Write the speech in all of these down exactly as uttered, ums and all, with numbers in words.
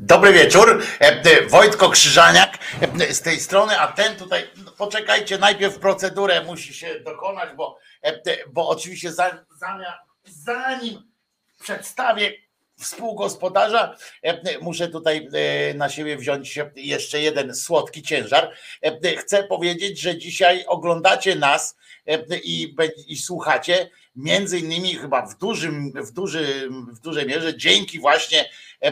Dobry wieczór, Wojtko Krzyżaniak z tej strony, a ten tutaj, poczekajcie, najpierw procedurę musi się dokonać, bo, bo oczywiście za, zanim przedstawię współgospodarza, muszę tutaj na siebie wziąć jeszcze jeden słodki ciężar. Chcę powiedzieć, że dzisiaj oglądacie nas i, i słuchacie między innymi chyba w dużym, w dużym, w dużej mierze dzięki właśnie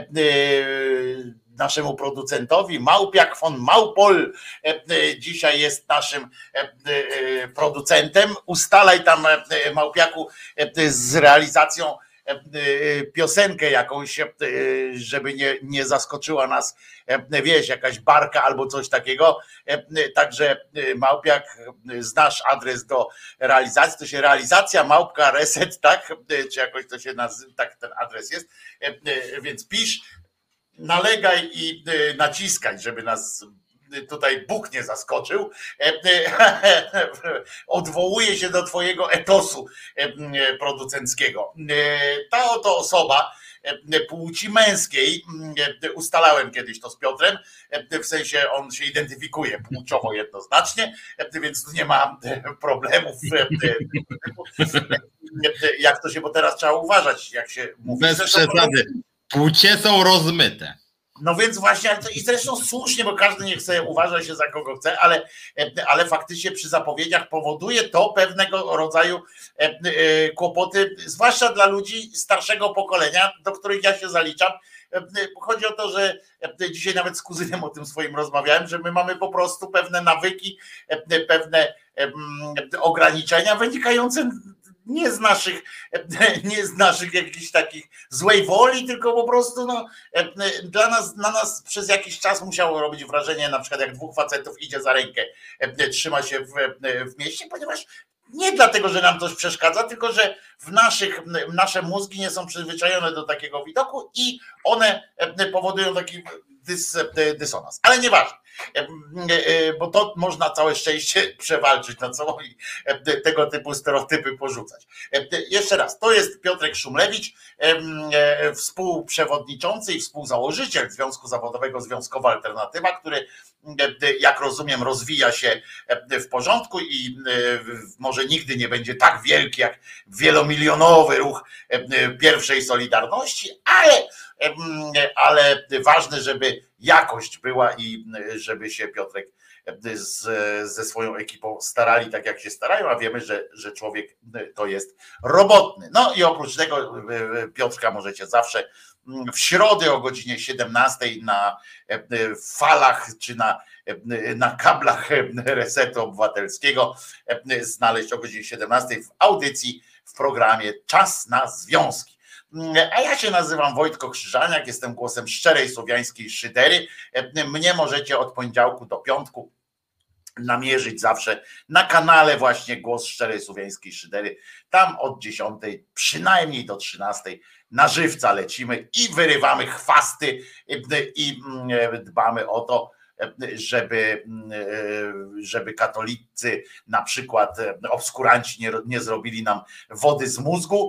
naszemu producentowi Małpiak von Małpol dzisiaj jest naszym producentem. Ustalaj tam, Małpiaku, z realizacją piosenkę jakąś, żeby nie, nie zaskoczyła nas, wiesz, jakaś barka albo coś takiego. Także Małpiak, znasz adres do realizacji, to się realizacja małpka reset, tak? Czy jakoś to się nazywa, tak ten adres jest. Więc pisz, nalegaj i naciskaj, żeby nas tutaj Bóg nie zaskoczył. Odwołuję się do twojego etosu producenckiego. Ta oto osoba płci męskiej, ustalałem kiedyś to z Piotrem, w sensie on się identyfikuje płciowo jednoznacznie, więc tu nie ma problemów. Jak to się, bo teraz trzeba uważać, jak się mówi. Bez przesady. Płcie są rozmyte. No więc właśnie, i zresztą słusznie, bo każdy niech sobie uważa się za kogo chce, ale, ale faktycznie przy zapowiedziach powoduje to pewnego rodzaju kłopoty, zwłaszcza dla ludzi starszego pokolenia, do których ja się zaliczam. Chodzi o to, że dzisiaj nawet z kuzynem o tym swoim rozmawiałem, że my mamy po prostu pewne nawyki, pewne ograniczenia wynikające nie z naszych, nie z naszych jakichś takich złej woli, tylko po prostu no, dla nas, na nas przez jakiś czas musiało robić wrażenie, na przykład jak dwóch facetów idzie za rękę, trzyma się w, w mieście, ponieważ nie dlatego, że nam coś przeszkadza, tylko że w naszych, nasze mózgi nie są przyzwyczajone do takiego widoku i one powodują taki dys, dysonans. Ale nieważne, bo to można całe szczęście przewalczyć nad sobą i tego typu stereotypy porzucać. Jeszcze raz, to jest Piotrek Szumlewicz, współprzewodniczący i współzałożyciel Związku Zawodowego Związkowa Alternatywa, który, jak rozumiem, rozwija się w porządku i może nigdy nie będzie tak wielki jak wielomilionowy ruch pierwszej Solidarności, ale ale ważne, żeby jakość była i żeby się Piotrek z, ze swoją ekipą starali tak, jak się starają, a wiemy, że, że człowiek to jest robotny. No i oprócz tego Piotrka możecie zawsze w środę o godzinie siedemnastej na falach czy na, na kablach Resetu Obywatelskiego znaleźć o godzinie siedemnastej w audycji w programie Czas na Związki. A ja się nazywam Wojtko Krzyżaniak, jestem głosem szczerej słowiańskiej szydery. Mnie możecie od poniedziałku do piątku namierzyć zawsze na kanale właśnie Głos Szczerej Słowiańskiej Szydery. Tam od dziesiątej przynajmniej do trzynastej na żywca lecimy i wyrywamy chwasty i dbamy o to, żeby, żeby katolicy, na przykład obskuranci nie, nie zrobili nam wody z mózgu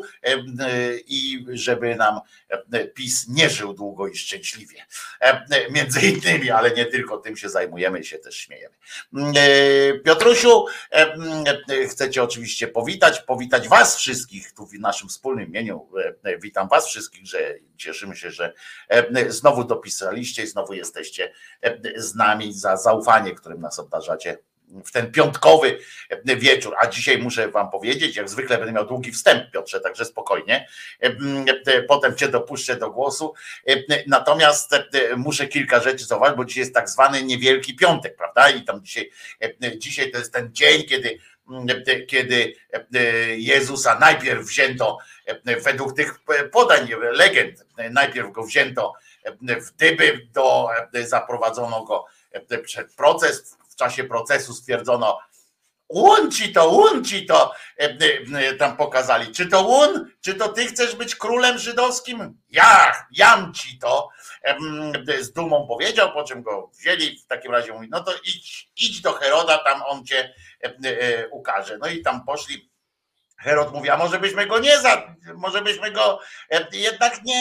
i żeby nam PiS nie żył długo i szczęśliwie. Między innymi, ale nie tylko tym się zajmujemy i się też śmiejemy. Piotrusiu, chcecie oczywiście powitać, powitać was wszystkich tu w naszym wspólnym imieniu. Witam was wszystkich, że cieszymy się, że znowu dopisaliście i znowu jesteście z nami, za zaufanie, którym nas obdarzacie w ten piątkowy wieczór. A dzisiaj muszę wam powiedzieć, jak zwykle będę miał długi wstęp, Piotrze, także spokojnie. Potem cię dopuszczę do głosu. Natomiast muszę kilka rzeczy zauważyć, bo dzisiaj jest tak zwany Niewielki Piątek, prawda? I tam dzisiaj, dzisiaj to jest ten dzień, kiedy kiedy Jezusa najpierw wzięto, według tych podań, legend, najpierw go wzięto w dyby, do, zaprowadzono go przed proces, w czasie procesu stwierdzono, łun ci to, łun ci to, tam pokazali, czy to łun, czy to ty chcesz być królem żydowskim? Ja, jam ci to, z dumą powiedział, po czym go wzięli, w takim razie mówi, no to idź, idź do Heroda, tam on cię ukaże. No i tam poszli, Herod mówi, a może byśmy go nie za, może byśmy go jednak nie,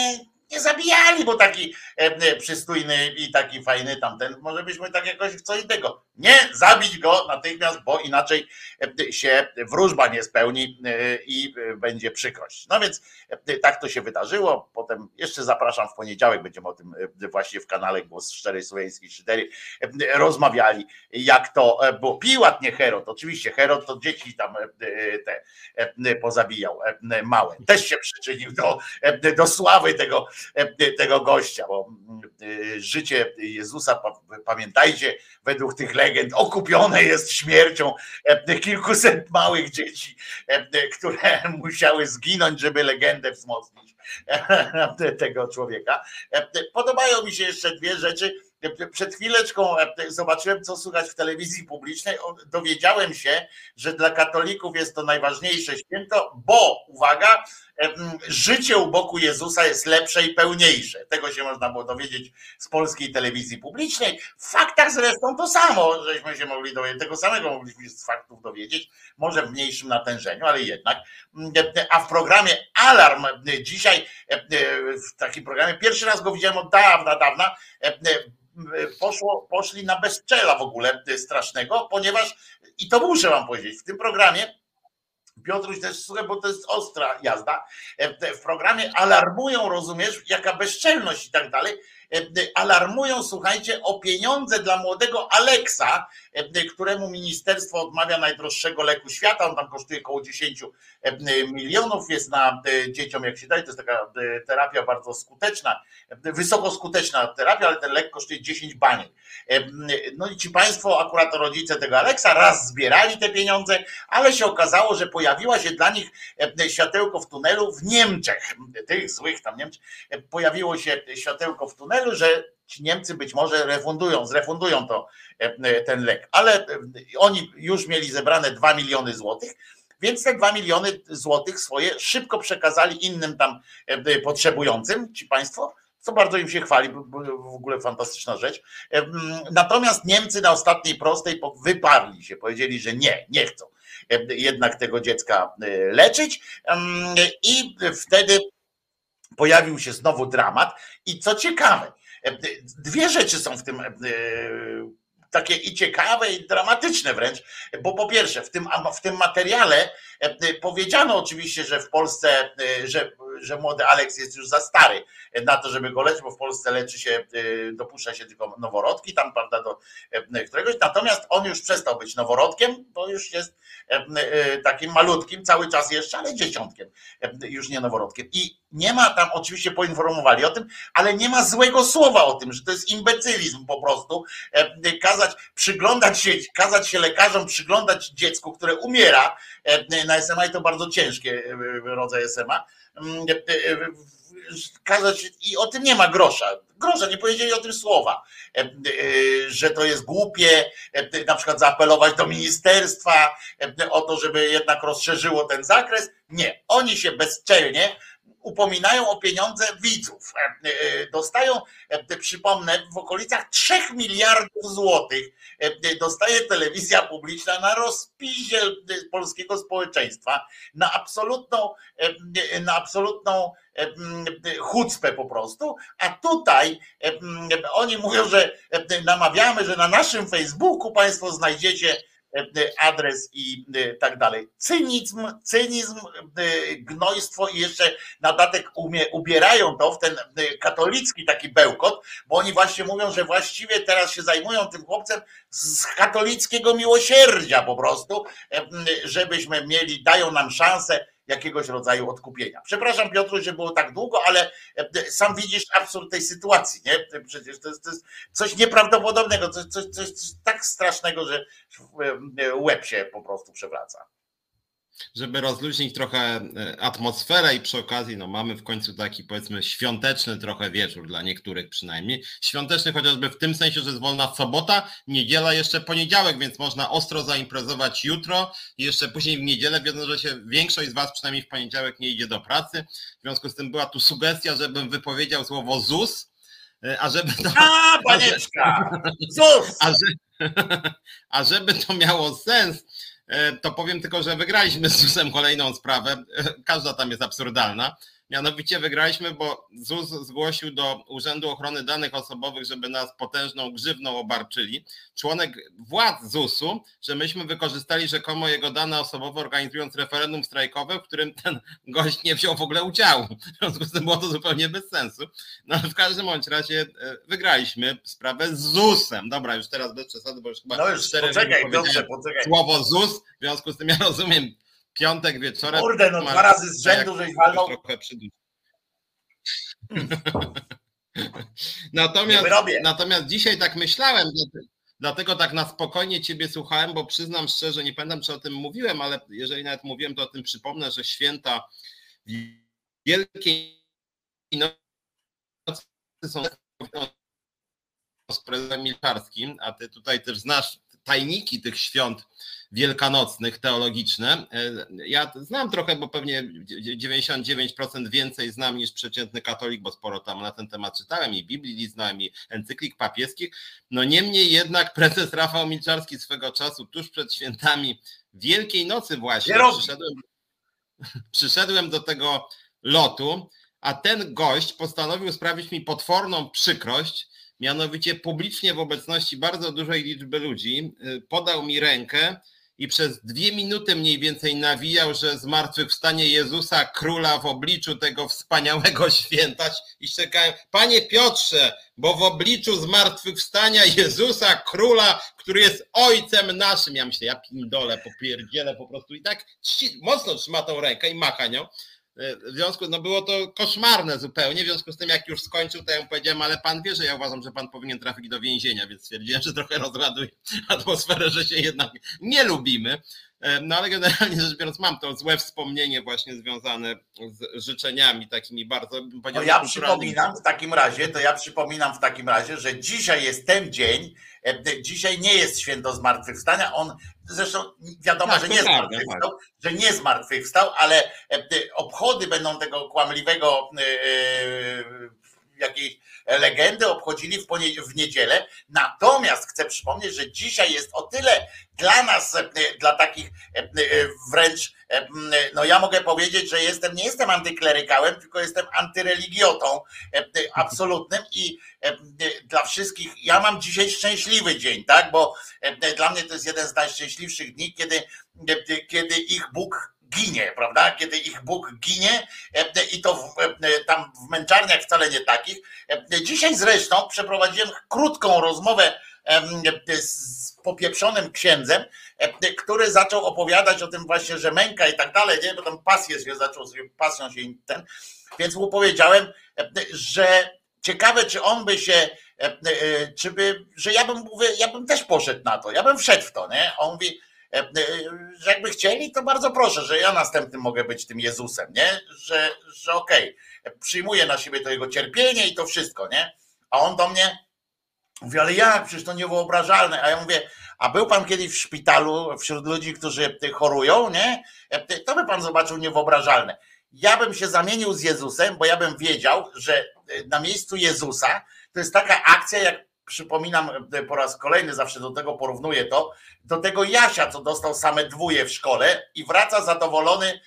nie zabijali, bo taki przystojny i taki fajny tamten, może byśmy tak jakoś w co innego. Nie, zabić go natychmiast, bo inaczej się wróżba nie spełni i będzie przykrość. No więc tak to się wydarzyło. Potem jeszcze zapraszam w poniedziałek, będziemy o tym właśnie w kanale Głos Szczerej Słowiańskiej Szydery rozmawiali, jak to było. Piłat, nie Herod. Oczywiście Herod to dzieci tam te pozabijał małe. Też się przyczynił do, do sławy tego, tego gościa, bo życie Jezusa, pamiętajcie, według tych legend okupione jest śmiercią kilkuset małych dzieci, które musiały zginąć, żeby legendę wzmocnić tego człowieka. Podobają mi się jeszcze dwie rzeczy. Przed chwileczką zobaczyłem, co słychać w telewizji publicznej. Dowiedziałem się, że dla katolików jest to najważniejsze święto, bo, uwaga, życie u boku Jezusa jest lepsze i pełniejsze. Tego się można było dowiedzieć z polskiej telewizji publicznej. W faktach zresztą to samo, żeśmy się mogli dowiedzieć, tego samego mogliśmy się z faktów dowiedzieć, może w mniejszym natężeniu, ale jednak. A w programie Alarm dzisiaj, w takim programie, pierwszy raz go widziałem od dawna, dawna, Poszło, poszli na bezczela w ogóle strasznego, ponieważ, i to muszę wam powiedzieć, w tym programie, Piotruś też słuchaj, bo to jest ostra jazda, w programie alarmują, rozumiesz, jaka bezczelność i tak dalej, alarmują, słuchajcie, o pieniądze dla młodego Aleksa, któremu ministerstwo odmawia najdroższego leku świata, on tam kosztuje około dziesięć milionów, jest na dzieciom, jak się daje, to jest taka terapia bardzo skuteczna, wysoko skuteczna terapia, ale ten lek kosztuje dziesięć baniek. No i ci państwo, akurat rodzice tego Aleksa, raz zbierali te pieniądze, ale się okazało, że pojawiła się dla nich światełko w tunelu w Niemczech, tych złych tam Niemczech, pojawiło się światełko w tunelu, że ci Niemcy być może refundują, zrefundują to, ten lek, ale oni już mieli zebrane dwa miliony złotych, więc te dwa miliony złotych swoje szybko przekazali innym tam potrzebującym, ci państwo, co bardzo im się chwali, w ogóle fantastyczna rzecz. Natomiast Niemcy na ostatniej prostej wyparli się, powiedzieli, że nie, nie chcą jednak tego dziecka leczyć i wtedy pojawił się znowu dramat i co ciekawe, dwie rzeczy są w tym takie i ciekawe, i dramatyczne wręcz, bo po pierwsze w tym, w tym materiale powiedziano oczywiście, że w Polsce, że, że młody Aleks jest już za stary na to, żeby go leczyć, bo w Polsce leczy się, dopuszcza się tylko noworodki, tam prawda, do któregoś, natomiast on już przestał być noworodkiem, bo już jest takim malutkim cały czas jeszcze, ale dzieciątkiem, już nie noworodkiem. I nie ma tam, oczywiście poinformowali o tym, ale nie ma złego słowa o tym, że to jest imbecylizm po prostu, kazać, przyglądać się, kazać się lekarzom przyglądać dziecku, które umiera na S M A i to bardzo ciężkie rodzaj S M A, kazać i o tym nie ma grosza. Grosza, nie powiedzieli o tym słowa, że to jest głupie, na przykład zaapelować do ministerstwa o to, żeby jednak rozszerzyło ten zakres. Nie, oni się bezczelnie upominają o pieniądze widzów. Dostają, przypomnę, w okolicach trzech miliardów złotych dostaje telewizja publiczna na rozpisie polskiego społeczeństwa, na absolutną, na absolutną chucpę po prostu, a tutaj oni mówią, że namawiamy, że na naszym Facebooku państwo znajdziecie adres i tak dalej. Cynizm, cynizm, gnojstwo i jeszcze na dodatek umie, ubierają to w ten katolicki taki bełkot, bo oni właśnie mówią, że właściwie teraz się zajmują tym chłopcem z katolickiego miłosierdzia po prostu, żebyśmy mieli, dają nam szansę jakiegoś rodzaju odkupienia. Przepraszam Piotru, że było tak długo, ale sam widzisz absurd tej sytuacji, nie? Przecież to jest, to jest coś nieprawdopodobnego, coś, coś, coś, coś tak strasznego, że łeb się po prostu przewraca. Żeby rozluźnić trochę atmosferę i przy okazji no mamy w końcu taki powiedzmy świąteczny trochę wieczór dla niektórych przynajmniej. Świąteczny chociażby w tym sensie, że jest wolna sobota, niedziela, jeszcze poniedziałek, więc można ostro zaimprezować jutro i jeszcze później w niedzielę, wiedząc, że się większość z was przynajmniej w poniedziałek nie idzie do pracy. W związku z tym była tu sugestia, żebym wypowiedział słowo Z U S, a żeby to... A, panieczka! Z U S! A, że, a żeby to miało sens, to powiem tylko, że wygraliśmy z Z U S-em kolejną sprawę, każda tam jest absurdalna, Mianowicie wygraliśmy, bo Z U S zgłosił do Urzędu Ochrony Danych Osobowych, żeby nas potężną grzywną obarczyli. Członek władz Z U S u, że myśmy wykorzystali rzekomo jego dane osobowe, organizując referendum strajkowe, w którym ten gość nie wziął w ogóle udziału. W związku z tym było to zupełnie bez sensu. No ale w każdym bądź razie wygraliśmy sprawę z Z U S em. Dobra, już teraz bez przesady, bo już chyba no już, cztery poczekaj, Piotrze, poczekaj. słowo Z U S, w związku z tym ja rozumiem, piątek wieczorem. Kurde, no dwa razy z rzędu, żeś walnął. Trochę natomiast, natomiast dzisiaj tak myślałem, dlatego tak na spokojnie ciebie słuchałem, bo przyznam szczerze, nie pamiętam, czy o tym mówiłem, ale jeżeli nawet mówiłem, to o tym przypomnę, że święta Wielkiej Nocy są z prezesem Milczarskim, a ty tutaj też znasz tajniki tych świąt wielkanocnych, teologiczne. Ja znam trochę, bo pewnie dziewięćdziesiąt dziewięć procent więcej znam niż przeciętny katolik, bo sporo tam na ten temat czytałem i Biblii liznałem i encyklik papieskich. No niemniej jednak prezes Rafał Milczarski swego czasu, tuż przed świętami Wielkiej Nocy właśnie, przyszedłem, przyszedłem do tego lotu, a ten gość postanowił sprawić mi potworną przykrość, mianowicie publicznie w obecności bardzo dużej liczby ludzi podał mi rękę i przez dwie minuty mniej więcej nawijał, że zmartwychwstanie Jezusa Króla w obliczu tego wspaniałego święta i czekałem, Panie Piotrze, bo w obliczu zmartwychwstania Jezusa Króla, który jest Ojcem naszym, ja myślę, ja pindolę, popierdzielę po prostu i tak mocno trzyma tą rękę i macha nią. W związku, no było to koszmarne zupełnie, w związku z tym jak już skończył, to ja mu powiedziałem, ale pan wie, że ja uważam, że pan powinien trafić do więzienia, więc stwierdziłem, że trochę rozraduję atmosferę, że się jednak nie lubimy. No ale generalnie rzecz biorąc mam to złe wspomnienie właśnie związane z życzeniami takimi bardzo... No ja przypominam w takim razie, to ja przypominam w takim razie, że dzisiaj jest ten dzień, dzisiaj nie jest święto zmartwychwstania, on zresztą wiadomo, tak, że nie prawda, zmartwychwstał, tak. że nie zmartwychwstał, ale obchody będą tego kłamliwego yy, jakiejś legendy obchodzili w, w niedzielę. Natomiast chcę przypomnieć, że dzisiaj jest o tyle dla nas, dla takich wręcz, no ja mogę powiedzieć, że jestem, nie jestem antyklerykałem, tylko jestem antyreligijotą absolutnym i dla wszystkich, ja mam dzisiaj szczęśliwy dzień, tak, bo dla mnie to jest jeden z najszczęśliwszych dni, kiedy, kiedy ich Bóg ginie, prawda? Kiedy ich Bóg ginie i to w, tam w męczarniach wcale nie takich. Dzisiaj zresztą przeprowadziłem krótką rozmowę z popieprzonym księdzem, który zaczął opowiadać o tym właśnie, że męka i tak dalej, nie? Bo tam pasję się zaczął, pasją się ten, więc mu powiedziałem, że ciekawe, czy on by się, czy by, że ja bym, mówię, ja bym też poszedł na to, ja bym wszedł w to, nie? On mówi, że jakby chcieli, to bardzo proszę, że ja następnym mogę być tym Jezusem, nie? Że, że okej, okay, przyjmuję na siebie to jego cierpienie i to wszystko, nie? A on do mnie mówi, ale jak? Przecież to niewyobrażalne. A ja mówię, a był pan kiedyś w szpitalu wśród ludzi, którzy chorują, nie? To by pan zobaczył niewyobrażalne. Ja bym się zamienił z Jezusem, bo ja bym wiedział, że na miejscu Jezusa to jest taka akcja, jak przypominam po raz kolejny, zawsze do tego porównuję to, do tego Jasia, co dostał same dwóje w szkole i wraca zadowolony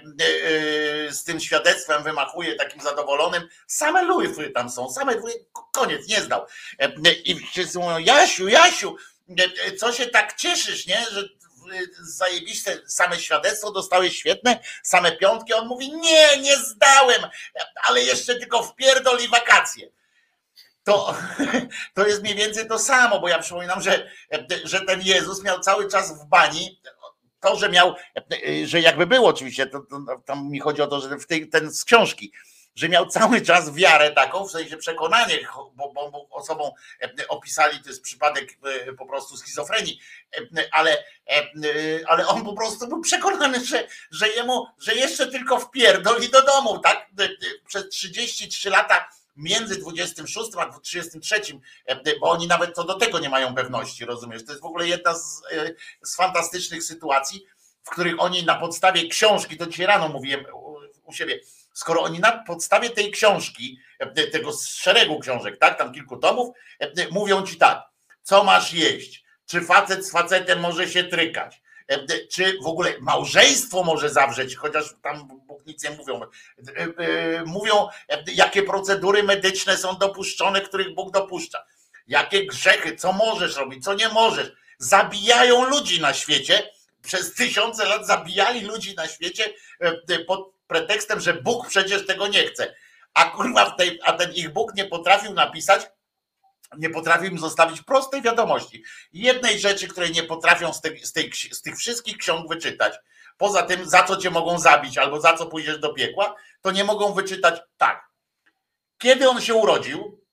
z tym świadectwem, wymachuje takim zadowolonym, same lujfy tam są, same dwóje, koniec, nie zdał. I wszyscy mówią, Jasiu, Jasiu, co się tak cieszysz, nie, że zajebiste same świadectwo, dostałeś świetne, same piątki, on mówi, nie, nie zdałem, ale jeszcze tylko wpierdol i wakacje. To, to jest mniej więcej to samo, bo ja przypominam, że, że ten Jezus miał cały czas w bani, to, że miał, że jakby było oczywiście, to, to, tam mi chodzi o to, że w tej, ten z książki, że miał cały czas wiarę taką, w sensie przekonanie, bo, bo, bo osobą opisali, to jest przypadek po prostu schizofrenii, ale, ale on po prostu był przekonany, że, że jemu, że jeszcze tylko wpierdoli do domu, tak? Przez trzydzieści trzy lata między dwudziestym szóstym a trzydziestym trzecim, bo oni nawet co do tego nie mają pewności, rozumiesz? To jest w ogóle jedna z, z fantastycznych sytuacji, w których oni na podstawie książki, to dzisiaj rano mówiłem u, u siebie, skoro oni na podstawie tej książki, tego szeregu książek, tak, tam kilku tomów, mówią ci tak, co masz jeść, czy facet z facetem może się trykać, czy w ogóle małżeństwo może zawrzeć, chociaż tam Bóg nic nie mówią. Mówią, jakie procedury medyczne są dopuszczone, których Bóg dopuszcza. Jakie grzechy, co możesz robić, co nie możesz. Zabijają ludzi na świecie, przez tysiące lat zabijali ludzi na świecie pod pretekstem, że Bóg przecież tego nie chce. A kurwa, w tej, a ten ich Bóg nie potrafił napisać, nie potrafił im zostawić prostej wiadomości. Jednej rzeczy, której nie potrafią z, tej, z, tej, z tych wszystkich ksiąg wyczytać, poza tym, za co cię mogą zabić albo za co pójdziesz do piekła, to nie mogą wyczytać tak. Kiedy on się urodził,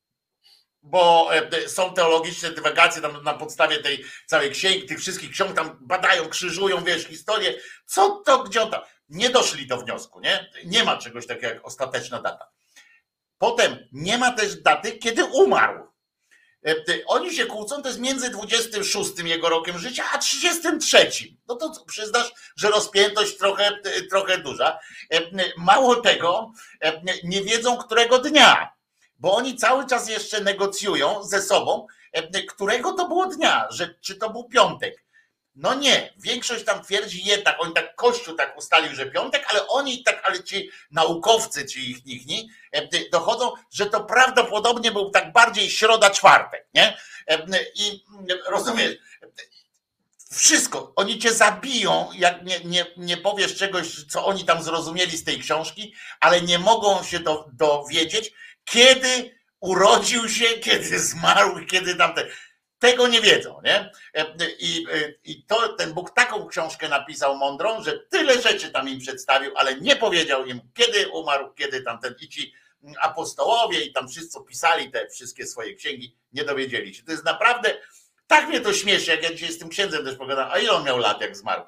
bo są teologiczne dywagacje tam na podstawie tej całej księgi, tych wszystkich ksiąg tam badają, krzyżują, wiesz, historię, co to, gdzie on tam. Nie doszli do wniosku, nie? Nie ma czegoś takiego jak ostateczna data. Potem nie ma też daty, kiedy umarł. Oni się kłócą, to jest między dwudziestym szóstym jego rokiem życia, a trzydziestym trzecim. No to przyznasz, że rozpiętość trochę, trochę duża. Mało tego, nie wiedzą, którego dnia, bo oni cały czas jeszcze negocjują ze sobą, którego to było dnia, że czy to był piątek. No nie, większość tam twierdzi jednak, oni tak, Kościół tak ustalił, że piątek, ale oni tak, ale ci naukowcy, ci ich nichni, dochodzą, że to prawdopodobnie był tak bardziej środa, czwartek, nie? I rozumiesz, wszystko, oni cię zabiją, jak nie, nie, nie powiesz czegoś, co oni tam zrozumieli z tej książki, ale nie mogą się do, dowiedzieć, kiedy urodził się, kiedy zmarł, kiedy tamten. Tego nie wiedzą, nie? I, i to, ten Bóg taką książkę napisał mądrą, że tyle rzeczy tam im przedstawił, ale nie powiedział im, kiedy umarł, kiedy tamten. I ci apostołowie i tam wszyscy pisali te wszystkie swoje księgi, nie dowiedzieli się. To jest naprawdę, tak mnie to śmieszy, jak ja dzisiaj z tym księdzem też pogadam, a ile on miał lat, jak zmarł?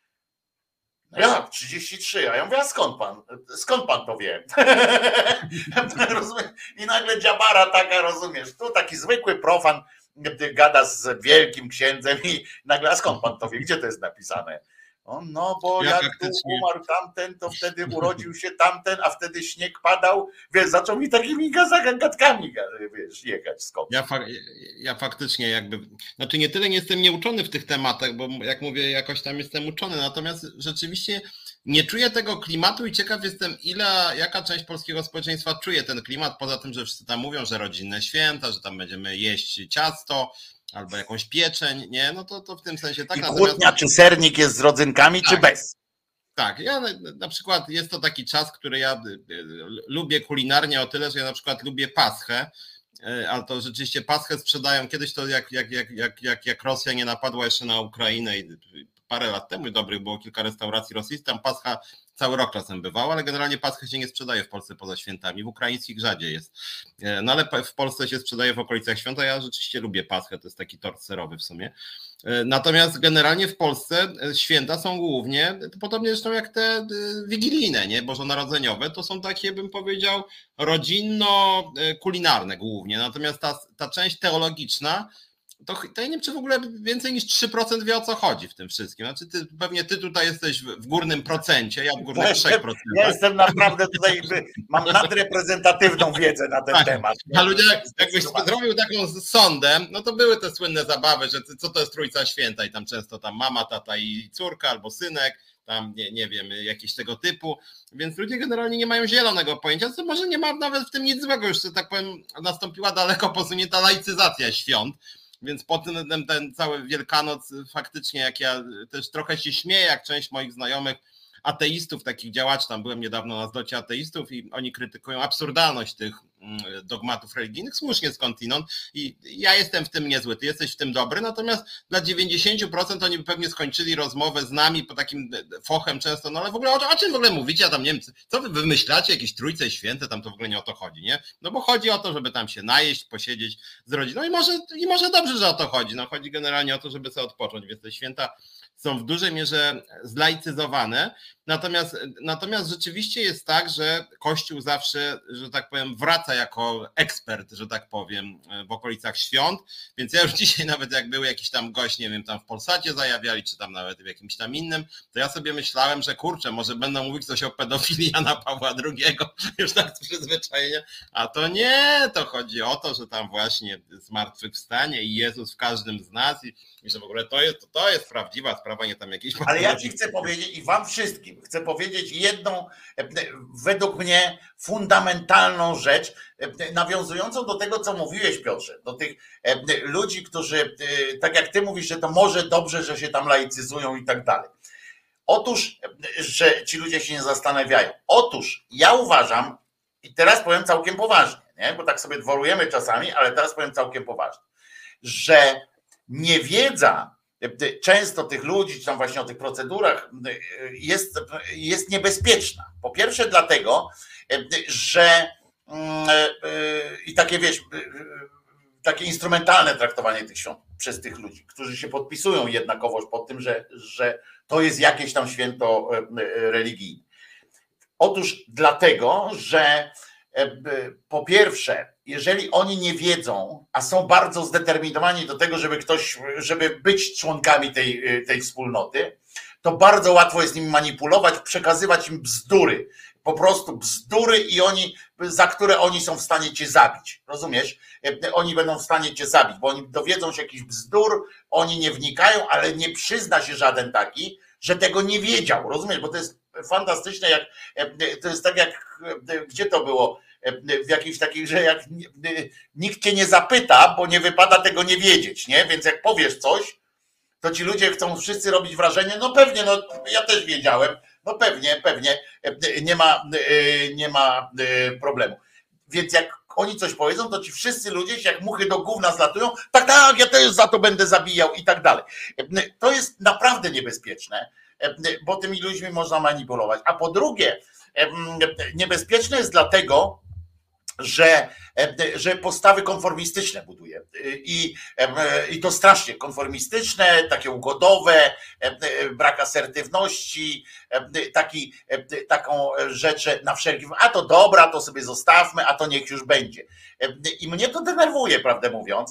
No jak? trzydzieści trzy. A ja mówię, a skąd pan? Skąd pan to wie? I nagle dziabara taka, rozumiesz, tu taki zwykły profan, gada z wielkim księdzem i nagle, a skąd pan to wie? Gdzie to jest napisane? O, no bo ja jak faktycznie... tu umarł tamten, to wtedy urodził się tamten, a wtedy śnieg padał. Wiesz, zaczął mi takimi gadkami, wiesz, jechać skąd. Ja, fa- ja faktycznie jakby, znaczy nie tyle nie jestem nieuczony w tych tematach, bo jak mówię, jakoś tam jestem uczony, natomiast rzeczywiście nie czuję tego klimatu i ciekaw jestem, ile, jaka część polskiego społeczeństwa czuje ten klimat, poza tym, że wszyscy tam mówią, że rodzinne święta, że tam będziemy jeść ciasto albo jakąś pieczeń, nie? No to, to w tym sensie tak. I kłótnia, natomiast... czy sernik jest z rodzynkami, tak, czy bez? Tak, ja na przykład jest to taki czas, który ja lubię kulinarnie o tyle, że ja na przykład lubię paschę, ale to rzeczywiście paschę sprzedają, kiedyś to jak, jak, jak, jak, jak, jak Rosja nie napadła jeszcze na Ukrainę i parę lat temu dobrych było kilka restauracji rosyjskich, tam pascha cały rok czasem bywała, ale generalnie paschę się nie sprzedaje w Polsce poza świętami, w ukraińskich rzadziej jest. No ale w Polsce się sprzedaje w okolicach świąt, a ja rzeczywiście lubię paschę, to jest taki tort serowy w sumie. Natomiast generalnie w Polsce święta są głównie, podobnie zresztą jak te wigilijne, nie, bożonarodzeniowe, to są takie, bym powiedział, rodzinno-kulinarne głównie, natomiast ta, ta część teologiczna, to, to ja nie wiem, czy w ogóle więcej niż trzy procent wie, o co chodzi w tym wszystkim. Znaczy ty, pewnie ty tutaj jesteś w górnym procencie, ja w górnym trzech procentach. Ja jestem naprawdę tutaj, mam nadreprezentatywną wiedzę na ten tak, temat. A ludzie, jakbyś zrobił taką sondę, no to były te słynne zabawy, że co to jest Trójca Święta i tam często tam mama, tata i córka albo synek, tam nie, nie wiem, jakieś tego typu, więc ludzie generalnie nie mają zielonego pojęcia, co może nie ma nawet w tym nic złego, już, że tak powiem, nastąpiła daleko posunięta laicyzacja świąt. Więc pod tym ten cały Wielkanoc faktycznie, jak ja też trochę się śmieję, jak część moich znajomych ateistów, takich działaczy, tam byłem niedawno na zlocie ateistów i oni krytykują absurdalność tych dogmatów religijnych, słusznie skądinąd i ja jestem w tym niezły, ty jesteś w tym dobry, natomiast dla dziewięćdziesiąt procent oni by pewnie skończyli rozmowę z nami po takim fochem często, no ale w ogóle o, o czym w ogóle mówicie, ja tam nie wiem, co wy wymyślacie, jakieś Trójce Święte, tam to w ogóle nie o to chodzi, nie? No bo chodzi o to, żeby tam się najeść, posiedzieć z rodziną i może, i może dobrze, że o to chodzi, no chodzi generalnie o to, żeby sobie odpocząć, więc te święta są w dużej mierze zlaicyzowane, natomiast, natomiast rzeczywiście jest tak, że Kościół zawsze, że tak powiem, wraca jako ekspert, że tak powiem, w okolicach świąt, więc ja już dzisiaj nawet jak był jakiś tam gość, nie wiem, tam w Polsacie zajawiali, czy tam nawet w jakimś tam innym, to ja sobie myślałem, że kurczę, może będą mówić coś o pedofilii Jana Pawła drugiego, już tak z przyzwyczajenia, a to nie, to chodzi o to, że tam właśnie zmartwychwstanie i Jezus w każdym z nas i, i że w ogóle to jest, to jest prawdziwa sprawa, nie tam jakieś... Ale ja ci chcę powiedzieć i wam wszystkim chcę powiedzieć jedną, według mnie fundamentalną rzecz, nawiązującą do tego, co mówiłeś, Piotrze, do tych ludzi, którzy, tak jak ty mówisz, że to może dobrze, że się tam laicyzują i tak dalej. Otóż, że ci ludzie się nie zastanawiają. Otóż ja uważam, i teraz powiem całkiem poważnie, nie? Bo tak sobie dworujemy czasami, ale teraz powiem całkiem poważnie, że niewiedza często tych ludzi, czy tam właśnie o tych procedurach jest, jest niebezpieczna. Po pierwsze dlatego, że i takie wiesz, takie instrumentalne traktowanie tych świąt przez tych ludzi, którzy się podpisują jednakowoż pod tym, że, że to jest jakieś tam święto religijne. Otóż dlatego, że po pierwsze, jeżeli oni nie wiedzą, a są bardzo zdeterminowani do tego, żeby ktoś, żeby być członkami tej, tej wspólnoty, to bardzo łatwo jest nimi manipulować, przekazywać im bzdury, po prostu bzdury i oni, za które oni są w stanie cię zabić. Rozumiesz? Oni będą w stanie cię zabić, bo oni dowiedzą się jakichś bzdur, oni nie wnikają, ale nie przyzna się żaden taki, że tego nie wiedział. Rozumiesz? Bo to jest fantastyczne, jak to jest tak jak, gdzie to było? W jakiejś takiej, że jak nikt cię nie zapyta, bo nie wypada tego nie wiedzieć, nie? Więc jak powiesz coś, to ci ludzie chcą wszyscy robić wrażenie, no pewnie, no ja też wiedziałem, no pewnie, pewnie, nie ma, nie ma problemu. Więc jak oni coś powiedzą, to ci wszyscy ludzie się jak muchy do gówna zlatują, tak, tak, ja też za to będę zabijał i tak dalej. To jest naprawdę niebezpieczne, bo tymi ludźmi można manipulować. A po drugie, niebezpieczne jest dlatego, że, że postawy konformistyczne buduje I, i to strasznie konformistyczne, takie ugodowe, brak asertywności, taki, taką rzecz, że na wszelki, a to dobra, to sobie zostawmy, a to niech już będzie. I mnie to denerwuje, prawdę mówiąc,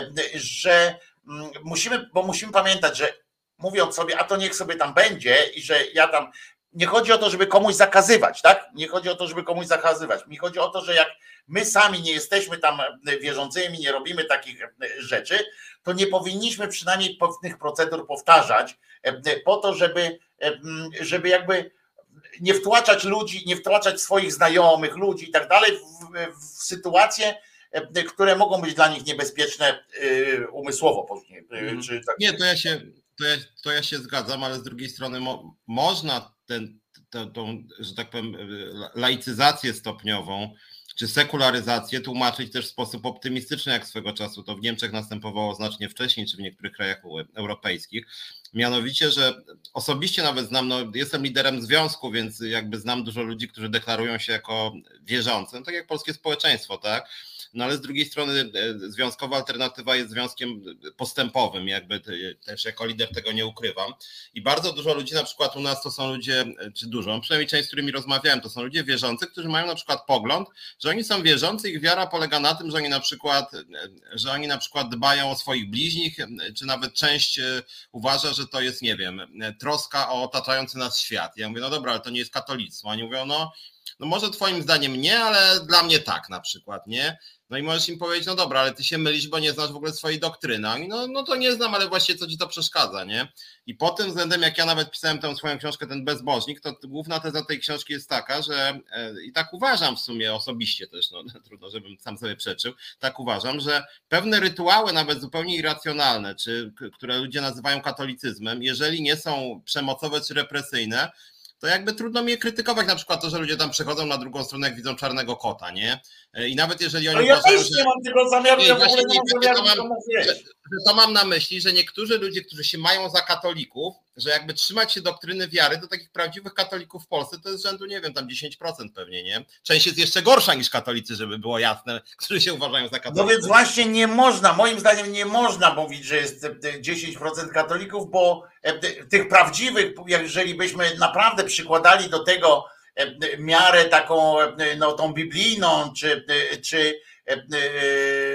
że musimy, bo musimy pamiętać, że mówiąc sobie, a to niech sobie tam będzie i że ja tam, nie chodzi o to, żeby komuś zakazywać, tak? Nie chodzi o to, żeby komuś zakazywać. Mi chodzi o to, że jak my sami nie jesteśmy tam wierzącymi, nie robimy takich rzeczy, to nie powinniśmy przynajmniej pewnych procedur powtarzać po to, żeby, żeby jakby nie wtłaczać ludzi, nie wtłaczać swoich znajomych, ludzi i tak dalej w, w sytuacje, które mogą być dla nich niebezpieczne umysłowo później. Czy tak... Nie, to ja się... To ja, to ja się zgadzam, ale z drugiej strony mo, można ten, tę, tą, że tak powiem, laicyzację stopniową czy sekularyzację tłumaczyć też w sposób optymistyczny, jak swego czasu to w Niemczech następowało znacznie wcześniej, czy w niektórych krajach europejskich. Mianowicie, że osobiście nawet znam, no jestem liderem związku, więc jakby znam dużo ludzi, którzy deklarują się jako wierzący, no tak jak polskie społeczeństwo, tak? No ale z drugiej strony związkowa alternatywa jest związkiem postępowym, jakby też jako lider tego nie ukrywam. I bardzo dużo ludzi, na przykład u nas to są ludzie, czy dużo, przynajmniej część, z którymi rozmawiałem, to są ludzie wierzący, którzy mają na przykład pogląd, że oni są wierzący, ich wiara polega na tym, że oni na przykład, że oni na przykład dbają o swoich bliźnich, czy nawet część uważa, że to jest, nie wiem, troska o otaczający nas świat. Ja mówię, no dobra, ale to nie jest katolicyzm. Oni mówią, no, no może twoim zdaniem nie, ale dla mnie tak na przykład, nie? No i możesz im powiedzieć, no dobra, ale ty się mylisz, bo nie znasz w ogóle swojej doktryny. No, no to nie znam, ale właściwie co ci to przeszkadza, nie? I pod tym względem, jak ja nawet pisałem tę swoją książkę, ten bezbożnik, to główna teza tej książki jest taka, że i tak uważam w sumie osobiście też, no trudno, żebym sam sobie przeczył, tak uważam, że pewne rytuały, nawet zupełnie irracjonalne, czy które ludzie nazywają katolicyzmem, jeżeli nie są przemocowe czy represyjne, to jakby trudno mi je krytykować, na przykład to, że ludzie tam przechodzą na drugą stronę, jak widzą czarnego kota, nie? I nawet jeżeli oni no ja uważają, też że... nie mam tego zamiaru, nie, ja w ogóle nie mam zamiaru, to mam, to mówię. że, że to mam na myśli, że niektórzy ludzie, którzy się mają za katolików, że jakby trzymać się doktryny wiary, do takich prawdziwych katolików w Polsce to jest rzędu, nie wiem, tam dziesięć procent pewnie, nie? Część jest jeszcze gorsza niż katolicy, żeby było jasne, którzy się uważają za katolików. No więc właśnie nie można, moim zdaniem nie można mówić, że jest dziesięć procent katolików, bo tych prawdziwych, jeżeli byśmy naprawdę przykładali do tego miarę taką, no tą biblijną, czy, czy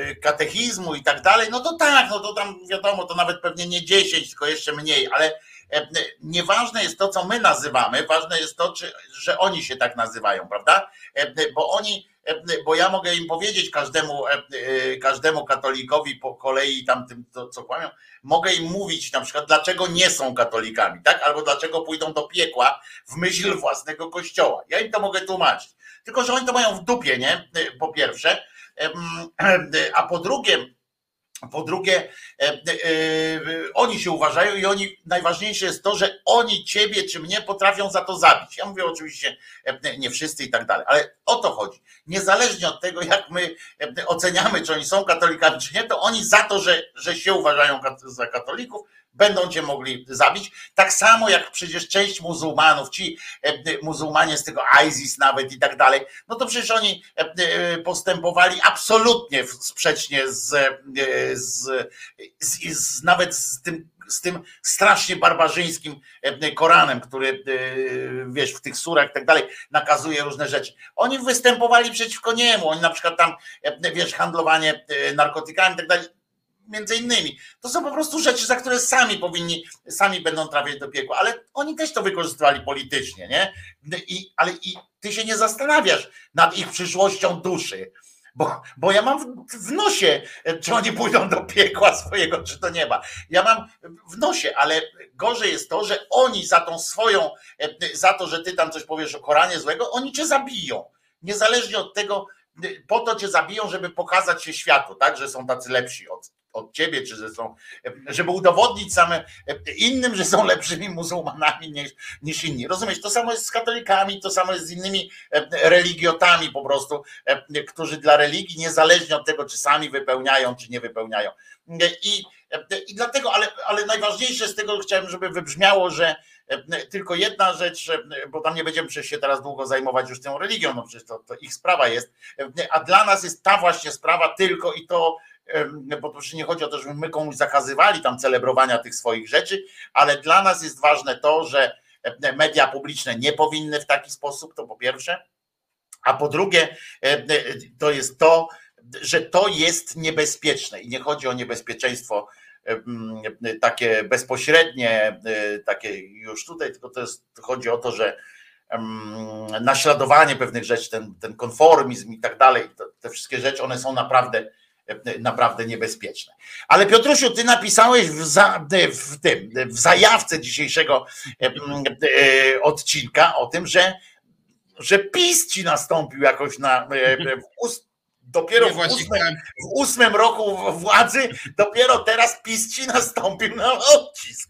katechizmu i tak dalej, no to tak, no to tam wiadomo, to nawet pewnie nie dziesięć, tylko jeszcze mniej, ale nieważne jest to, co my nazywamy, ważne jest to, czy, że oni się tak nazywają, prawda? Bo oni, bo ja mogę im powiedzieć każdemu, każdemu katolikowi po kolei tamtym, to, co kłamią, mogę im mówić na przykład, dlaczego nie są katolikami, tak? Albo dlaczego pójdą do piekła w myśl własnego kościoła. Ja im to mogę tłumaczyć. Tylko że oni to mają w dupie, nie? Po pierwsze. A po drugie, po drugie, e, e, oni się uważają i oni, najważniejsze jest to, że oni ciebie czy mnie potrafią za to zabić. Ja mówię oczywiście e, nie wszyscy i tak dalej, ale o to chodzi. Niezależnie od tego, jak my e, oceniamy, czy oni są katolikami, czy nie, to oni za to, że, że się uważają za katolików, będą cię mogli zabić. Tak samo jak przecież część muzułmanów, ci muzułmanie z tego ISIS nawet i tak dalej, no to przecież oni postępowali absolutnie sprzecznie z, z, z, z nawet z tym, z tym strasznie barbarzyńskim Koranem, który wiesz, w tych surach i tak dalej nakazuje różne rzeczy. Oni występowali przeciwko niemu, oni na przykład tam, wiesz, handlowanie narkotykami i tak dalej, między innymi. To są po prostu rzeczy, za które sami powinni, sami będą trafiać do piekła, ale oni też to wykorzystywali politycznie, nie? I, ale i ty się nie zastanawiasz nad ich przyszłością duszy, bo, bo ja mam w nosie, czy oni pójdą do piekła swojego, czy do nieba. Ja mam w nosie, ale gorzej jest to, że oni za tą swoją, za to, że ty tam coś powiesz o Koranie złego, oni cię zabiją. Niezależnie od tego, po to cię zabiją, żeby pokazać się światu, tak, że są tacy lepsi od od ciebie, czy że są, żeby udowodnić same innym, że są lepszymi muzułmanami niż, niż inni. Rozumiesz? To samo jest z katolikami, to samo jest z innymi religiotami po prostu, którzy dla religii, niezależnie od tego, czy sami wypełniają, czy nie wypełniają. I, i dlatego, ale, ale najważniejsze z tego chciałem, żeby wybrzmiało, że tylko jedna rzecz, bo tam nie będziemy przecież się teraz długo zajmować już tą religią, no przecież to, to ich sprawa jest, a dla nas jest ta właśnie sprawa tylko i to, bo to nie chodzi o to, żeby my komuś zakazywali tam celebrowania tych swoich rzeczy, ale dla nas jest ważne to, że media publiczne nie powinny w taki sposób, to po pierwsze, a po drugie to jest to, że to jest niebezpieczne i nie chodzi o niebezpieczeństwo takie bezpośrednie, takie już tutaj, tylko to jest, chodzi o to, że naśladowanie pewnych rzeczy, ten, ten konformizm i tak dalej, te wszystkie rzeczy, one są naprawdę naprawdę niebezpieczne. Ale Piotrusiu, ty napisałeś w, za, w tym, w zajawce dzisiejszego odcinka o tym, że, że PiS ci nastąpił jakoś na w ust, dopiero w ósmym, w ósmym roku władzy, dopiero teraz PiS ci nastąpił na odcisk.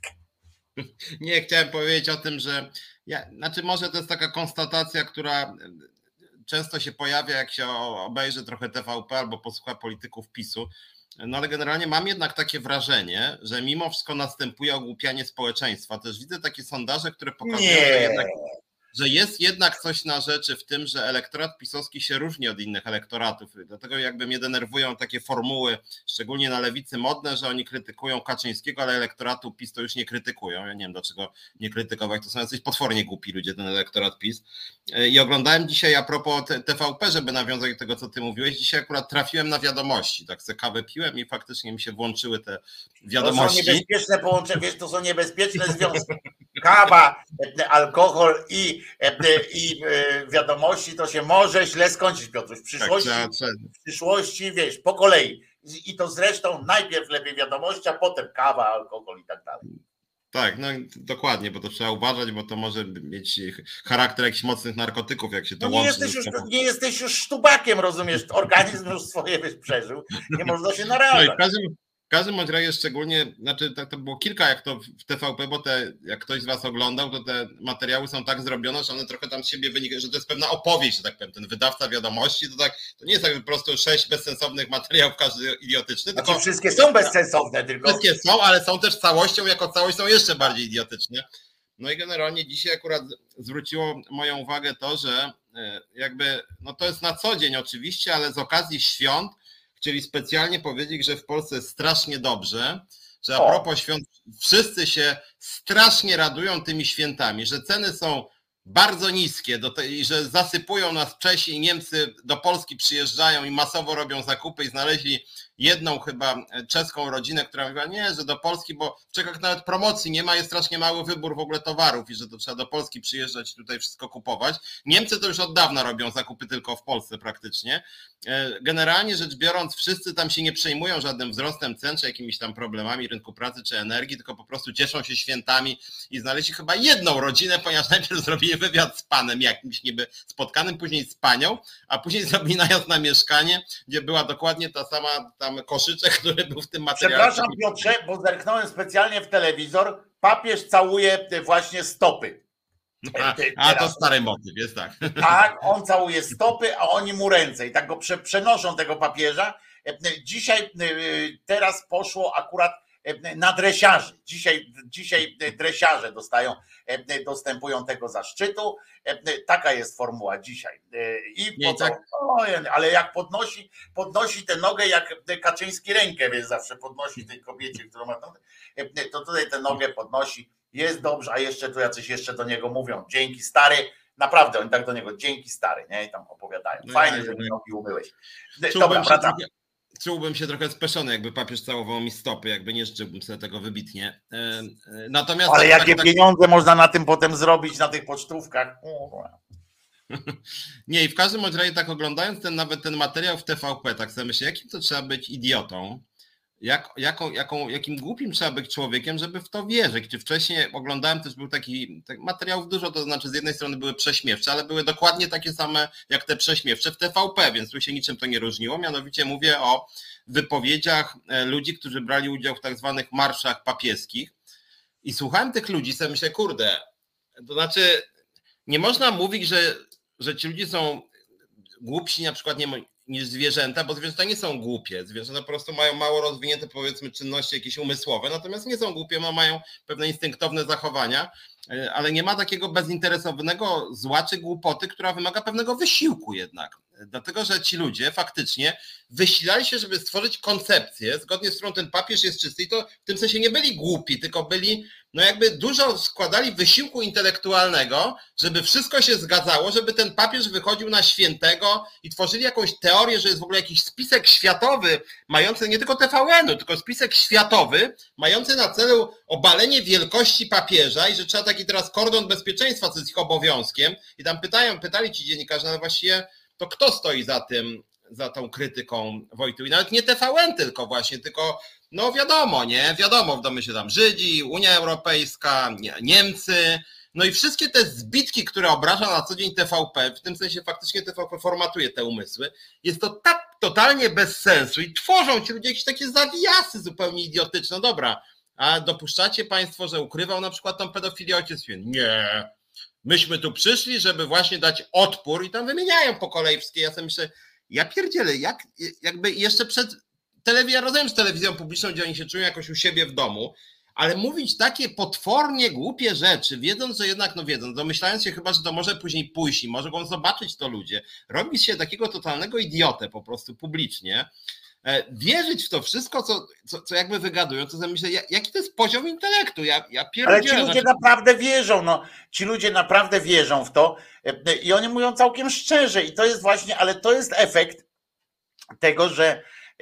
Nie, chciałem powiedzieć o tym, że ja, znaczy może to jest taka konstatacja, która często się pojawia, jak się obejrzy trochę T V P albo posłucha polityków PiSu, no ale generalnie mam jednak takie wrażenie, że mimo wszystko następuje ogłupianie społeczeństwa. Też widzę takie sondaże, które pokazują, Nie. że jednak że jest jednak coś na rzeczy w tym, że elektorat pisowski się różni od innych elektoratów. Dlatego jakby mnie denerwują takie formuły, szczególnie na lewicy modne, że oni krytykują Kaczyńskiego, ale elektoratu PiS to już nie krytykują. Ja nie wiem, dlaczego nie krytykować, to są jacyś potwornie głupi ludzie, ten elektorat PiS. I oglądałem dzisiaj a propos T V P, żeby nawiązać do tego, co ty mówiłeś. Dzisiaj akurat trafiłem na wiadomości, tak sobie kawę piłem i faktycznie mi się włączyły te wiadomości. To są niebezpieczne połączenia, wiesz, to są niebezpieczne związki. Kawa, alkohol i, i wiadomości, to się może źle skończyć, Piotruś. W przyszłości, w przyszłości, wiesz, po kolei. I to zresztą najpierw lepiej wiadomości, a potem kawa, alkohol i tak dalej. Tak, no dokładnie, bo to trzeba uważać, bo to może mieć charakter jakichś mocnych narkotyków, jak się to no nie łączy. Jesteś już, nie jesteś już sztubakiem, rozumiesz? Organizm już swoje byś przeżył. Nie można się narażać. No i w każdym, w każdym razie szczególnie, znaczy tak to było kilka jak to w T V P, bo te, jak ktoś z was oglądał, to te materiały są tak zrobione, że one trochę tam z siebie wynikają, że to jest pewna opowieść, że tak powiem, ten wydawca wiadomości, to tak, to nie jest tak po prostu sześć bezsensownych materiałów, każdy idiotyczny. Znaczy tylko wszystkie są bezsensowne, tylko. Wszystkie są, ale są też całością, jako całość są jeszcze bardziej idiotyczne. No i generalnie dzisiaj akurat zwróciło moją uwagę to, że jakby, no to jest na co dzień oczywiście, ale z okazji świąt chcieli specjalnie powiedzieć, że w Polsce jest strasznie dobrze, że a propos świąt wszyscy się strasznie radują tymi świętami, że ceny są bardzo niskie do tej, że zasypują nas Czesi i Niemcy, do Polski przyjeżdżają i masowo robią zakupy i znaleźli jedną chyba czeską rodzinę, która mówiła, nie, że do Polski, bo w Czechach nawet promocji nie ma, jest strasznie mały wybór w ogóle towarów i że to trzeba do Polski przyjeżdżać i tutaj wszystko kupować. Niemcy to już od dawna robią zakupy tylko w Polsce praktycznie. Generalnie rzecz biorąc, wszyscy tam się nie przejmują żadnym wzrostem cen, czy jakimiś tam problemami rynku pracy, czy energii, tylko po prostu cieszą się świętami i znaleźli chyba jedną rodzinę, ponieważ najpierw zrobili wywiad z panem jakimś niby spotkanym, później z panią, a później zrobili najazd na mieszkanie, gdzie była dokładnie ta sama tam koszyczek, który był w tym materiale. Przepraszam Piotrze, bo zerknąłem specjalnie w telewizor, papież całuje właśnie stopy. A, a to stary motyw, jest tak. Tak, on całuje stopy, a oni mu ręce i tak go prze, przenoszą tego papieża. Dzisiaj, teraz poszło akurat na dresiarzy. Dzisiaj, dzisiaj dresiarze dostają, dostępują tego zaszczytu. Taka jest formuła dzisiaj. I po co? Tak. O, ale jak podnosi, podnosi tę nogę, jak Kaczyński rękę, wiesz, zawsze podnosi tej kobiecie, którą ma tam, to tutaj tę nogę podnosi. Jest dobrze, a jeszcze tu jacyś jeszcze do niego mówią, dzięki stary, naprawdę oni tak do niego, dzięki stary, nie? I tam opowiadają. Fajnie, że mi nogi umyłeś. Dobra, wracam. Czułbym się trochę speszony, jakby papież całował mi stopy, jakby nie życzyłbym sobie tego wybitnie. Natomiast ale tak, jakie tak, pieniądze tak... można na tym potem zrobić, na tych pocztówkach. Nie, i w każdym razie tak oglądając ten nawet ten materiał w T V P, tak sobie myślę, jakim to trzeba być idiotą, Jak, jaką, jaką, jakim głupim trzeba być człowiekiem, żeby w to wierzyć. Czy wcześniej oglądałem, też był taki, tak, materiałów dużo, to znaczy z jednej strony były prześmiewcze, ale były dokładnie takie same jak te prześmiewcze w T V P, więc tu się niczym to nie różniło. Mianowicie mówię o wypowiedziach ludzi, którzy brali udział w tak zwanych marszach papieskich i słuchałem tych ludzi, sobie myślę, kurde, to znaczy nie można mówić, że, że ci ludzie są głupsi na przykład nie niż zwierzęta, bo zwierzęta nie są głupie. Zwierzęta po prostu mają mało rozwinięte, powiedzmy, czynności jakieś umysłowe, natomiast nie są głupie, no mają pewne instynktowne zachowania, ale nie ma takiego bezinteresownego zła czy głupoty, która wymaga pewnego wysiłku jednak. Dlatego, że ci ludzie faktycznie wysilali się, żeby stworzyć koncepcję, zgodnie z którą ten papież jest czysty i to w tym sensie nie byli głupi, tylko byli, no jakby dużo składali wysiłku intelektualnego, żeby wszystko się zgadzało, żeby ten papież wychodził na świętego i tworzyli jakąś teorię, że jest w ogóle jakiś spisek światowy, mający nie tylko T V N-u, tylko spisek światowy, mający na celu obalenie wielkości papieża i że trzeba taki teraz kordon bezpieczeństwa, co jest ich obowiązkiem. I tam pytają, pytali ci dziennikarze, ale właściwie to kto stoi za tym, za tą krytyką Wojtu? I nawet nie T V N tylko właśnie, tylko no wiadomo, nie? Wiadomo, w domyśle tam Żydzi, Unia Europejska, Niemcy, no i wszystkie te zbitki, które obraża na co dzień T V P, w tym sensie faktycznie T V P formatuje te umysły, jest to tak totalnie bez sensu i tworzą ci ludzie jakieś takie zawiasy zupełnie idiotyczne. Dobra, a dopuszczacie państwo, że ukrywał na przykład tą pedofilię ojciec święty? Nie. Myśmy tu przyszli, żeby właśnie dać odpór i tam wymieniają po kolei wszystkie. Ja sobie myślę, ja pierdzielę, jak, jakby jeszcze przed telewizją, ja rozumiem z telewizją publiczną, gdzie oni się czują jakoś u siebie w domu, ale mówić takie potwornie głupie rzeczy, wiedząc, że jednak, no wiedząc, domyślając się chyba, że to może później pójść i może go zobaczyć to ludzie, robić się takiego totalnego idiotę po prostu publicznie, wierzyć w to wszystko, co, co, co jakby wygadują, to sobie myślę, jaki to jest poziom intelektu, ja, ja pierdzielę. Ale ci ludzie znaczy... naprawdę wierzą, no, ci ludzie naprawdę wierzą w to i oni mówią całkiem szczerze i to jest właśnie, ale to jest efekt tego, że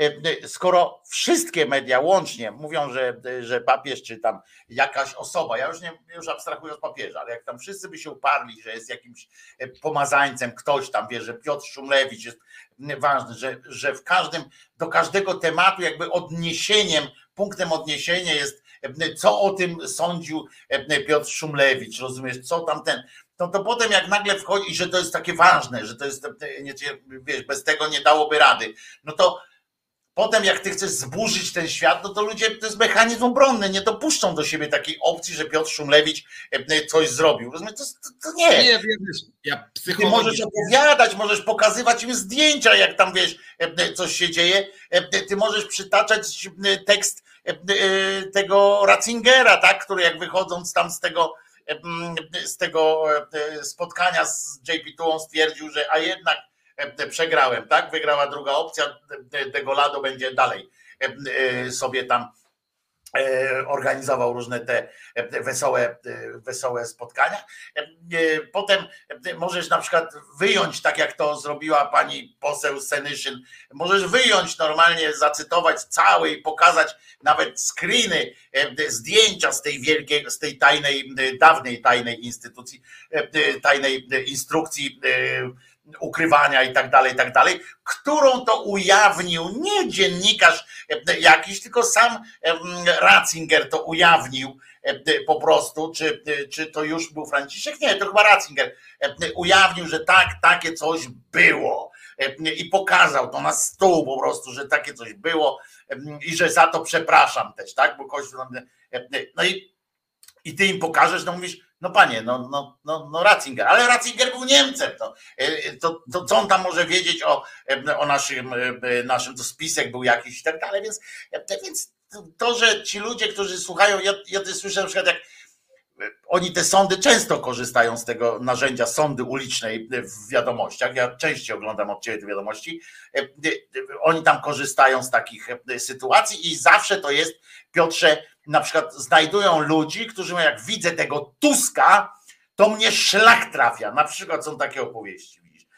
skoro wszystkie media łącznie mówią, że, że papież czy tam jakaś osoba, ja już nie już abstrahuję od papieża, ale jak tam wszyscy by się uparli, że jest jakimś pomazańcem, ktoś tam wie, że Piotr Szumlewicz jest ważny, że, że w każdym, do każdego tematu jakby odniesieniem, punktem odniesienia jest, co o tym sądził Piotr Szumlewicz, rozumiesz, co tam ten, no to potem jak nagle wchodzi, że to jest takie ważne, że to jest, wiesz, bez tego nie dałoby rady, no to potem jak ty chcesz zburzyć ten świat, no to ludzie, to jest mechanizm obronny, nie dopuszczą do siebie takiej opcji, że Piotr Szumlewicz coś zrobił. Rozumiesz? To, to, to nie. Nie, wiesz, ja ty możesz opowiadać, możesz pokazywać im zdjęcia, jak tam wiesz, coś się dzieje. Ty możesz przytaczać tekst tego Ratzingera, tak, który jak wychodząc tam z tego, z tego spotkania z J P two on stwierdził, że a jednak przegrałem, tak? Wygrała druga opcja, tego Lado będzie dalej sobie tam organizował różne te wesołe, wesołe spotkania. Potem możesz na przykład wyjąć, tak jak to zrobiła pani poseł Senyszyn, możesz wyjąć normalnie, zacytować cały i pokazać nawet screeny, zdjęcia z tej wielkiej, z tej tajnej, dawnej tajnej instytucji, tajnej instrukcji ukrywania i tak dalej, i tak dalej, którą to ujawnił nie dziennikarz jakiś, tylko sam Ratzinger to ujawnił po prostu, czy, czy to już był Franciszek? Nie, to chyba Ratzinger ujawnił, że tak, takie coś było i pokazał to na stół po prostu, że takie coś było i że za to przepraszam też, tak, bo Kościół, no i, i ty im pokażesz, no mówisz, no panie, no, no, no, no Ratzinger, ale Ratzinger był Niemcem, to, to, to co on tam może wiedzieć o, o naszym, naszym, to spisek był jakiś i tak dalej, więc, więc to, że ci ludzie, którzy słuchają, ja, ja też słyszę na przykład jak oni te sądy często korzystają z tego narzędzia sądy ulicznej w wiadomościach, ja częściej oglądam od ciebie te wiadomości, oni tam korzystają z takich sytuacji i zawsze to jest, Piotrze, na przykład znajdują ludzi, którzy mówią, jak widzę tego Tuska, to mnie szlak trafia. Na przykład są takie opowieści.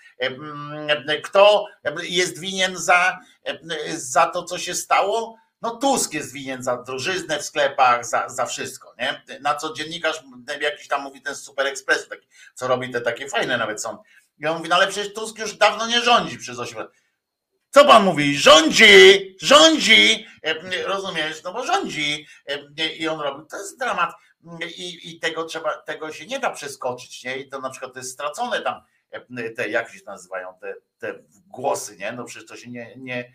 Kto jest winien za, za to, co się stało? No Tusk jest winien za drożyznę w sklepach, za, za wszystko. Nie? Na co dziennikarz jakiś tam mówi, ten Super Express, taki, co robi te takie fajne nawet są. I on mówi, no ale przecież Tusk już dawno nie rządzi przez osiem lat. Co pan mówi? Rządzi, rządzi, rozumiesz, no bo rządzi i on robi, to jest dramat i, i tego trzeba, tego się nie da przeskoczyć, nie? I to na przykład to jest stracone tam, te, jak się nazywają, te, te głosy, nie? No przecież to się nie, nie,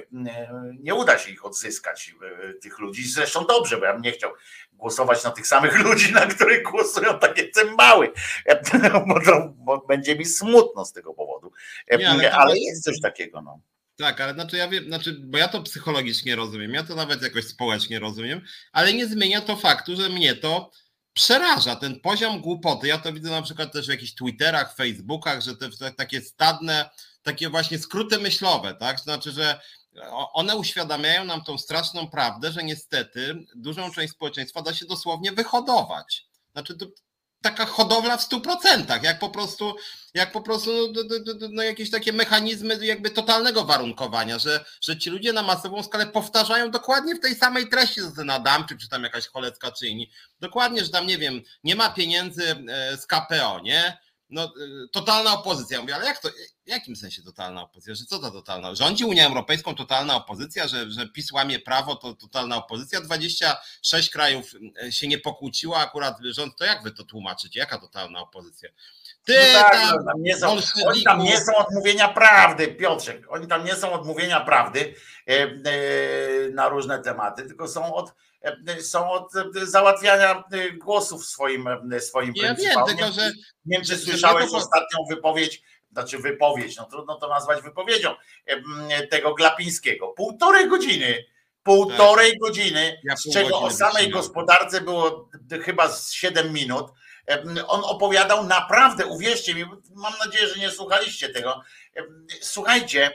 nie uda się ich odzyskać, tych ludzi, zresztą dobrze, bo ja bym nie chciał głosować na tych samych ludzi, na których głosują takie cymbały, bo, to, bo będzie mi smutno z tego powodu, nie, ale, ale jest coś takiego, no. Tak, ale znaczy ja wiem, znaczy, bo ja to psychologicznie rozumiem, ja to nawet jakoś społecznie rozumiem, ale nie zmienia to faktu, że mnie to przeraża, ten poziom głupoty. Ja to widzę na przykład też w jakichś Twitterach, Facebookach, że te, te takie stadne, takie właśnie skróty myślowe, tak? Znaczy, że one uświadamiają nam tą straszną prawdę, że niestety dużą część społeczeństwa da się dosłownie wyhodować. Znaczy to taka hodowla w stu procentach, jak po prostu, jak po prostu no, no, no, jakieś takie mechanizmy jakby totalnego warunkowania, że, że ci ludzie na masową skalę powtarzają dokładnie w tej samej treści, co ten Adamczyk, czy tam jakaś Cholecka, czy inni. Dokładnie, że tam, nie wiem, nie ma pieniędzy z K P O, nie? No, totalna opozycja. Mówię, ale jak to, w jakim sensie totalna opozycja? Że co to totalna? Rządzi Unią Europejską totalna opozycja, że, że PiS łamie prawo, to totalna opozycja? dwadzieścia sześć krajów się nie pokłóciło, akurat rząd, to jak wy to tłumaczycie? Jaka totalna opozycja? Ty no tak, tam, no, tam nie są, oni tam nie są od mówienia prawdy, Piotrek, oni tam nie są od mówienia prawdy e, e, na różne tematy, tylko są od są od załatwiania głosów swoim, swoim ja wiem, tylko, że nie wiem, czy słyszałeś to... ostatnią wypowiedź, znaczy wypowiedź, no trudno to nazwać wypowiedzią, tego Glapińskiego. Półtorej godziny, półtorej tak. godziny, ja z czego o samej gospodarce było chyba z siedem minut. On opowiadał naprawdę, uwierzcie mi, mam nadzieję, że nie słuchaliście tego. Słuchajcie,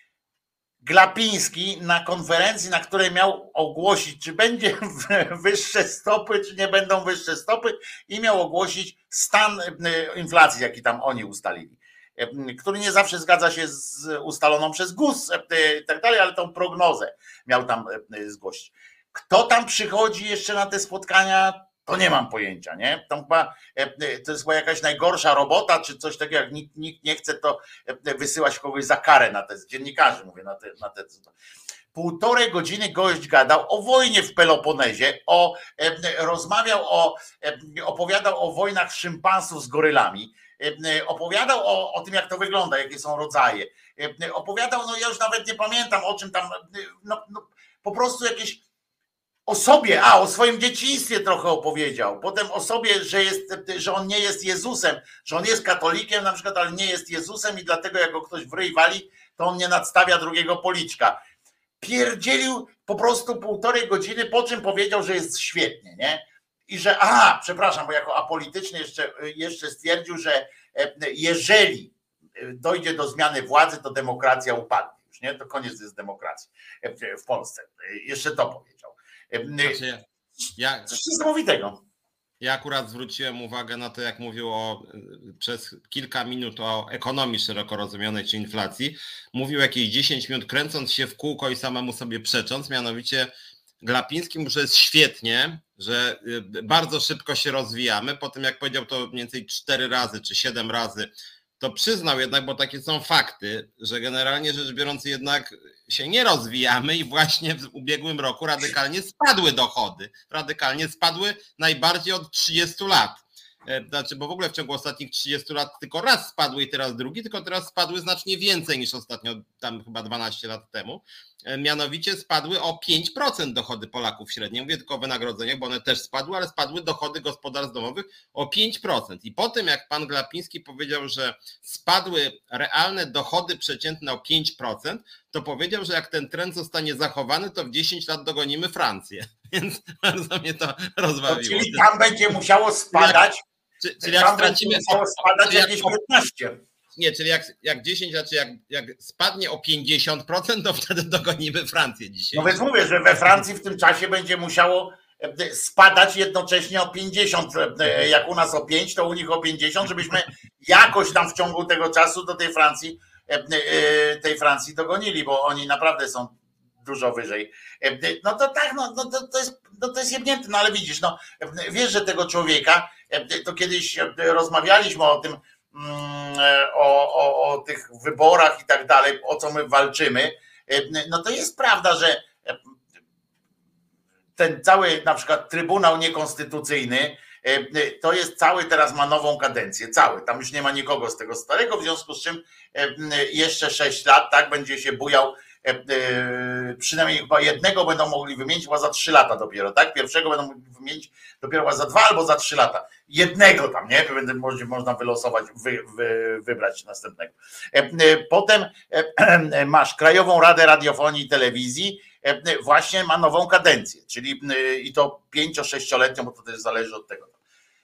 Glapiński na konferencji, na której miał ogłosić, czy będzie wyższe stopy, czy nie będą wyższe stopy, i miał ogłosić stan inflacji, jaki tam oni ustalili, który nie zawsze zgadza się z ustaloną przez G U S i tak dalej, ale tą prognozę miał tam zgłosić. Kto tam przychodzi jeszcze na te spotkania, to nie mam pojęcia, nie? To chyba to jest chyba jakaś najgorsza robota, czy coś takiego, jak nikt, nikt nie chce, to wysyłać kogoś za karę na te, dziennikarzy mówię, na te, na te. Półtorej godziny gość gadał o wojnie w Peloponezie, o, rozmawiał o, opowiadał o wojnach szympansów z gorylami, opowiadał o, o tym, jak to wygląda, jakie są rodzaje. Opowiadał, no ja już nawet nie pamiętam o czym tam, no, no, po prostu jakieś o sobie, a o swoim dzieciństwie trochę opowiedział. Potem o sobie, że, jest, że on nie jest Jezusem, że on jest katolikiem na przykład, ale nie jest Jezusem i dlatego jak go ktoś w ryj wali, to on nie nadstawia drugiego policzka. Pierdzielił po prostu półtorej godziny, po czym powiedział, że jest świetnie, nie? I że, aha, przepraszam, bo jako apolityczny jeszcze, jeszcze stwierdził, że jeżeli dojdzie do zmiany władzy, to demokracja upadnie. Już nie? To koniec jest demokracji w Polsce. Jeszcze to powiedział. Znaczy, ja, Coś niesamowitego. Ja akurat zwróciłem uwagę na to, jak mówił o, przez kilka minut o ekonomii szeroko rozumianej czy inflacji. Mówił jakieś dziesięć minut kręcąc się w kółko i samemu sobie przecząc, mianowicie Glapiński mówi, że jest świetnie, że bardzo szybko się rozwijamy. Po tym jak powiedział to mniej więcej cztery razy czy siedem razy, to przyznał jednak, bo takie są fakty, że generalnie rzecz biorąc jednak się nie rozwijamy i właśnie w ubiegłym roku radykalnie spadły dochody. Radykalnie spadły najbardziej od trzydziestu lat. Znaczy, bo w ogóle w ciągu ostatnich trzydziestu lat tylko raz spadły i teraz drugi, tylko teraz spadły znacznie więcej niż ostatnio, tam chyba dwanaście lat temu. Mianowicie spadły o pięć procent dochody Polaków średnio. Mówię tylko o wynagrodzeniach, bo one też spadły, ale spadły dochody gospodarstw domowych o pięć procent. I po tym jak pan Glapiński powiedział, że spadły realne dochody przeciętne o pięć procent, to powiedział, że jak ten trend zostanie zachowany, to w dziesięć lat dogonimy Francję. Więc bardzo mnie to rozbawiło. No, czyli tam będzie musiało spadać, Czy, czyli jak tam stracimy, będzie musiało spadać jak, jakieś piętnaście. Nie, czyli jak, jak dziesięć, znaczy jak, jak spadnie o pięćdziesiąt procent, to wtedy dogonimy Francję dzisiaj. No więc mówię, że we Francji w tym czasie będzie musiało spadać jednocześnie o pięćdziesiąt. Jak u nas o pięć, to u nich o pięćdziesiąt, żebyśmy jakoś tam w ciągu tego czasu do tej Francji, tej Francji dogonili, bo oni naprawdę są dużo wyżej. No to tak, no, no to, to jest, no to jest jebnięte, no ale widzisz, no wiesz, że tego człowieka, to kiedyś rozmawialiśmy o tym, o, o, o tych wyborach i tak dalej, o co my walczymy, no to jest prawda, że ten cały na przykład Trybunał Niekonstytucyjny to jest cały, teraz ma nową kadencję, cały, tam już nie ma nikogo z tego starego, w związku z czym jeszcze sześć lat, tak, będzie się bujał, przynajmniej chyba jednego będą mogli wymienić chyba za trzy lata dopiero, tak, pierwszego będą mogli wymienić dopiero chyba za dwa albo za trzy lata, jednego tam, nie, będzie można wylosować, wy, wy, wybrać następnego. Potem masz Krajową Radę Radiofonii i Telewizji, właśnie ma nową kadencję, czyli i to pięcio-sześcioletnią, bo to też zależy od tego.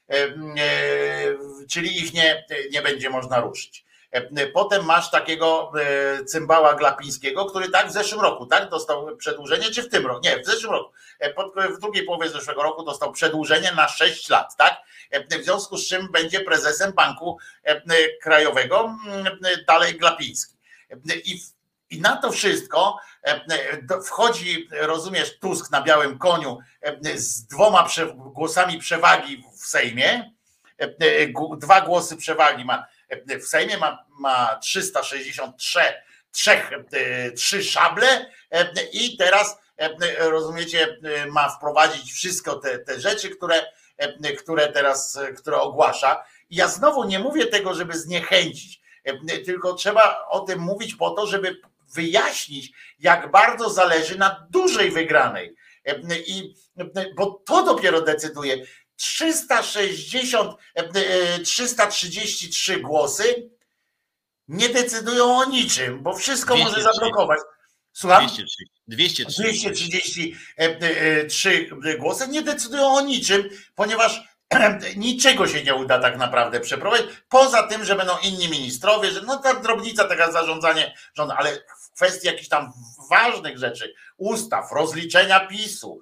Czyli ich nie, nie będzie można ruszyć. Potem masz takiego cymbała Glapińskiego, który tak w zeszłym roku tak dostał przedłużenie, czy w tym roku? Nie, w zeszłym roku. W drugiej połowie zeszłego roku dostał przedłużenie na sześć lat, tak? W związku z czym będzie prezesem Banku Krajowego dalej Glapiński. I I na to wszystko wchodzi, rozumiesz, Tusk na białym koniu z dwoma głosami przewagi w Sejmie. Dwa głosy przewagi ma w Sejmie, ma, ma trzysta sześćdziesiąt trzy, trzech, trzy szable i teraz, rozumiecie, ma wprowadzić wszystko te, te rzeczy, które, które teraz, które ogłasza. I ja znowu nie mówię tego, żeby zniechęcić, tylko trzeba o tym mówić po to, żeby wyjaśnić, jak bardzo zależy na dużej wygranej. I, bo to dopiero decyduje. trzysta sześćdziesiąt, trzysta trzydzieści trzy głosy nie decydują o niczym, bo wszystko dwieście może zablokować. Słucham? dwieście trzydzieści trzy głosy nie decydują o niczym, ponieważ niczego się nie uda tak naprawdę przeprowadzić, poza tym, że będą inni ministrowie, że no ta drobnica, taka zarządzanie rządu, ale w kwestii jakichś tam ważnych rzeczy, ustaw, rozliczenia PiSu,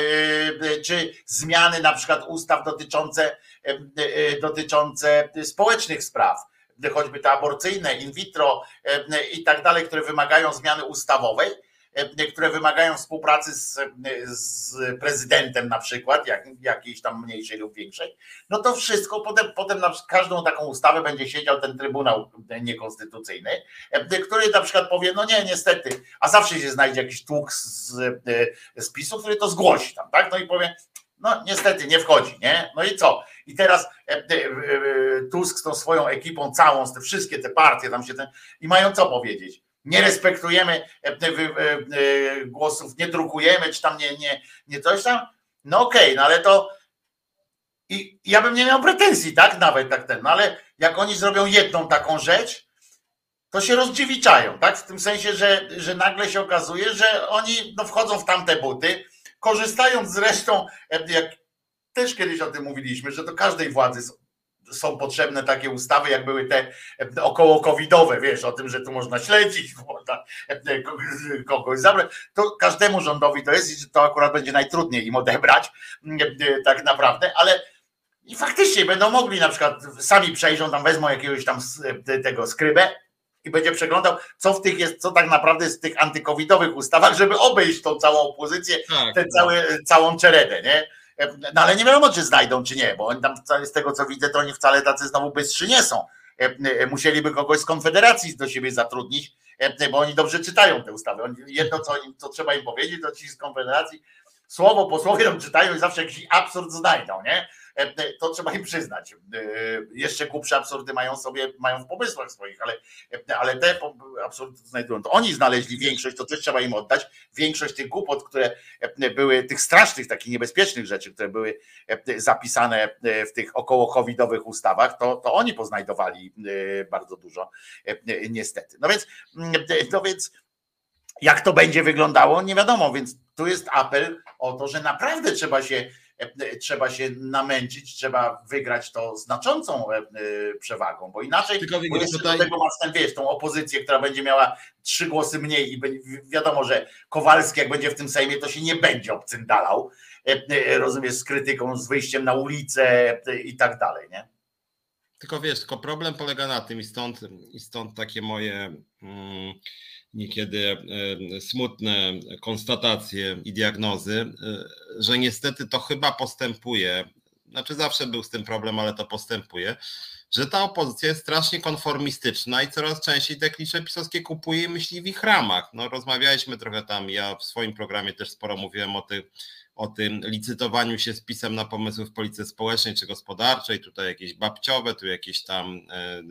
czy zmiany na przykład ustaw dotyczące, dotyczące społecznych spraw, choćby te aborcyjne, in vitro i tak dalej, które wymagają zmiany ustawowej, które wymagają współpracy z, z prezydentem na przykład, jak, jakiejś tam mniejszej lub większej, no to wszystko, potem, potem na każdą taką ustawę będzie siedział ten Trybunał Niekonstytucyjny, który na przykład powie, no nie, niestety, a zawsze się znajdzie jakiś tłuk z, z PiSu, który to zgłosi tam, tak, no i powie, no niestety nie wchodzi, nie, no i co? I teraz Tusk z tą swoją ekipą całą, z te wszystkie te partie tam się ten, i mają co powiedzieć? Nie respektujemy głosów, nie drukujemy, czy tam nie, nie, nie coś tam, no okej, okay, no ale to i ja bym nie miał pretensji, tak, nawet tak ten, no ale jak oni zrobią jedną taką rzecz, to się rozdziewiczają, tak, w tym sensie, że, że nagle się okazuje, że oni no, wchodzą w tamte buty, korzystając zresztą, jak też kiedyś o tym mówiliśmy, że do każdej władzy są, są potrzebne takie ustawy, jak były te około covidowe, wiesz, o tym, że tu można śledzić, można kogoś zabrać, to każdemu rządowi to jest i to akurat będzie najtrudniej im odebrać tak naprawdę, ale i faktycznie będą mogli na przykład sami przejrzą, tam wezmą jakiegoś tam tego skrybę i będzie przeglądał, co w tych jest, co tak naprawdę jest w tych antykowidowych ustawach, żeby obejść tą całą opozycję, Tak, tę cały, całą czeredę, nie? No ale nie wiadomo, czy znajdą, czy nie, bo oni tam z tego, co widzę, to oni wcale tacy znowu bystrzy nie są. Musieliby kogoś z Konfederacji do siebie zatrudnić, bo oni dobrze czytają te ustawy. Jedno, co, co trzeba im powiedzieć, to ci z Konfederacji słowo po słowie tam czytają i zawsze jakiś absurd znajdą, nie? To trzeba im przyznać. Jeszcze głupsze absurdy mają sobie, mają w pomysłach swoich, ale, ale te absurdy znajdują. To oni znaleźli większość, to też trzeba im oddać, większość tych głupot, które były, tych strasznych, takich niebezpiecznych rzeczy, które były zapisane w tych około covidowych ustawach, to, to oni poznajdowali bardzo dużo, niestety. No więc, no więc jak to będzie wyglądało, nie wiadomo, więc tu jest apel o to, że naprawdę trzeba się trzeba się namęczyć, trzeba wygrać to znaczącą przewagą, bo inaczej Tylko bo jeszcze tutaj... do tego masz ten, wiesz, tą opozycję, która będzie miała trzy głosy mniej i wiadomo, że Kowalski jak będzie w tym Sejmie, to się nie będzie obcyndalał, rozumiesz, z krytyką, z wyjściem na ulicę i tak dalej, nie? Tylko wiesz, tylko problem polega na tym i stąd, i stąd takie moje mm, niekiedy y, smutne konstatacje i diagnozy, y, że niestety to chyba postępuje, znaczy zawsze był z tym problem, ale to postępuje, że ta opozycja jest strasznie konformistyczna i coraz częściej te klisze pisowskie kupuje i myśli w ich ramach. No rozmawialiśmy trochę tam, ja w swoim programie też sporo mówiłem o tych o tym licytowaniu się z PiS-em na pomysły w polityce społecznej czy gospodarczej, tutaj jakieś babciowe, tu jakieś tam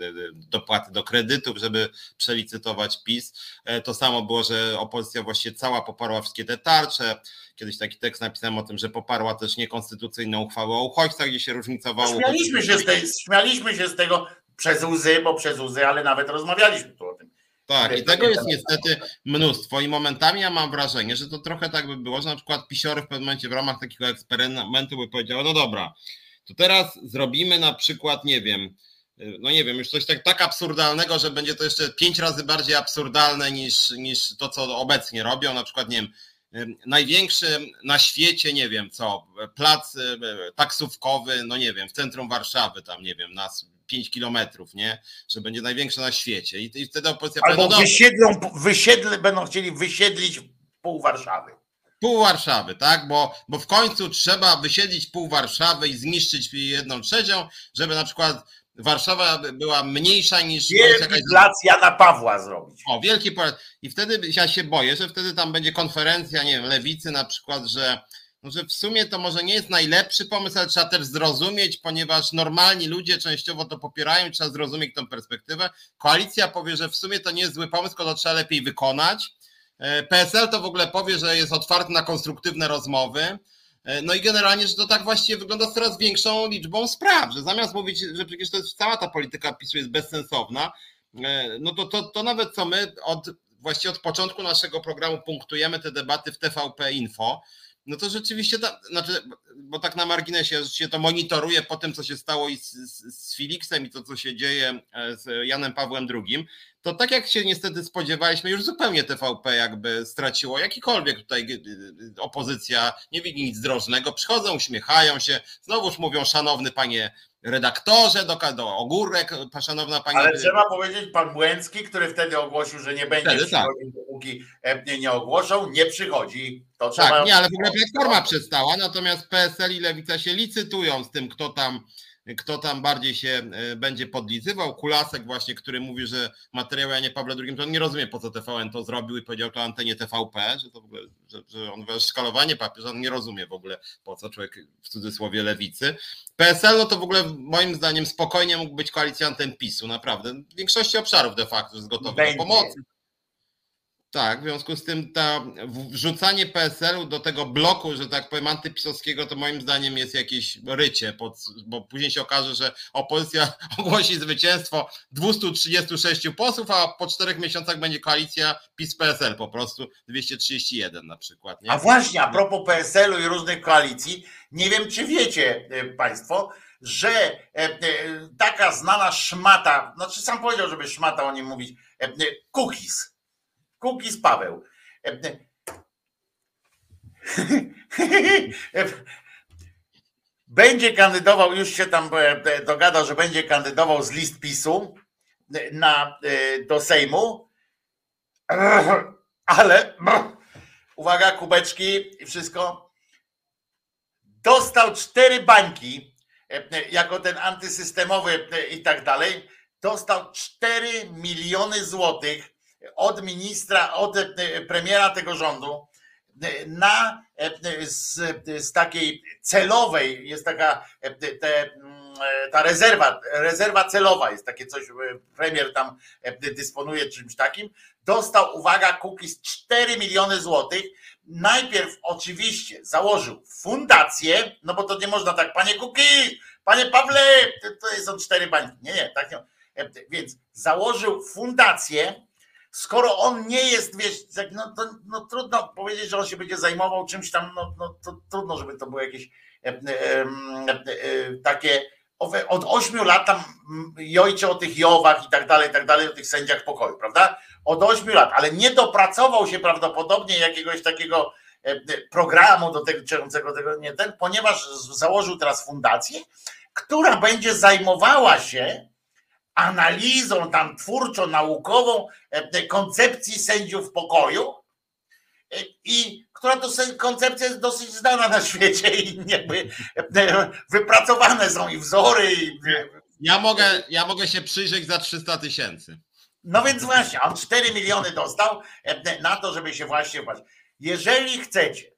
dopłaty do kredytów, żeby przelicytować PiS. To samo było, że opozycja właściwie cała poparła wszystkie te tarcze. Kiedyś taki tekst napisałem o tym, że poparła też niekonstytucyjną uchwałę o uchodźcach, gdzie się różnicowało. Śmialiśmy się z, tej, śmialiśmy się z tego przez łzy, bo przez łzy, ale nawet rozmawialiśmy tu o tym. Tak, i tego jest niestety mnóstwo i momentami ja mam wrażenie, że to trochę tak by było, że na przykład pisiory w pewnym momencie w ramach takiego eksperymentu by powiedziały, no dobra, to teraz zrobimy na przykład, nie wiem, no nie wiem, już coś tak, tak absurdalnego, że będzie to jeszcze pięć razy bardziej absurdalne niż, niż to, co obecnie robią, na przykład, nie wiem, największy na świecie, nie wiem co, plac taksówkowy, no nie wiem, w centrum Warszawy, tam nie wiem, na pięć kilometrów, nie? Że będzie największy na świecie. I, i wtedy opozycja albo powie, no wysiedlą, wysiedle, będą chcieli wysiedlić pół Warszawy. Pół Warszawy, tak? Bo, bo w końcu trzeba wysiedlić pół Warszawy i zniszczyć jedną trzecią, żeby na przykład Warszawa była mniejsza niż... Wielki jakaś... plac Jana Pawła zrobić. O, wielki plac. I wtedy ja się boję, że wtedy tam będzie konferencja, nie wiem, lewicy na przykład, że no, że w sumie to może nie jest najlepszy pomysł, ale trzeba też zrozumieć, ponieważ normalni ludzie częściowo to popierają, trzeba zrozumieć tą perspektywę. Koalicja powie, że w sumie to nie jest zły pomysł, tylko to trzeba lepiej wykonać. P S L to w ogóle powie, że jest otwarty na konstruktywne rozmowy. No i generalnie, że to tak właściwie wygląda z coraz większą liczbą spraw, że zamiast mówić, że przecież to jest, cała ta polityka PiSu jest bezsensowna, no to, to, to nawet co my od, właściwie od początku naszego programu punktujemy te debaty w T V P Info, no to rzeczywiście, ta, znaczy, bo tak na marginesie, się to monitoruje po tym, co się stało i z, z, z Filiksem i to, co się dzieje z Janem Pawłem drugim, to tak jak się niestety spodziewaliśmy, już zupełnie T V P jakby straciło jakikolwiek tutaj opozycja, nie widzi nic drożnego, przychodzą, uśmiechają się, znowuż mówią szanowny panie redaktorze, do, do Ogórek, szanowna pani... Ale trzeba powiedzieć, pan Błęcki, który wtedy ogłosił, że nie będzie wtedy, przychodził, tak. Dopóki nie ogłoszą, nie przychodzi. To trzeba... Tak, nie, ale w ogóle Platforma przestała, natomiast P S L i Lewica się licytują z tym, kto tam kto tam bardziej się będzie podlizywał. Kulasek właśnie, który mówi, że materiał Janie Pawle drugim, to on nie rozumie, po co T V N to zrobił i powiedział to antenie T V P, że to w ogóle, że, że on szkalowanie papieża, on nie rozumie w ogóle, po co człowiek w cudzysłowie lewicy. P S L no to w ogóle moim zdaniem spokojnie mógł być koalicjantem PiSu, naprawdę. W większości obszarów de facto jest gotowy będzie. do pomocy. Tak, w związku z tym ta wrzucanie P S L-u do tego bloku, że tak powiem, antypisowskiego, to moim zdaniem jest jakieś rycie, pod, bo później się okaże, że opozycja ogłosi zwycięstwo dwustu trzydziestu sześciu posłów, a po czterech miesiącach będzie koalicja PiS-P S L po prostu dwieście trzydzieści jeden na przykład. Nie? A właśnie, a propos P S L-u i różnych koalicji, nie wiem, czy wiecie Państwo, że taka znana szmata, znaczy sam powiedział, żeby szmata o nim mówić, Kukiz, Kukiz Paweł, będzie kandydował, już się tam dogadał, że będzie kandydował z list PiSu na, do Sejmu, ale uwaga, kubeczki i wszystko, dostał cztery bańki jako ten antysystemowy i tak dalej, dostał cztery miliony złotych od ministra, od premiera tego rządu na z, z takiej celowej, jest taka te, ta rezerwa, rezerwa celowa jest takie coś, premier tam dysponuje czymś takim, dostał, uwaga, Kukiz cztery miliony złotych. Najpierw oczywiście założył fundację, no bo to nie można tak, panie Kukiz, panie Pawle, to są cztery bańki. Nie, nie, tak nie. Więc założył fundację, skoro on nie jest, wiesz, no, to, no trudno powiedzieć, że on się będzie zajmował czymś tam, no, no to trudno, żeby to było jakieś e, e, e, takie, od ośmiu lat tam jojcie o tych Jowach i tak dalej, i tak dalej, o tych sędziach pokoju, prawda? Od ośmiu lat, ale nie dopracował się prawdopodobnie jakiegoś takiego programu dotyczącego tego, nie ten, ponieważ założył teraz fundację, która będzie zajmowała się analizą tam twórczo-naukową koncepcji sędziów pokoju i która to koncepcja jest dosyć znana na świecie i jakby wypracowane są i wzory. I... Ja mogę, ja mogę się przyjrzeć za trzysta tysięcy. No więc właśnie, on cztery miliony dostał na to, żeby się właśnie... Jeżeli chcecie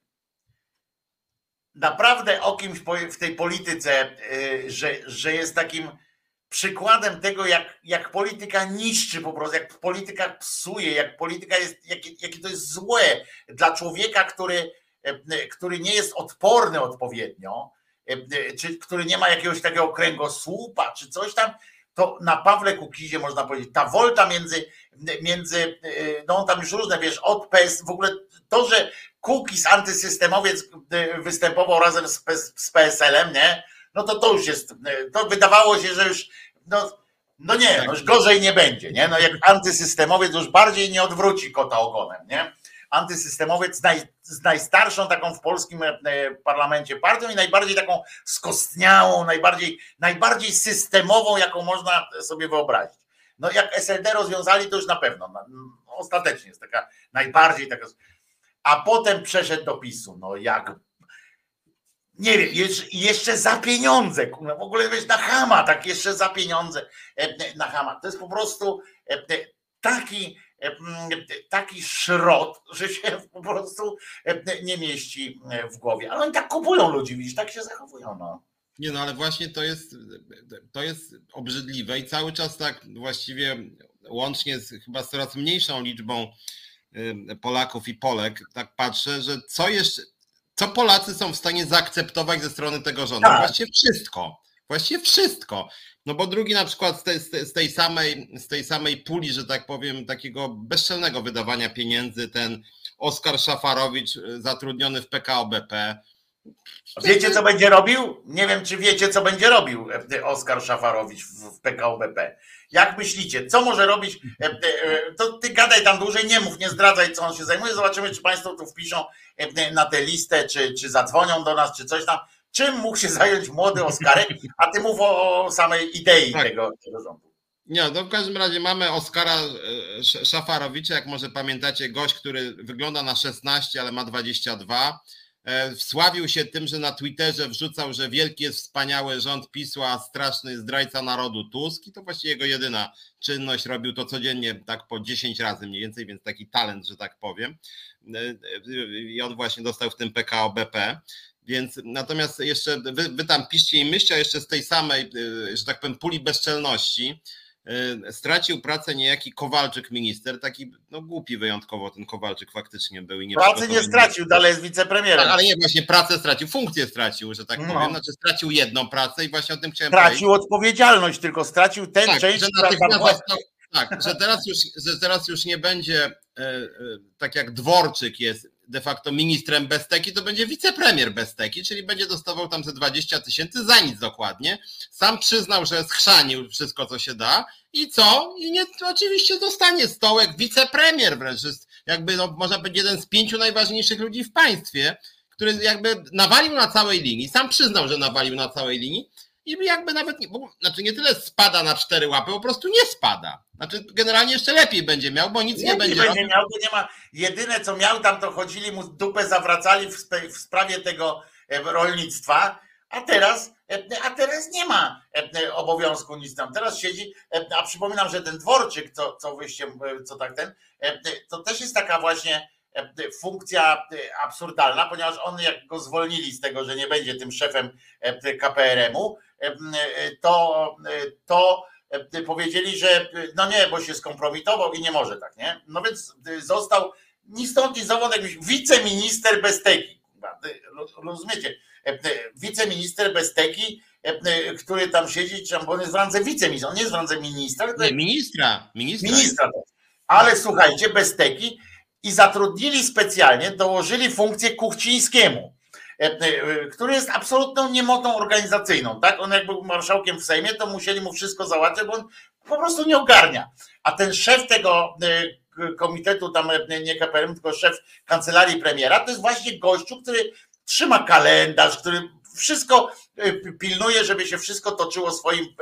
naprawdę o kimś w tej polityce, że, że jest takim przykładem tego, jak, jak polityka niszczy po prostu, jak polityka psuje, jak polityka jest, jakie, jakie to jest złe dla człowieka, który, który nie jest odporny odpowiednio, czy który nie ma jakiegoś takiego kręgosłupa, czy coś tam, to na Pawle Kukizie można powiedzieć, ta wolta między, między no tam już różne, wiesz, od P S, w ogóle to, że Kukiz, antysystemowiec, występował razem z, z P S L-em, nie? No to to już jest, to wydawało się, że już, no, no nie, no już gorzej nie będzie, nie? No jak antysystemowiec już bardziej nie odwróci kota ogonem, nie? Antysystemowiec z, naj, z najstarszą taką w polskim parlamencie partią i najbardziej taką skostniałą, najbardziej, najbardziej systemową, jaką można sobie wyobrazić. No jak S L D rozwiązali, to już na pewno, no, ostatecznie jest taka najbardziej taka, a potem przeszedł do PiSu, no jak nie wiem, jeszcze, jeszcze za pieniądze, w ogóle wiesz, na chama, tak jeszcze za pieniądze na chama. To jest po prostu taki, taki szrot, że się po prostu nie mieści w głowie. Ale oni tak kupują ludzi, widzisz, tak się zachowują. No. Nie, no ale właśnie to jest, to jest obrzydliwe i cały czas tak właściwie łącznie z chyba z coraz mniejszą liczbą Polaków i Polek, tak patrzę, że co jeszcze, co Polacy są w stanie zaakceptować ze strony tego rządu? Tak. Właściwie wszystko. Właściwie wszystko. No bo drugi na przykład z tej, z tej samej, z tej samej puli, że tak powiem, takiego bezczelnego wydawania pieniędzy, ten Oskar Szafarowicz zatrudniony w P K O B P. Wiecie, co będzie robił? Nie wiem, czy wiecie, co będzie robił Oskar Szafarowicz w P K O B P. Jak myślicie, co może robić? To ty gadaj tam dłużej, nie mów, nie zdradzaj, co on się zajmuje. Zobaczymy, czy państwo tu wpiszą na tę listę, czy, czy zadzwonią do nas, czy coś tam. Czym mógł się zająć młody Oskarek? A ty mów o samej idei tak. tego, tego rządu. Nie, no w każdym razie mamy Oskara Szafarowicza, jak może pamiętacie, gość, który wygląda na szesnaście, ale ma dwadzieścia dwa. Wsławił się tym, że na Twitterze wrzucał, że wielki jest wspaniały rząd PiSu, a straszny zdrajca narodu Tusk i to właściwie jego jedyna czynność, robił to codziennie tak po dziesięć razy mniej więcej, więc taki talent, że tak powiem. I on właśnie dostał w tym P K O B P. Więc natomiast jeszcze wy, wy tam piszcie i myślcie, a jeszcze z tej samej, że tak powiem, puli bezczelności stracił pracę niejaki Kowalczyk minister, taki no głupi wyjątkowo ten Kowalczyk faktycznie był. I nie pracy nie stracił, dalej jest wicepremierem. Ale nie, właśnie pracę stracił, funkcję stracił, że tak no. powiem, znaczy stracił jedną pracę i właśnie o tym chciałem stracił powiedzieć. Stracił odpowiedzialność, tylko stracił tę tak, część, że która został, tak, że teraz już, że teraz już nie będzie e, e, tak jak Dworczyk jest de facto ministrem bez teki, to będzie wicepremier bez teki, czyli będzie dostawał tam ze dwadzieścia tysięcy za nic dokładnie. Sam przyznał, że schrzanił wszystko, co się da i co? I nie, oczywiście dostanie stołek wicepremier wręcz. Jest jakby, no, można powiedzieć, jeden z pięciu najważniejszych ludzi w państwie, który jakby nawalił na całej linii. Sam przyznał, że nawalił na całej linii i jakby nawet, nie, znaczy nie tyle spada na cztery łapy, po prostu nie spada. Znaczy generalnie jeszcze lepiej będzie miał, bo nic nie, nie będzie, będzie miał, bo nie ma. Jedyne co miał tam, to chodzili mu dupę zawracali w, sp- w sprawie tego rolnictwa, a teraz, a teraz nie ma obowiązku nic tam. Teraz siedzi, a przypominam, że ten Dworczyk, co, co wyście, co tak ten, to też jest taka właśnie funkcja absurdalna, ponieważ on, jak go zwolnili z tego, że nie będzie tym szefem K P R M-u, to, to powiedzieli, że no nie, bo się skompromitował i nie może tak, nie? No więc został ni stąd, ni zowąd jakiś wiceminister bez teki. Rozumiecie? Wiceminister bez teki, który tam siedzi, bo on jest w randze wiceministra, on nie jest w randze ministra. Nie, ministra. Ministra. ministra. Ale słuchajcie, bez teki i zatrudnili specjalnie, dołożyli funkcję Kuchcińskiemu, który jest absolutną niemotą organizacyjną, tak? On jak był marszałkiem w Sejmie, to musieli mu wszystko załatwiać, bo on po prostu nie ogarnia. A ten szef tego komitetu, tam nie K P R M, tylko szef kancelarii premiera, to jest właśnie gościu, który trzyma kalendarz, który wszystko pilnuje, żeby się wszystko toczyło swoim,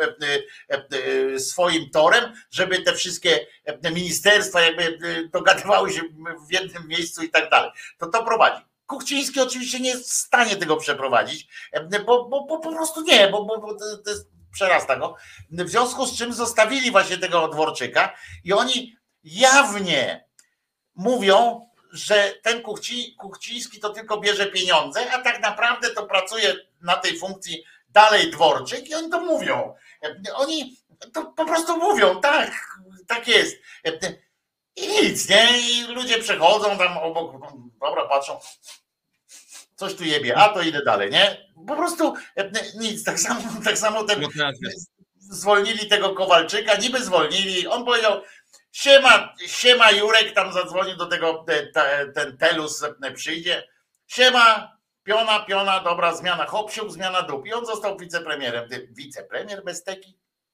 swoim torem, żeby te wszystkie ministerstwa jakby dogadywały się w jednym miejscu i tak dalej. To to prowadzi. Kuchciński oczywiście nie jest w stanie tego przeprowadzić, bo, bo, bo po prostu nie, bo, bo, bo to jest, przerasta go. W związku z czym zostawili właśnie tego Dworczyka i oni jawnie mówią, że ten Kuchci, Kuchciński to tylko bierze pieniądze, a tak naprawdę to pracuje na tej funkcji dalej Dworczyk i oni to mówią. Oni to po prostu mówią, tak, tak jest. I nic, nie? I ludzie przechodzą tam obok, dobra, patrzą, coś tu jebie, a to idę dalej, nie? Po prostu nic, tak samo, tak samo ten, zwolnili tego Kowalczyka, niby zwolnili, on powiedział, siema, siema Jurek, tam zadzwonił do tego, te, te, ten Telus przyjdzie, siema, piona, piona, dobra, zmiana hopsiuk, zmiana dup i on został wicepremierem. Ty, wicepremier bez teki?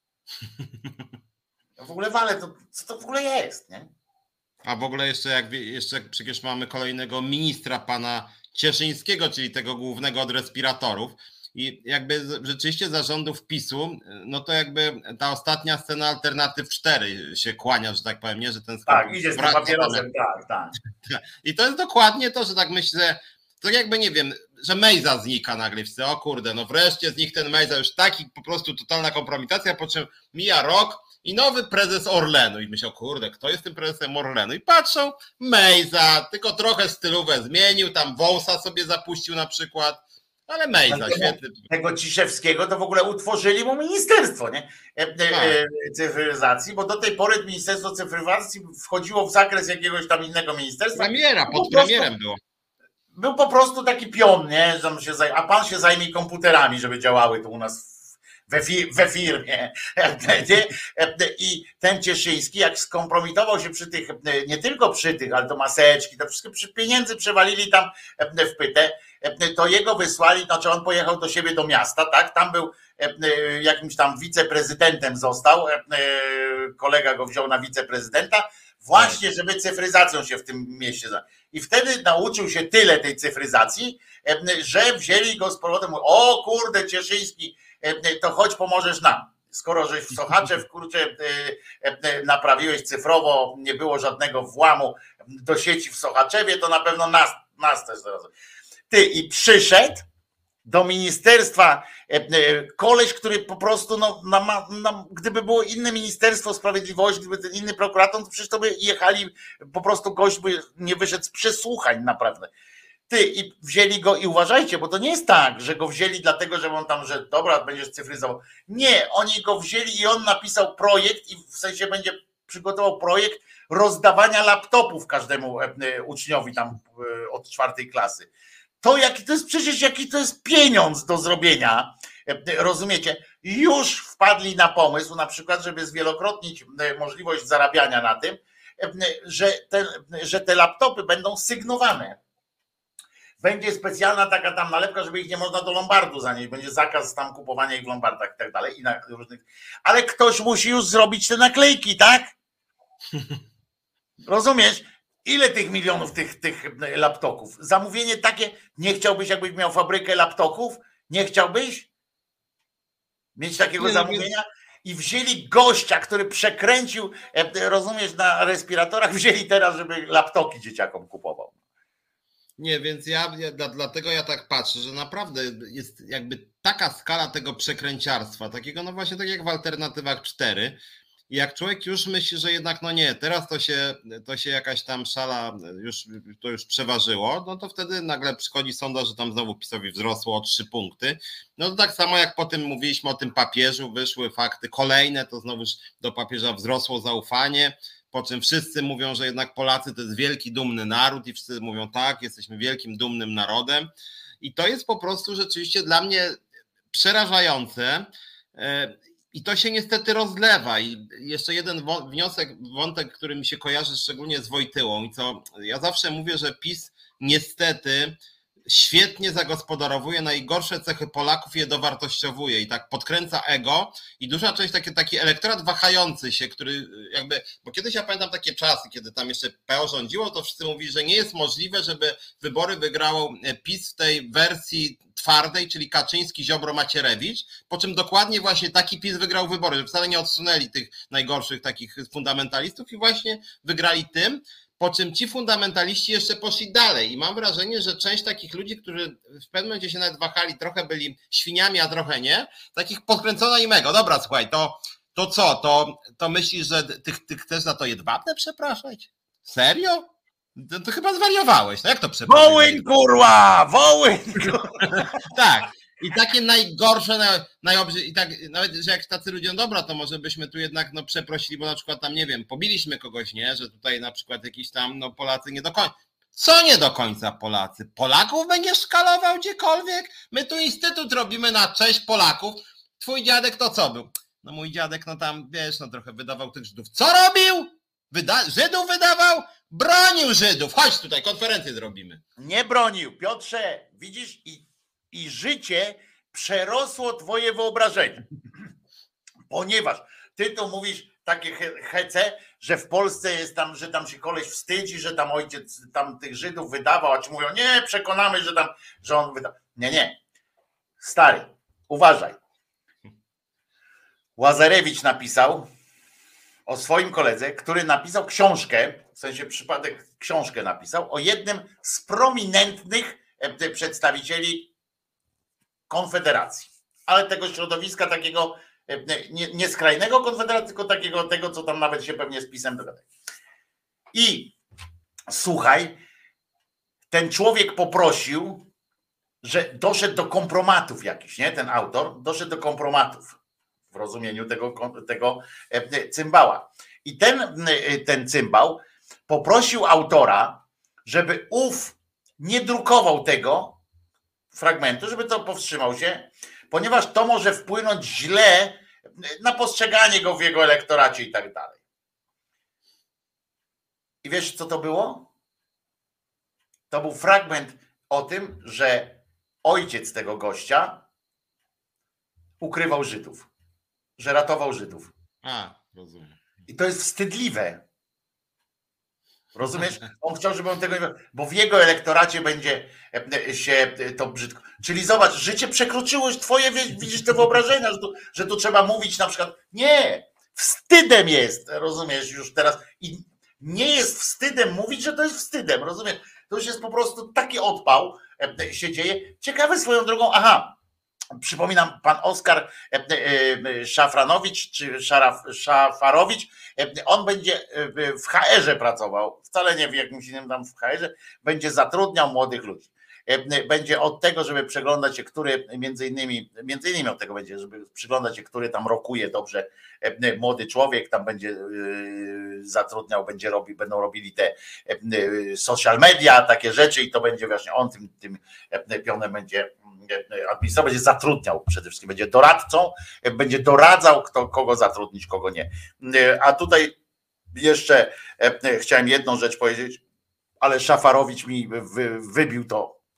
W ogóle wale, to, co to w ogóle jest, nie? A w ogóle jeszcze jak jeszcze przecież mamy kolejnego ministra, pana Cieszyńskiego, czyli tego głównego od respiratorów. I jakby rzeczywiście zarządów PiSu, no to jakby ta ostatnia scena Alternatyw cztery się kłania, że tak powiem, nie, że ten tak, idzie z tym papierosem, tak, tak. I to jest dokładnie to, że tak myślę, to jakby nie wiem, że Mejza znika nagle, wszyscy, o kurde, no wreszcie z nich ten Mejza, już taki po prostu totalna kompromitacja, po czym mija rok i nowy prezes Orlenu i myślą, kurde, kto jest tym prezesem Orlenu? I patrzą, Mejza, tylko trochę stylówę zmienił, tam wąsa sobie zapuścił na przykład, ale Mejza, świetny. Tego Ciszewskiego to w ogóle utworzyli mu ministerstwo, nie? Tak. Cyfryzacji, bo do tej pory Ministerstwo Cyfryzacji wchodziło w zakres jakiegoś tam innego ministerstwa. Premiera, pod premierem było. Był po taki pion, nie? Że się zaj... A pan się zajmie komputerami, żeby działały tu u nas we, fi... we firmie. I ten Cieszyński, jak skompromitował się przy tych, nie tylko przy tych, ale to maseczki, to wszystkie przy pieniędzy przewalili tam w pytę, to jego wysłali, znaczy on pojechał do siebie do miasta, tak? Tam był jakimś tam wiceprezydentem został, kolega go wziął na wiceprezydenta, właśnie żeby cyfryzacją się w tym mieście zająć. I wtedy nauczył się tyle tej cyfryzacji, że wzięli go z powrotem, o kurde Cieszyński, to chodź pomożesz nam. Skoro żeś w Sochaczew, kurczę, naprawiłeś cyfrowo, nie było żadnego włamu do sieci w Sochaczewie, to na pewno nas, nas też zaraz. Ty, i przyszedł do ministerstwa koleś, który po prostu, no, na, na, gdyby było inne Ministerstwo Sprawiedliwości, gdyby ten inny prokurator, to przecież to by jechali, po prostu gość by nie wyszedł z przesłuchań naprawdę. Ty, i wzięli go i uważajcie, bo to nie jest tak, że go wzięli dlatego, że on tam, że dobra, będziesz cyfryzował. Nie, oni go wzięli i on napisał projekt i w sensie będzie przygotował projekt rozdawania laptopów każdemu uczniowi tam od czwartej klasy. To jaki to jest przecież jaki to jest pieniądz do zrobienia, rozumiecie? Już wpadli na pomysł, na przykład, żeby zwielokrotnić możliwość zarabiania na tym, że te, że te laptopy będą sygnowane. będzie specjalna taka tam nalepka, żeby ich nie można do Lombardu zanieść, będzie zakaz tam kupowania ich w Lombardach i tak dalej, i na różnych, ale ktoś musi już zrobić te naklejki, tak? Rozumiesz? Ile tych milionów tych, tych laptopów? Zamówienie takie, nie chciałbyś, jakbyś miał fabrykę laptopów? Nie chciałbyś mieć takiego Nie, zamówienia? I wzięli gościa, który przekręcił, rozumiesz, na respiratorach, wzięli teraz, żeby laptopi dzieciakom kupował. Nie, więc ja, ja dla, dlatego ja tak patrzę, że naprawdę jest jakby taka skala tego przekręciarstwa, takiego no właśnie tak jak w alternatywach cztery. I jak człowiek już myśli, że jednak no nie, teraz to się, to się jakaś tam szala, już, to już przeważyło, no to wtedy nagle przychodzi sondaż, że tam znowu PiS-owi wzrosło o trzy punkty. No to tak samo jak potem mówiliśmy o tym papieżu, wyszły fakty kolejne, to znowuż do papieża wzrosło zaufanie, po czym wszyscy mówią, że jednak Polacy to jest wielki, dumny naród i wszyscy mówią tak, jesteśmy wielkim, dumnym narodem. I to jest po prostu rzeczywiście dla mnie przerażające. I to się niestety rozlewa. I jeszcze jeden wniosek, wątek, który mi się kojarzy szczególnie z Wojtyłą i co ja zawsze mówię, że PiS niestety świetnie zagospodarowuje najgorsze cechy Polaków i je dowartościowuje i tak podkręca ego i duża część taki, taki elektorat wahający się, który jakby, bo kiedyś ja pamiętam takie czasy, kiedy tam jeszcze P O rządziło, to wszyscy mówili, że nie jest możliwe, żeby wybory wygrało PiS w tej wersji twardej, czyli Kaczyński, Ziobro, Macierewicz, po czym dokładnie właśnie taki PiS wygrał wybory, że wcale nie odsunęli tych najgorszych takich fundamentalistów i właśnie wygrali tym. Po czym ci fundamentaliści jeszcze poszli dalej i mam wrażenie, że część takich ludzi, którzy w pewnym momencie się nawet wahali, trochę byli świniami, a trochę nie, takich podkręcono im ego. Dobra, słuchaj, to, to co, to, to myślisz, że ty, ty chcesz za to Jedwabne przepraszać? Serio? To, to chyba zwariowałeś, no jak to przepraszać? Wołyń, kurwa! Wołyń! Kurwa. Tak. I takie najgorsze, naj, najobrzy, i tak nawet, że jak tacy ludzie, no dobra, to może byśmy tu jednak no przeprosili, bo na przykład tam, nie wiem, pobiliśmy kogoś, nie, że tutaj na przykład jakiś tam, no Polacy nie do końca. Co nie do końca Polacy? Polaków będziesz szkalował gdziekolwiek? My tu instytut robimy na cześć Polaków. Twój dziadek to co był? No mój dziadek, no tam, wiesz, no trochę wydawał tych Żydów. Co robił? Wyda- Żydów wydawał? Bronił Żydów. Chodź tutaj, konferencję zrobimy. Nie bronił, Piotrze, widzisz, i I życie przerosło twoje wyobrażenie. Ponieważ ty tu mówisz takie hece, że w Polsce jest tam, że tam się koleś wstydzi, że tam ojciec tam tych Żydów wydawał, a ci mówią, nie, przekonamy, że tam, że on wydał. Nie, nie. Stary, uważaj. Łazarewicz napisał o swoim koledze, który napisał książkę, w sensie przypadek książkę napisał, o jednym z prominentnych przedstawicieli Konfederacji, ale tego środowiska takiego nie, nie skrajnego Konfederacji, tylko takiego tego, co tam nawet się pewnie z PiS-em dogada. I słuchaj, ten człowiek poprosił, że doszedł do kompromatów jakichś, nie? Ten autor doszedł do kompromatów w rozumieniu tego, tego cymbała. I ten, ten cymbał poprosił autora, żeby ów nie drukował tego fragmentu, żeby to powstrzymał się, ponieważ to może wpłynąć źle na postrzeganie go w jego elektoracie i tak dalej. I wiesz, co to było? To był fragment o tym, że ojciec tego gościa ukrywał Żydów, że ratował Żydów. A, rozumiem. I to jest wstydliwe. Rozumiesz? On chciał, żeby on tego nie... Bo w jego elektoracie będzie się to brzydko. Czyli zobacz, życie przekroczyło już twoje, widzisz, te wyobrażenia, że tu, że tu trzeba mówić na przykład, nie, wstydem jest, rozumiesz, już teraz. I nie jest wstydem mówić, że to jest wstydem, rozumiesz? To już jest po prostu taki odpał się dzieje. Ciekawe swoją drogą, aha, przypominam, pan Oskar Szafranowicz, czy Szafarowicz, on będzie w H R-ze pracował, wcale nie w jakimś innym tam w H R-ze, będzie zatrudniał młodych ludzi. Będzie od tego, żeby przeglądać się, który między innymi, między innymi od tego będzie, żeby przyglądać się, który tam rokuje dobrze młody człowiek, tam będzie zatrudniał, będzie robi, będą robili te social media, takie rzeczy i to będzie właśnie on tym, tym pionem będzie administrator, będzie zatrudniał przede wszystkim, będzie doradcą, będzie doradzał, kto, kogo zatrudnić, kogo nie. A tutaj jeszcze chciałem jedną rzecz powiedzieć, ale Szafarowicz mi wy, wybił to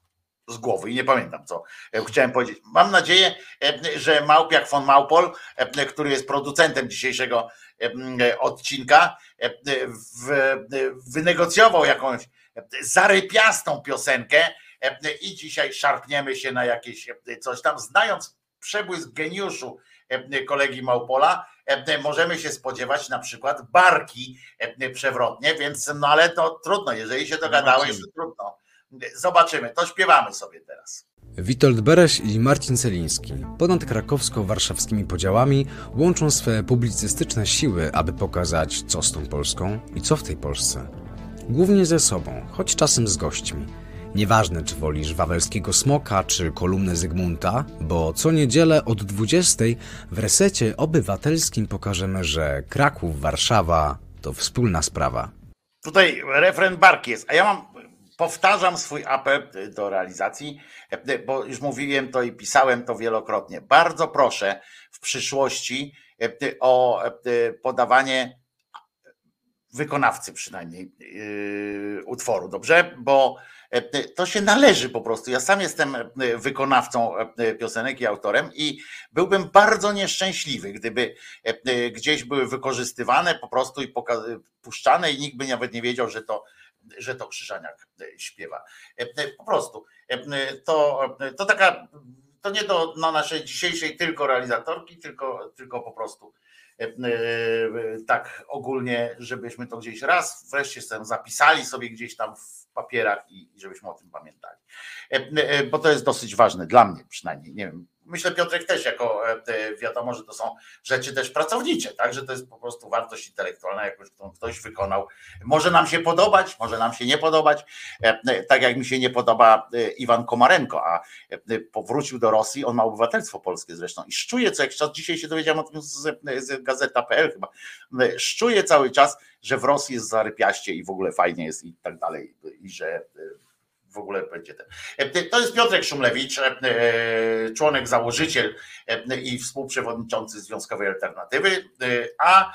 z głowy i nie pamiętam, co chciałem powiedzieć. Mam nadzieję, że Małpiak von Małpol, który jest producentem dzisiejszego odcinka, wynegocjował jakąś zarypiastą piosenkę i dzisiaj szarpniemy się na jakieś coś tam, znając przebłysk geniuszu kolegi Małpola, możemy się spodziewać na przykład barki przewrotnie, więc no ale to trudno, jeżeli się dogadałeś, to trudno. Zobaczymy, to śpiewamy sobie teraz. Witold Bereś i Marcin Celiński ponad krakowsko-warszawskimi podziałami łączą swe publicystyczne siły, aby pokazać, co z tą Polską i co w tej Polsce. Głównie ze sobą, choć czasem z gośćmi. Nieważne, czy wolisz wawelskiego smoka, czy kolumnę Zygmunta, bo co niedzielę od dwudziestej w Resecie Obywatelskim pokażemy, że Kraków, Warszawa to wspólna sprawa. Tutaj refren barki jest, a ja mam, powtarzam swój apel do realizacji, bo już mówiłem to i pisałem to wielokrotnie. Bardzo proszę w przyszłości o podawanie wykonawcy przynajmniej yy, utworu, dobrze? Bo to się należy po prostu. Ja sam jestem wykonawcą piosenek i autorem i byłbym bardzo nieszczęśliwy, gdyby gdzieś były wykorzystywane po prostu i puszczane i nikt by nawet nie wiedział, że to, że to Krzyżaniak śpiewa. Po prostu. To, to taka, to nie do na naszej dzisiejszej tylko realizatorki, tylko, tylko po prostu tak ogólnie, żebyśmy to gdzieś raz wreszcie zapisali sobie gdzieś tam w papierach i żebyśmy o tym pamiętali. Bo to jest dosyć ważne dla mnie przynajmniej. Nie wiem. Myślę, Piotrek też jako wiadomo, że to są rzeczy też pracownicze, tak, że to jest po prostu wartość intelektualna, jakoś którą ktoś wykonał. Może nam się podobać, może nam się nie podobać, tak jak mi się nie podoba Iwan Komarenko, a powrócił do Rosji, on ma obywatelstwo polskie zresztą i szczuje co jakiś czas, dzisiaj się dowiedziałem o tym z, z gazeta kropka pe el chyba, szczuje cały czas, że w Rosji jest zarypiaście i w ogóle fajnie jest i tak dalej i że w ogóle będzie ten. To jest Piotrek Szumlewicz, członek, założyciel i współprzewodniczący Związkowej Alternatywy, a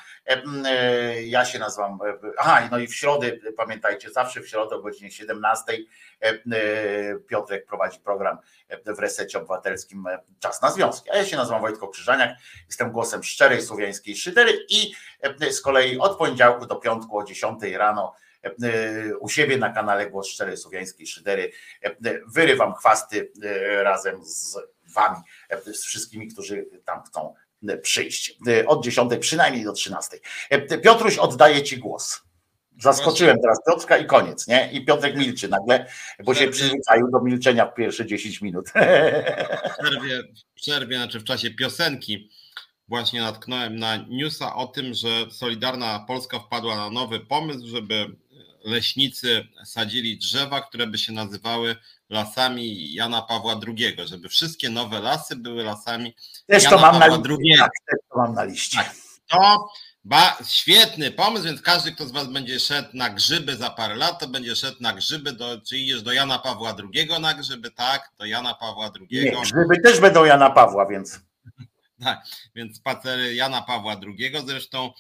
ja się nazywam, aha, no i w środę, pamiętajcie, zawsze w środę o godzinie siedemnastej Piotrek prowadzi program w Resecie Obywatelskim Czas na Związki, a ja się nazywam Wojtko Krzyżaniak, jestem głosem szczerej słowiańskiej szydery i z kolei od poniedziałku do piątku o dziesiątej rano u siebie na kanale Głos Szczerej Słowiańskiej Szydery wyrywam chwasty razem z wami, z wszystkimi, którzy tam chcą przyjść. Od dziesiątej przynajmniej do trzynastej. Piotruś, oddaję ci głos. Zaskoczyłem teraz Piotrka i koniec, nie? I Piotrek milczy nagle, bo się przyzwyczaił do milczenia w pierwsze dziesięć minut. W przerwie, w przerwie, znaczy w czasie piosenki właśnie natknąłem na newsa o tym, że Solidarna Polska wpadła na nowy pomysł, żeby leśnicy sadzili drzewa, które by się nazywały lasami Jana Pawła drugiego, żeby wszystkie nowe lasy były lasami też Jana to mam Pawła na drugiego. Tak, też to mam na liście. Tak, to ba, świetny pomysł, więc każdy, kto z was będzie szedł na grzyby za parę lat, to będzie szedł na grzyby, do, czy idziesz do Jana Pawła drugiego na grzyby, tak, do Jana Pawła drugiego. Nie, grzyby też będą Jana Pawła, więc... Tak, więc spacery Jana Pawła drugiego, zresztą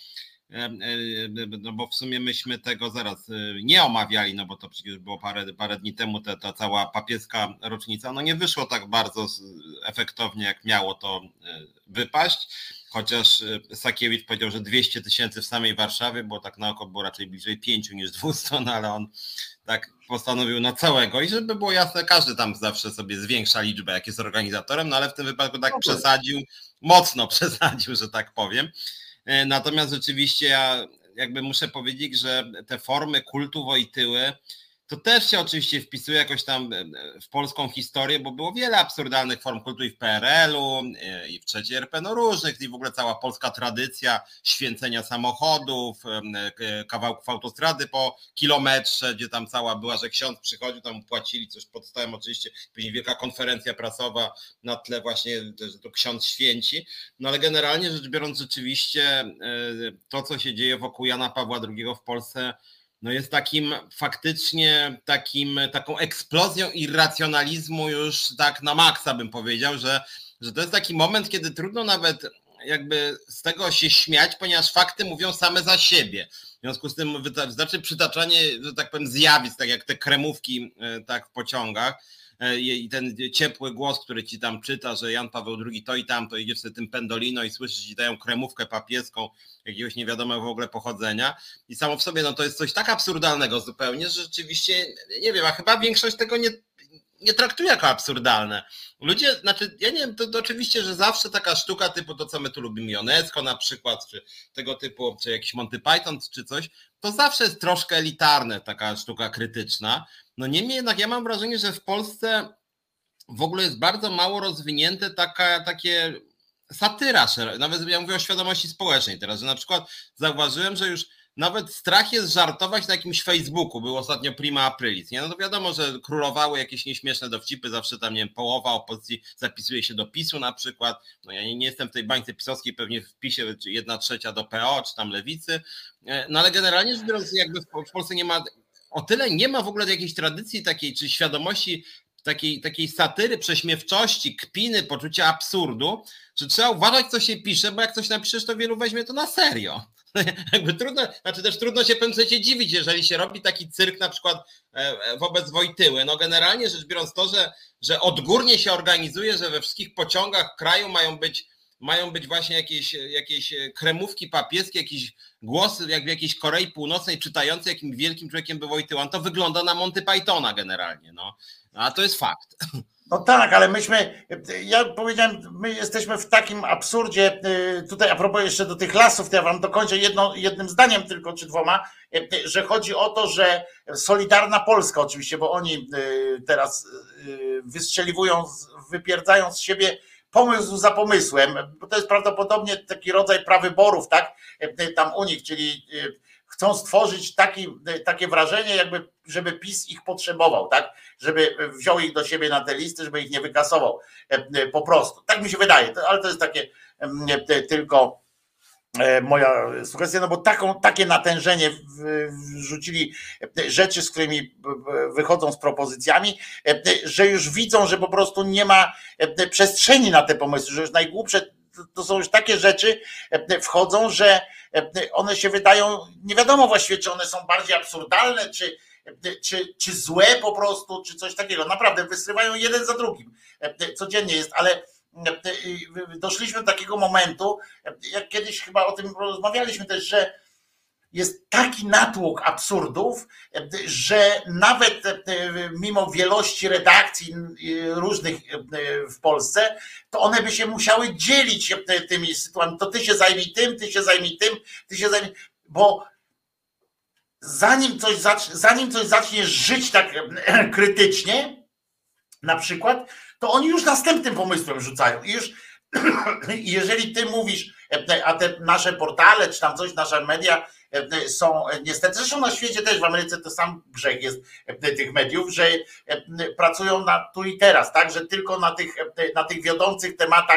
no bo w sumie myśmy tego zaraz nie omawiali, no bo to przecież było parę, parę dni temu ta, ta cała papieska rocznica, no nie wyszło tak bardzo efektownie, jak miało to wypaść, chociaż Sakiewicz powiedział, że dwieście tysięcy w samej Warszawie, bo tak na oko było raczej bliżej pięciu niż dwieście, no ale on tak postanowił na całego i żeby było jasne, każdy tam zawsze sobie zwiększa liczbę, jak jest organizatorem, no ale w tym wypadku tak przesadził, mocno przesadził, że tak powiem. Natomiast rzeczywiście ja jakby muszę powiedzieć, że te formy kultu Wojtyły to też się oczywiście wpisuje jakoś tam w polską historię, bo było wiele absurdalnych form kultu i w P R L-u, i w trzeciej R P, no różnych, i w ogóle cała polska tradycja święcenia samochodów, kawałków autostrady po kilometrze, gdzie tam cała była, że ksiądz przychodził, tam płacili coś pod stołem oczywiście, później wielka konferencja prasowa na tle właśnie, że to ksiądz święci, no ale generalnie rzecz biorąc rzeczywiście to, co się dzieje wokół Jana Pawła drugiego w Polsce, no jest takim faktycznie takim, taką eksplozją irracjonalizmu już tak na maksa bym powiedział, że, że to jest taki moment, kiedy trudno nawet jakby z tego się śmiać, ponieważ fakty mówią same za siebie. W związku z tym wystarczy przytaczanie, że tak powiem, zjawisk, tak jak te kremówki tak w pociągach, i ten ciepły głos, który ci tam czyta, że Jan Paweł drugi to i tam, to idziesz sobie tym pendolino i słyszysz, że ci dają kremówkę papieską jakiegoś nie wiadomo w ogóle pochodzenia i samo w sobie no to jest coś tak absurdalnego zupełnie, że rzeczywiście, nie wiem, a chyba większość tego nie nie traktuje jako absurdalne. Ludzie, znaczy, ja nie wiem, to, to oczywiście, że zawsze taka sztuka typu to, co my tu lubimy, UNESCO na przykład, czy tego typu, czy jakiś Monty Python, czy coś, to zawsze jest troszkę elitarne, taka sztuka krytyczna. No niemniej jednak ja mam wrażenie, że w Polsce w ogóle jest bardzo mało rozwinięte taka, takie satyra, nawet ja mówię o świadomości społecznej teraz, że na przykład zauważyłem, że już nawet strach jest żartować na jakimś Facebooku, był ostatnio Prima Aprilis, nie? No to wiadomo, że królowały jakieś nieśmieszne dowcipy, zawsze tam, nie wiem, połowa opozycji zapisuje się do PiSu na przykład, no ja nie, nie jestem w tej bańce pisowskiej, pewnie w PiSie jedna trzecia do P O, czy tam Lewicy, no ale generalnie rzecz biorąc, jakby w Polsce nie ma, o tyle nie ma w ogóle jakiejś tradycji takiej, czy świadomości takiej, takiej satyry, prześmiewczości, kpiny, poczucia absurdu, że trzeba uważać, co się pisze, bo jak coś napiszesz, to wielu weźmie to na serio. Jakby trudno, znaczy też trudno się w pewnym sensie dziwić, jeżeli się robi taki cyrk na przykład wobec Wojtyły. No generalnie rzecz biorąc to, że, że odgórnie się organizuje, że we wszystkich pociągach kraju mają być, mają być właśnie jakieś, jakieś kremówki papieskie, jakieś głosy jak w jakiejś Korei Północnej czytające, jakim wielkim człowiekiem był Wojtyła. To wygląda na Monty Pythona generalnie, no. A to jest fakt. No tak, ale myśmy, ja powiedziałem, my jesteśmy w takim absurdzie, tutaj a propos jeszcze do tych lasów, to ja wam dokończę jedno, jednym zdaniem tylko, czy dwoma, że chodzi o to, że Solidarna Polska oczywiście, bo oni teraz wystrzeliwują, wypierdzają z siebie pomysł za pomysłem, bo to jest prawdopodobnie taki rodzaj prawyborów, tak, tam u nich, czyli chcą stworzyć taki, takie wrażenie, jakby, żeby PiS ich potrzebował, tak? Żeby wziął ich do siebie na te listy, żeby ich nie wykasował po prostu. Tak mi się wydaje, ale to jest takie tylko moja sugestia, no bo taką, takie natężenie wrzucili rzeczy, z którymi wychodzą z propozycjami, że już widzą, że po prostu nie ma przestrzeni na te pomysły, że już najgłupsze to są już takie rzeczy wchodzą, że one się wydają, nie wiadomo właściwie, czy one są bardziej absurdalne, czy, czy, czy złe po prostu, czy coś takiego. Naprawdę wysrywają jeden za drugim. Codziennie jest, ale doszliśmy do takiego momentu, jak kiedyś chyba o tym rozmawialiśmy też, że jest taki natłok absurdów, że nawet mimo wielości redakcji różnych w Polsce, to one by się musiały dzielić tymi sytuacjami. To ty się zajmij tym, ty się zajmij tym, ty się zajmij, bo zanim coś, zacznie, zanim coś zaczniesz żyć tak krytycznie, na przykład, to oni już następnym pomysłem rzucają. I już jeżeli ty mówisz, a te nasze portale, czy tam coś, nasze media są niestety, zresztą na świecie też, w Ameryce to sam grzech jest tych mediów, że pracują na tu i teraz, tak, że tylko na tych, na tych wiodących tematach,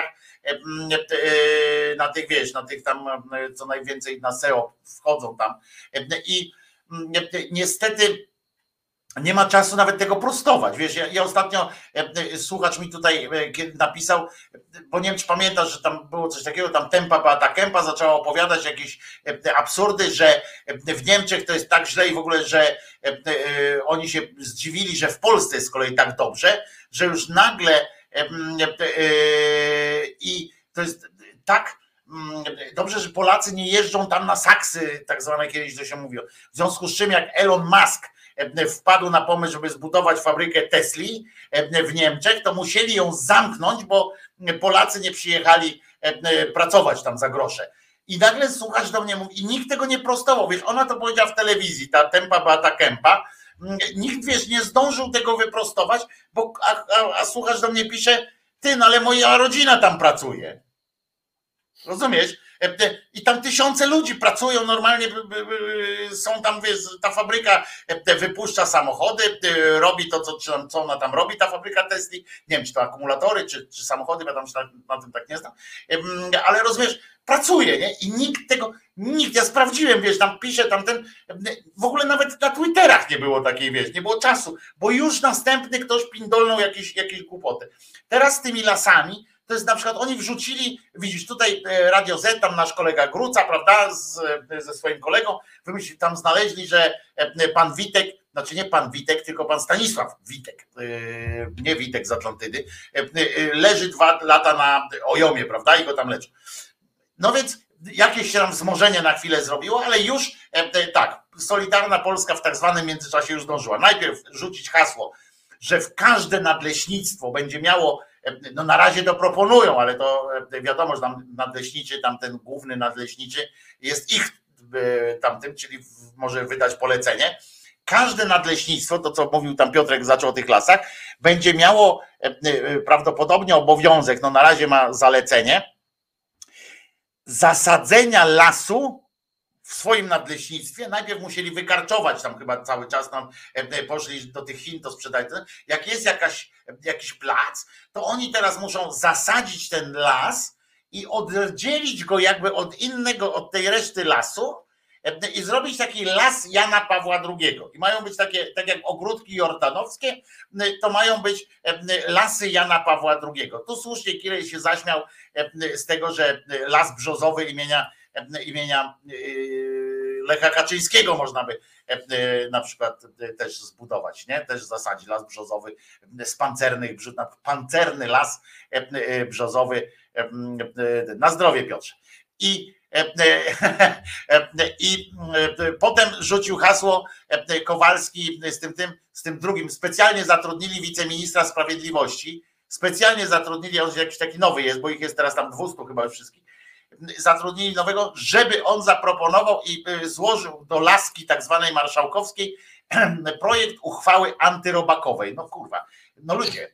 na tych, wiesz, na tych tam co najwięcej na S E O wchodzą tam i niestety nie ma czasu nawet tego prostować. Wiesz, ja, ja ostatnio słuchacz mi tutaj kiedy napisał, bo nie wiem, czy pamiętasz, że tam było coś takiego, tam Tempa Beata Kempa zaczęła opowiadać jakieś absurdy, że w Niemczech to jest tak źle i w ogóle, że oni się zdziwili, że w Polsce jest z kolei tak dobrze, że już nagle i to jest tak dobrze, że Polacy nie jeżdżą tam na saksy, tak zwane kiedyś to się mówiło. W związku z czym jak Elon Musk wpadł na pomysł, żeby zbudować fabrykę Tesli w Niemczech, to musieli ją zamknąć, bo Polacy nie przyjechali pracować tam za grosze. I nagle słuchacz do mnie mówi, i nikt tego nie prostował, wiesz, ona to powiedziała w telewizji, ta Tempa Beata Kempa, nikt, wiesz, nie zdążył tego wyprostować, bo, a, a, a słuchacz do mnie pisze, ty, no ale moja rodzina tam pracuje. Rozumiesz? I tam tysiące ludzi pracują normalnie, są tam, wiesz, ta fabryka wypuszcza samochody, robi to, co, co ona tam robi, ta fabryka Tesli, nie wiem, czy to akumulatory, czy, czy samochody, ja tam się na tym tak nie znam, ale rozumiesz, pracuje, nie? I nikt tego, nikt, ja sprawdziłem, wiesz, tam pisze, tam ten, w ogóle nawet na Twitterach nie było takiej, wiesz, nie było czasu, bo już następny ktoś pindolnął jakieś, jakieś głupoty. Teraz z tymi lasami, to jest na przykład, oni wrzucili, widzisz, tutaj Radio Z, tam nasz kolega Gruca, prawda, z, ze swoim kolegą, wymyślili, tam znaleźli, że pan Witek, znaczy nie pan Witek, tylko pan Stanisław Witek, nie Witek z Atlantydy, leży dwa lata na ojomie, prawda, i go tam leczą. No więc jakieś się tam wzmożenie na chwilę zrobiło, ale już tak, Solidarna Polska w tak zwanym międzyczasie już zdążyła. Najpierw rzucić hasło, że w każde nadleśnictwo będzie miało, no na razie to proponują, ale to wiadomo, że tam nadleśniczy, tam ten główny nadleśniczy jest ich tamtym, czyli może wydać polecenie. Każde nadleśnictwo, to co mówił tam Piotrek, zaczął o tych lasach, będzie miało prawdopodobnie obowiązek, no na razie ma zalecenie, zasadzenia lasu w swoim nadleśnictwie. Najpierw musieli wykarczować tam chyba cały czas, tam poszli do tych Chin to sprzedać. Jak jest jakaś, jakiś plac, to oni teraz muszą zasadzić ten las i oddzielić go jakby od innego, od tej reszty lasu i zrobić taki las Jana Pawła drugiego. I mają być takie, tak jak ogródki jordanowskie, to mają być lasy Jana Pawła drugiego. Tu słusznie Kirej się zaśmiał z tego, że las brzozowy imienia, imienia Lecha Kaczyńskiego można by na przykład też zbudować, nie? Też zasadzić las brzozowy z pancernych, pancerny las brzozowy. Na zdrowie, Piotrze. I I potem rzucił hasło Kowalski z tym, tym, z tym drugim. Specjalnie zatrudnili wiceministra sprawiedliwości. Specjalnie zatrudnili, on jakiś taki nowy jest, bo ich jest teraz tam dwieście chyba już wszystkich. Zatrudnili nowego, żeby on zaproponował i złożył do laski tak zwanej marszałkowskiej projekt uchwały antyrobakowej. No kurwa, no ludzie.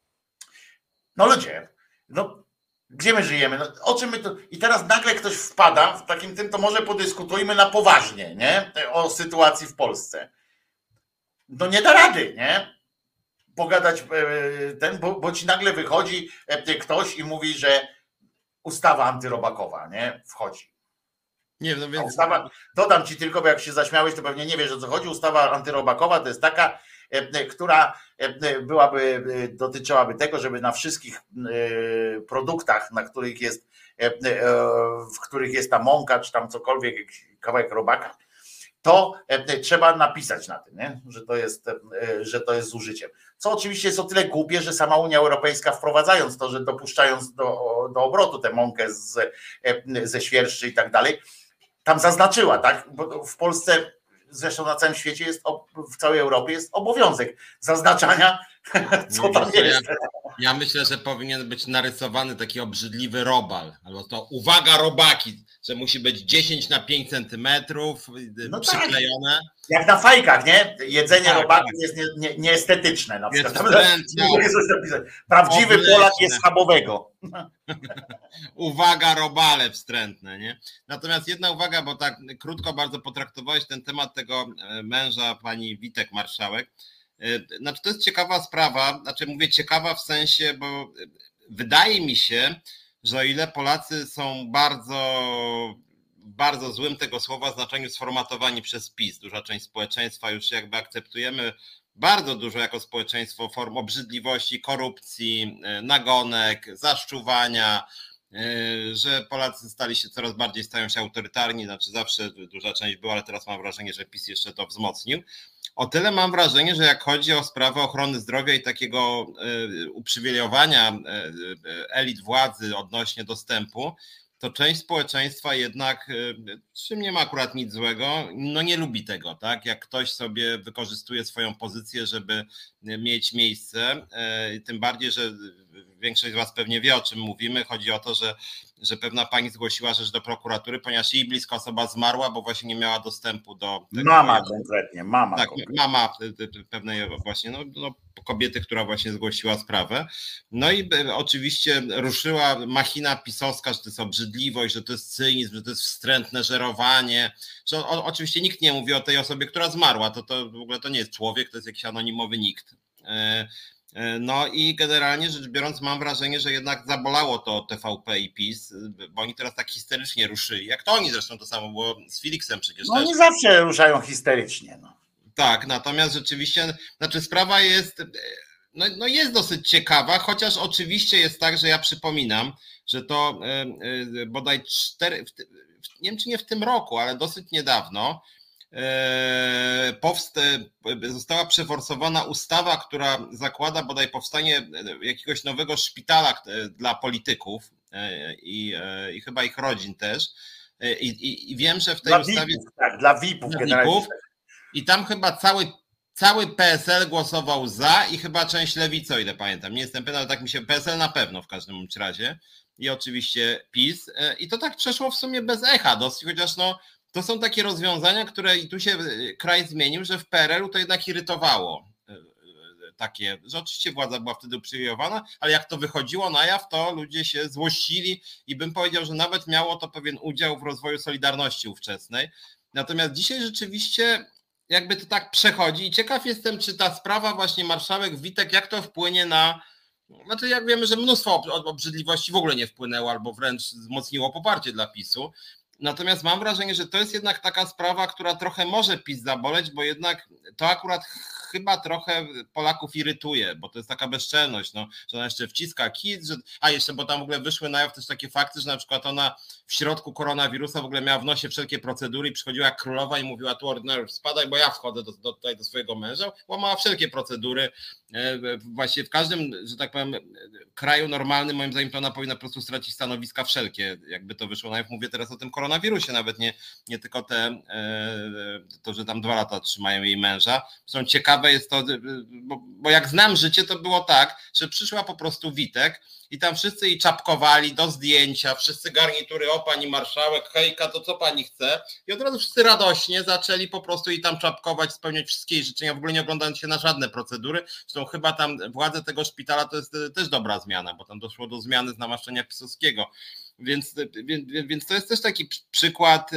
No ludzie. No gdzie my żyjemy? No, o czym my tu... I teraz nagle ktoś wpada w takim tym, to może podyskutujmy na poważnie, nie? O sytuacji w Polsce. No nie da rady, nie? Pogadać ten, bo, bo ci nagle wychodzi ktoś i mówi, że ustawa antyrobakowa, nie? Wchodzi. Nie, no więc... Ustawa, dodam ci tylko, bo jak się zaśmiałeś, to pewnie nie wiesz, o co chodzi. Ustawa antyrobakowa to jest taka, która byłaby, dotyczyłaby tego, żeby na wszystkich produktach, na których jest, w których jest ta mąka, czy tam cokolwiek, kawałek robaka, to trzeba napisać na tym, nie? Że to jest, że to jest z użyciem. Co oczywiście jest o tyle głupie, że sama Unia Europejska, wprowadzając to, że dopuszczając do, do obrotu tę mąkę z, ze świerszczy i tak dalej, tam zaznaczyła, tak? Bo w Polsce, zresztą na całym świecie jest, w całej Europie jest obowiązek zaznaczania, co tam jest. Ja, ja myślę, że powinien być narysowany taki obrzydliwy robal, albo to uwaga robaki, że musi być dziesięć na pięć centymetrów no przyklejone. Tak. Jak na fajkach, nie? Jedzenie tak, robaków tak. jest nie, nie, nieestetyczne. Na przykład. Jest Prawdziwy obleśne. Polak jest schabowego. Uwaga, robale wstrętne, nie? Natomiast jedna uwaga, bo tak krótko bardzo potraktowałeś ten temat tego męża pani Witek marszałek. Znaczy to jest ciekawa sprawa, znaczy mówię ciekawa w sensie, bo wydaje mi się, że o ile Polacy są bardzo, bardzo złym tego słowa znaczeniu sformatowani przez PiS, duża część społeczeństwa już jakby akceptujemy bardzo dużo jako społeczeństwo form obrzydliwości, korupcji, nagonek, zaszczuwania, że Polacy stali się coraz bardziej, stają się autorytarni, znaczy zawsze duża część była, ale teraz mam wrażenie, że PiS jeszcze to wzmocnił. O tyle mam wrażenie, że jak chodzi o sprawę ochrony zdrowia i takiego uprzywilejowania elit władzy odnośnie dostępu, to część społeczeństwa jednak, czym nie ma akurat nic złego, no nie lubi tego, tak? Jak ktoś sobie wykorzystuje swoją pozycję, żeby mieć miejsce, tym bardziej, że większość z was pewnie wie, o czym mówimy. Chodzi o to, że, że pewna pani zgłosiła rzecz do prokuratury, ponieważ jej bliska osoba zmarła, bo właśnie nie miała dostępu do tego. Mama konkretnie, mama. Tak, konkretnie. mama pewnej właśnie, no, no kobiety, która właśnie zgłosiła sprawę. No i oczywiście ruszyła machina pisowska, że to jest obrzydliwość, że to jest cynizm, że to jest wstrętne żerowanie. Że o, oczywiście nikt nie mówi o tej osobie, która zmarła. To, to w ogóle to nie jest człowiek, to jest jakiś anonimowy nikt. No i generalnie rzecz biorąc mam wrażenie, że jednak zabolało to T V P i PiS, bo oni teraz tak histerycznie ruszyli. Jak to oni zresztą, to samo było z Felixem przecież. No też. oni zawsze ruszają histerycznie. No. Tak, natomiast rzeczywiście, znaczy sprawa jest, no, no jest dosyć ciekawa, chociaż oczywiście jest tak, że ja przypominam, że to bodaj cztery, nie wiem czy nie w tym roku, ale dosyć niedawno powst- została przeforsowana ustawa, która zakłada bodaj powstanie jakiegoś nowego szpitala dla polityków i, i chyba ich rodzin też. I, i, i wiem, że w tej dla ustawie... V I P-ów, tak, dla V I P-ów, dla V I P-ów i tam chyba cały Cały P S L głosował za i chyba część lewicy, o ile pamiętam. Nie jestem pewien, ale tak mi się... P S L na pewno w każdym razie. I oczywiście PiS. I to tak przeszło w sumie bez echa dosyć, chociaż no to są takie rozwiązania, które i tu się kraj zmienił, że w P R L-u to jednak irytowało. Takie, że oczywiście władza była wtedy uprzywilejowana, ale jak to wychodziło na jaw, to ludzie się złościli i bym powiedział, że nawet miało to pewien udział w rozwoju Solidarności ówczesnej. Natomiast dzisiaj rzeczywiście jakby to tak przechodzi i ciekaw jestem, czy ta sprawa właśnie marszałek Witek, jak to wpłynie na, znaczy jak wiemy, że mnóstwo obrzydliwości w ogóle nie wpłynęło albo wręcz wzmocniło poparcie dla PiSu. Natomiast mam wrażenie, że to jest jednak taka sprawa, która trochę może PiS zaboleć, bo jednak to akurat chyba trochę Polaków irytuje, bo to jest taka bezczelność, no, że ona jeszcze wciska kit, że, a jeszcze, bo tam w ogóle wyszły na jaw też takie fakty, że na przykład ona w środku koronawirusa w ogóle miała w nosie wszelkie procedury i przychodziła jak królowa i mówiła tu ordynariusz spadaj, bo ja wchodzę do, do, tutaj do swojego męża, łamała wszelkie procedury. Właśnie w każdym, że tak powiem, kraju normalnym moim zdaniem to ona powinna po prostu stracić stanowiska wszelkie, jakby to wyszło na jaw. Mówię teraz o tym koronawirusie, nawet nie, nie tylko te, to, że tam dwa lata trzymają jej męża. Zresztą ciekawe jest to, bo, bo jak znam życie, to było tak, że przyszła po prostu Witek i tam wszyscy jej czapkowali do zdjęcia, wszyscy garnitury, o pani marszałek, hejka, to co pani chce? I od razu wszyscy radośnie zaczęli po prostu jej tam czapkować, spełniać wszystkie jej życzenia, w ogóle nie oglądając się na żadne procedury. Zresztą chyba tam władze tego szpitala to jest też dobra zmiana, bo tam doszło do zmiany z namaszczenia pisowskiego. Więc, więc, więc to jest też taki przykład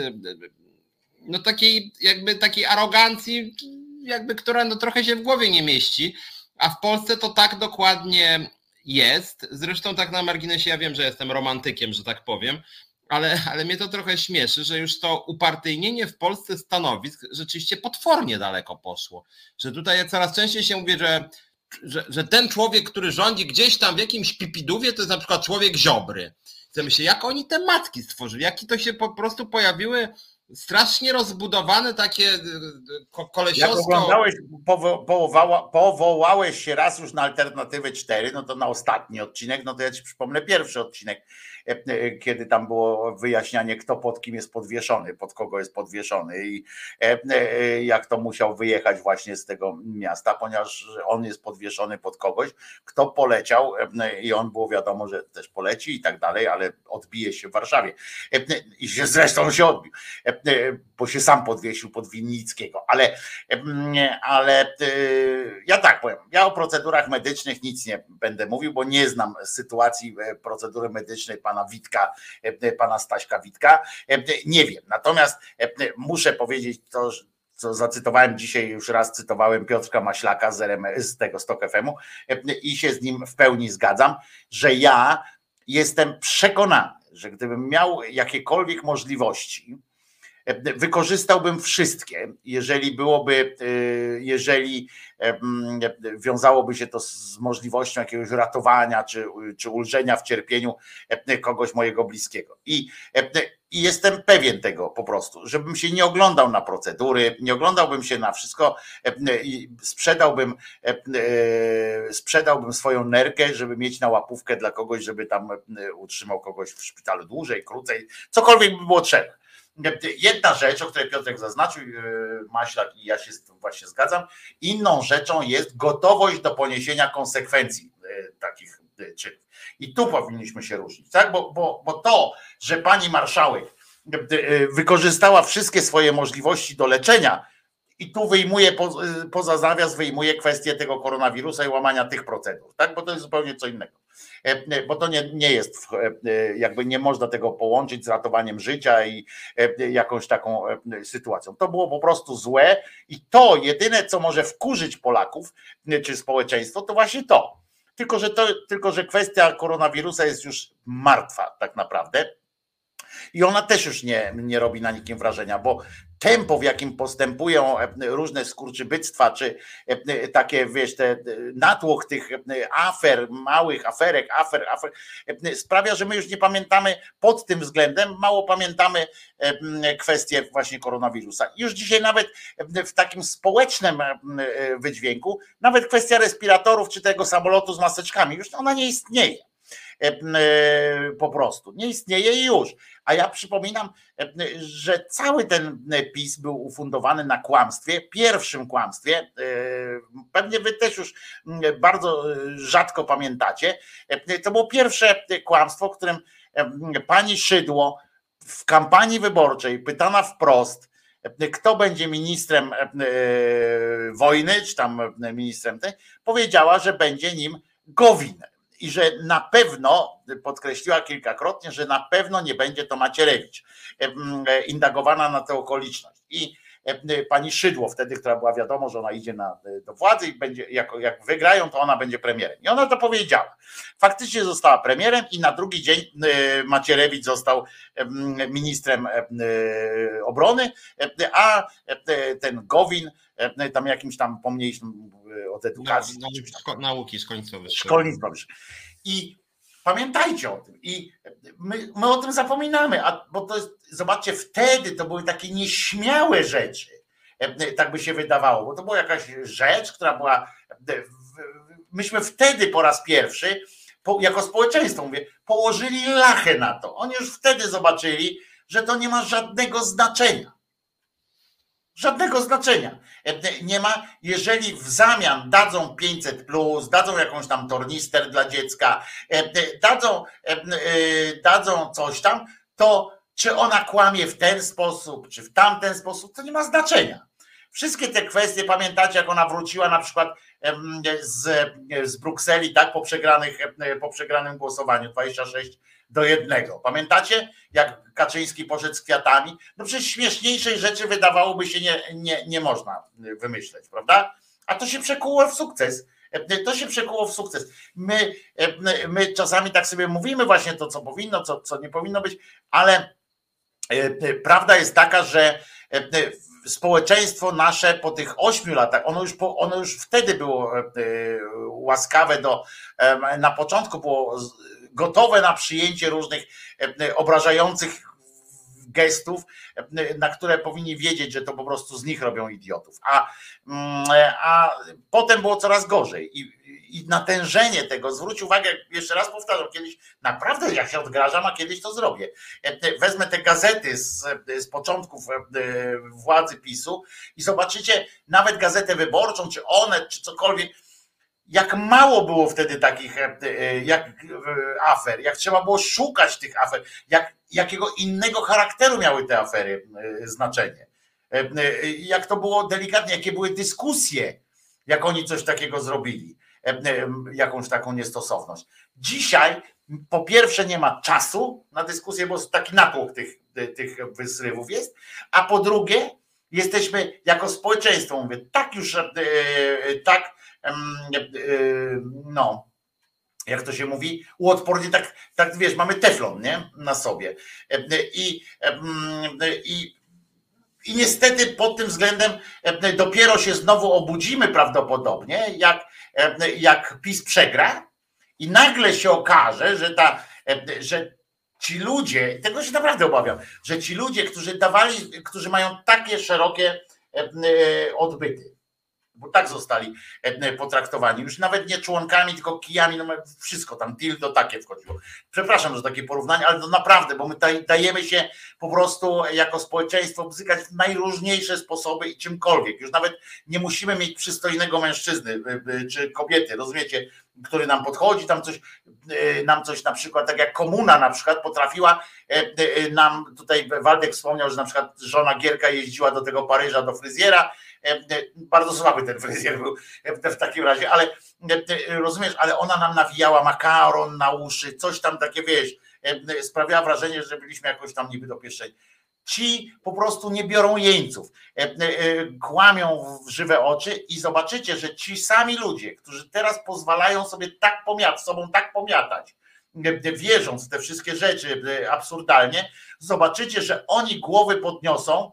no takiej jakby takiej arogancji, jakby która no trochę się w głowie nie mieści, a w Polsce to tak dokładnie jest. Zresztą tak na marginesie ja wiem, że jestem romantykiem, że tak powiem, ale, ale mnie to trochę śmieszy, że już to upartyjnienie w Polsce stanowisk rzeczywiście potwornie daleko poszło. Że tutaj coraz częściej się mówi, że, że, że ten człowiek, który rządzi gdzieś tam w jakimś pipidówie, to jest na przykład człowiek Ziobry. Chcę myśleć, jak oni te matki stworzyli, jakie to się po prostu pojawiły strasznie rozbudowane takie kolesiostwo. Jak oglądałeś, powołała, powołałeś się raz już na Alternatywę cztery, no to na ostatni odcinek, no to ja ci przypomnę pierwszy odcinek, kiedy tam było wyjaśnianie, kto pod kim jest podwieszony, pod kogo jest podwieszony i jak to musiał wyjechać właśnie z tego miasta, ponieważ on jest podwieszony pod kogoś, kto poleciał i on było wiadomo, że też poleci i tak dalej, ale odbije się w Warszawie i się zresztą się odbił, bo się sam podwiesił pod Winnickiego, ale, ale ja tak powiem, ja o procedurach medycznych nic nie będę mówił, bo nie znam sytuacji procedury medycznej pana Witka, pana Staśka Witka, nie wiem, natomiast muszę powiedzieć to, co zacytowałem dzisiaj, już raz cytowałem Piotrka Maślaka z, R M, z tego Stok F M-u i się z nim w pełni zgadzam, że ja jestem przekonany, że gdybym miał jakiekolwiek możliwości, wykorzystałbym wszystkie, jeżeli byłoby, jeżeli wiązałoby się to z możliwością jakiegoś ratowania czy, czy ulżenia w cierpieniu kogoś mojego bliskiego. I, I jestem pewien tego po prostu, żebym się nie oglądał na procedury, nie oglądałbym się na wszystko, sprzedałbym, sprzedałbym swoją nerkę, żeby mieć na łapówkę dla kogoś, żeby tam utrzymał kogoś w szpitalu dłużej, krócej, cokolwiek by było trzeba. Jedna rzecz, o której Piotrek zaznaczył, Maślak i ja się właśnie zgadzam, inną rzeczą jest gotowość do poniesienia konsekwencji takich czynów. I tu powinniśmy się różnić, tak? Bo, bo, bo to, że pani marszałek wykorzystała wszystkie swoje możliwości do leczenia i tu wyjmuje, poza zawias wyjmuje kwestię tego koronawirusa i łamania tych procedur, tak? Bo to jest zupełnie co innego. Bo to nie, nie jest, jakby nie można tego połączyć z ratowaniem życia i jakąś taką sytuacją. To było po prostu złe i to jedyne, co może wkurzyć Polaków czy społeczeństwo, to właśnie to. Tylko, że to, tylko, że kwestia koronawirusa jest już martwa tak naprawdę. I ona też już nie, nie robi na nikim wrażenia, bo tempo, w jakim postępują różne skurczybyctwa, czy takie, wiesz, te natłok tych afer, małych aferek, afer, afer, sprawia, że my już nie pamiętamy pod tym względem, mało pamiętamy kwestie właśnie koronawirusa. Już dzisiaj nawet w takim społecznym wydźwięku, nawet kwestia respiratorów, czy tego samolotu z maseczkami, już ona nie istnieje. Po prostu nie istnieje i już. A ja przypominam, że cały ten PiS był ufundowany na kłamstwie, pierwszym kłamstwie. Pewnie wy też już bardzo rzadko pamiętacie. To było pierwsze kłamstwo, w którym pani Szydło w kampanii wyborczej pytana wprost, kto będzie ministrem wojny, czy tam ministrem, powiedziała, że będzie nim Gowin. I że na pewno, podkreśliła kilkakrotnie, że na pewno nie będzie to Macierewicz indagowana na tę okoliczność. I pani Szydło wtedy, która była wiadomo, że ona idzie na, do władzy i będzie, jak, jak wygrają, to ona będzie premierem. I ona to powiedziała. Faktycznie została premierem i na drugi dzień Macierewicz został ministrem obrony, a ten Gowin tam jakimś tam pomniejszym od edukacji. No, no, szko- nauki, szkolnictwa wyższego. Szkolnictwa wyższego. I pamiętajcie o tym. I my, my o tym zapominamy, a, bo to jest, zobaczcie, wtedy to były takie nieśmiałe rzeczy, tak by się wydawało, bo to była jakaś rzecz, która była, myśmy wtedy po raz pierwszy, po, jako społeczeństwo mówię, położyli lachę na to. Oni już wtedy zobaczyli, że to nie ma żadnego znaczenia. Żadnego znaczenia nie ma, jeżeli w zamian dadzą pięćset plus, dadzą jakąś tam tornister dla dziecka, dadzą, dadzą coś tam, to czy ona kłamie w ten sposób, czy w tamten sposób, to nie ma znaczenia. Wszystkie te kwestie, pamiętacie, jak ona wróciła na przykład z, z Brukseli, tak, po, przegranych, po przegranym głosowaniu dwadzieścia sześć do jednego. Pamiętacie, jak Kaczyński poszedł z kwiatami? No przecież śmieszniejszej rzeczy wydawałoby się nie, nie, nie można wymyśleć, prawda? A to się przekuło w sukces. To się przekuło w sukces. My, my czasami tak sobie mówimy właśnie to, co powinno, co, co nie powinno być, ale prawda jest taka, że społeczeństwo nasze po tych ośmiu latach, ono już, po, ono już wtedy było łaskawe do, na początku było gotowe na przyjęcie różnych obrażających gestów, na które powinni wiedzieć, że to po prostu z nich robią idiotów. A, a potem było coraz gorzej. I, i natężenie tego, zwróć uwagę, jeszcze raz powtarzam, kiedyś naprawdę ja się odgrażam, a kiedyś to zrobię. Wezmę te gazety z, z początków władzy PiSu i zobaczycie nawet Gazetę Wyborczą, czy Onet, czy cokolwiek, jak mało było wtedy takich jak afer, jak trzeba było szukać tych afer, jak, jakiego innego charakteru miały te afery znaczenie. Jak to było delikatnie, jakie były dyskusje, jak oni coś takiego zrobili, jakąś taką niestosowność. Dzisiaj po pierwsze nie ma czasu na dyskusję, bo taki natłok tych, tych wysrywów jest, a po drugie jesteśmy jako społeczeństwo, mówię, tak już tak no, jak to się mówi, uodpornie, tak, tak wiesz, mamy teflon, nie? Na sobie. I, i, i niestety pod tym względem dopiero się znowu obudzimy prawdopodobnie, jak, jak PiS przegra i nagle się okaże, że ta, że ci ludzie, tego się naprawdę obawiam, że ci ludzie, którzy dawali, którzy mają takie szerokie odbyty, bo tak zostali potraktowani, już nawet nie członkami, tylko kijami, no wszystko tam, dildo takie wchodziło. Przepraszam za takie porównanie, ale to naprawdę, bo my dajemy się po prostu jako społeczeństwo bzykać w najróżniejsze sposoby i czymkolwiek. Już nawet nie musimy mieć przystojnego mężczyzny czy kobiety, rozumiecie, który nam podchodzi, tam coś, nam coś na przykład, tak jak komuna na przykład potrafiła nam, tutaj Waldek wspomniał, że na przykład żona Gierka jeździła do tego Paryża, do fryzjera, bardzo słaby ten fryzjer był w takim razie, ale rozumiesz, ale ona nam nawijała makaron na uszy, coś tam takie, wiesz, sprawiała wrażenie, że byliśmy jakoś tam niby dopieszczeni. Ci po prostu nie biorą jeńców, kłamią w żywe oczy i zobaczycie, że ci sami ludzie, którzy teraz pozwalają sobie tak pomiatać, sobą tak pomiatać, wierząc w te wszystkie rzeczy absurdalnie, zobaczycie, że oni głowy podniosą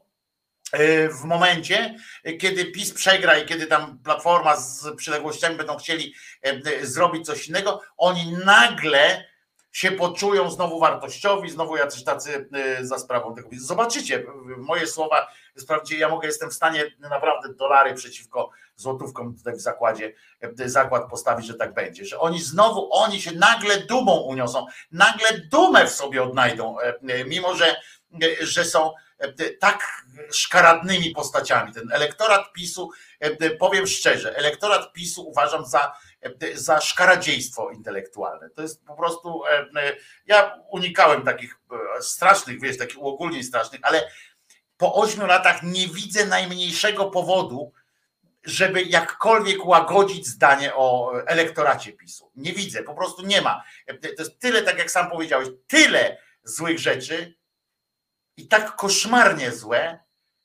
w momencie, kiedy PiS przegra i kiedy tam Platforma z przyległościami będą chcieli zrobić coś innego, oni nagle się poczują znowu wartościowi, znowu jacyś tacy za sprawą tego. Zobaczycie, moje słowa sprawdźcie, ja mogę, jestem w stanie naprawdę dolary przeciwko złotówkom tutaj w zakładzie, zakład postawić, że tak będzie, że oni znowu, oni się nagle dumą uniosą, nagle dumę w sobie odnajdą, mimo że, że są tak szkaradnymi postaciami. Ten elektorat PiSu, powiem szczerze, elektorat PiSu uważam za, za szkaradziejstwo intelektualne. To jest po prostu, ja unikałem takich strasznych, wiesz, takich uogólnień strasznych, ale po ośmiu latach nie widzę najmniejszego powodu, żeby jakkolwiek łagodzić zdanie o elektoracie PiSu. Nie widzę, po prostu nie ma. To jest tyle, tak jak sam powiedziałeś, tyle złych rzeczy i tak koszmarnie złe,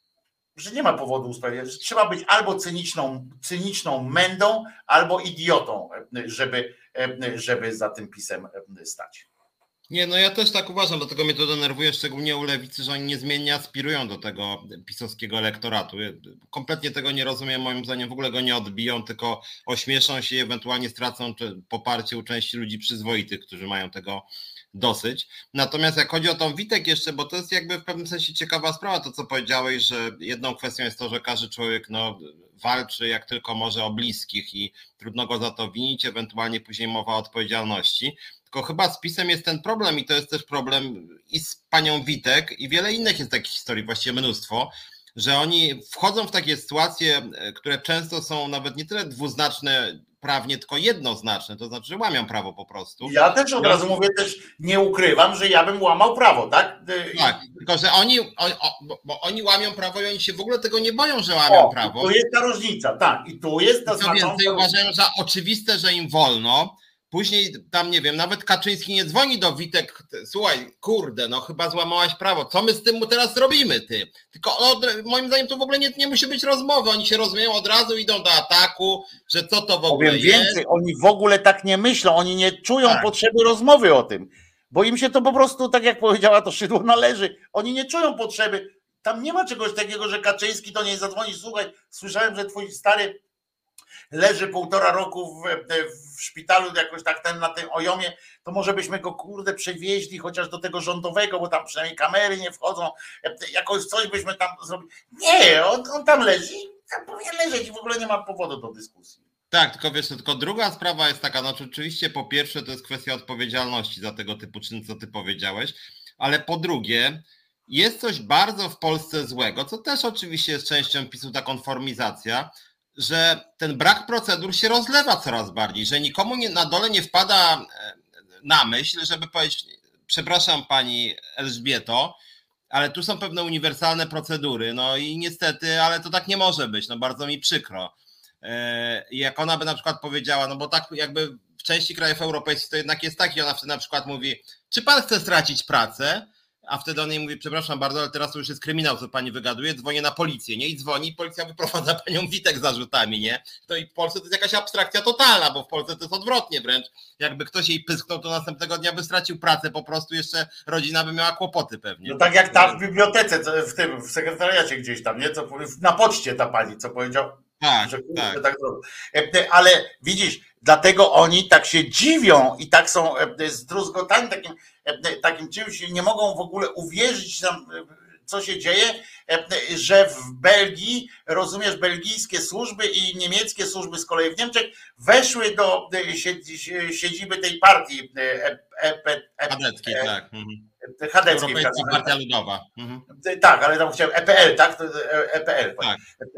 że nie ma powodu usprawiedliwiać. Trzeba być albo cyniczną, cyniczną mędą, albo idiotą, żeby, żeby za tym PiSem stać. Nie, no ja też tak uważam, dlatego mnie to denerwuje, szczególnie u lewicy, że oni niezmiennie aspirują do tego pisowskiego elektoratu. Kompletnie tego nie rozumiem, moim zdaniem w ogóle go nie odbiją, tylko ośmieszą się i ewentualnie stracą poparcie u części ludzi przyzwoitych, którzy mają tego dosyć. Natomiast jak chodzi o tą Witek jeszcze, bo to jest jakby w pewnym sensie ciekawa sprawa, to co powiedziałeś, że jedną kwestią jest to, że każdy człowiek no, walczy jak tylko może o bliskich i trudno go za to winić, ewentualnie później mowa o odpowiedzialności. Tylko chyba z PiS-em jest ten problem i to jest też problem i z panią Witek i wiele innych jest takich historii, właściwie mnóstwo, że oni wchodzą w takie sytuacje, które często są nawet nie tyle dwuznaczne prawnie, tylko jednoznaczne, to znaczy, że łamią prawo po prostu. Ja też od razu mówię, też nie ukrywam, że ja bym łamał prawo, tak? Tak, tylko że oni, o, o, bo oni łamią prawo i oni się w ogóle tego nie boją, że łamią o, prawo. To jest ta różnica, tak. I tu jest ta co więcej, uważają za oczywiste, że im wolno. Później tam, nie wiem, nawet Kaczyński nie dzwoni do Witek, słuchaj, kurde, no chyba złamałaś prawo, co my z tym mu teraz robimy, ty? Tylko no, moim zdaniem to w ogóle nie, nie musi być rozmowy, oni się rozumieją od razu, idą do ataku, że co to w ogóle Powiem jest. więcej, oni w ogóle tak nie myślą, oni nie czują tak. potrzeby rozmowy o tym, bo im się to po prostu, tak jak powiedziała to Szydło, należy. Oni nie czują potrzeby, tam nie ma czegoś takiego, że Kaczyński do niej zadzwoni, słuchaj, słyszałem, że twój stary leży półtora roku w, w szpitalu, jakoś tak ten na tym ojomie, to może byśmy go kurde przewieźli chociaż do tego rządowego, bo tam przynajmniej kamery nie wchodzą, jakoś coś byśmy tam zrobili. Nie, on, on tam leży, tam powinien leżeć i w ogóle nie ma powodu do dyskusji. Tak, tylko wiesz, tylko druga sprawa jest taka, no oczywiście po pierwsze to jest kwestia odpowiedzialności za tego typu czyn, co ty powiedziałeś, ale po drugie jest coś bardzo w Polsce złego, co też oczywiście jest częścią PiSu, ta konformizacja, że ten brak procedur się rozlewa coraz bardziej, że nikomu nie, na dole nie wpada na myśl, żeby powiedzieć, przepraszam pani Elżbieto, ale tu są pewne uniwersalne procedury, no i niestety, ale to tak nie może być, no bardzo mi przykro. I jak ona by na przykład powiedziała, no bo tak jakby w części krajów europejskich to jednak jest tak i ona wtedy na przykład mówi, czy pan chce stracić pracę? A wtedy on jej mówi, przepraszam bardzo, ale teraz to już jest kryminał, co pani wygaduje, dzwonię na policję, nie? I dzwoni i policja wyprowadza panią Witek z zarzutami, nie? To i w Polsce to jest jakaś abstrakcja totalna, bo w Polsce to jest odwrotnie wręcz. Jakby ktoś jej pysknął, to następnego dnia by stracił pracę, po prostu jeszcze rodzina by miała kłopoty pewnie. No tak jak ta w bibliotece, w tym, w sekretariacie gdzieś tam, nie? Co, na poczcie ta pani, co powiedział, tak, że tak. tak zrobił. Ale widzisz, dlatego oni tak się dziwią i tak są zdruzgotani takim, takim czymś, nie mogą w ogóle uwierzyć tam, co się dzieje, że w Belgii, rozumiesz, belgijskie służby i niemieckie służby z kolei w Niemczech weszły do siedziby tej partii Chadeckiej, tak. Chadeckiej. Europejska Partia Ludowa. Mhm. Tak, ale tam chciałem E P L, tak? E P L. Tak.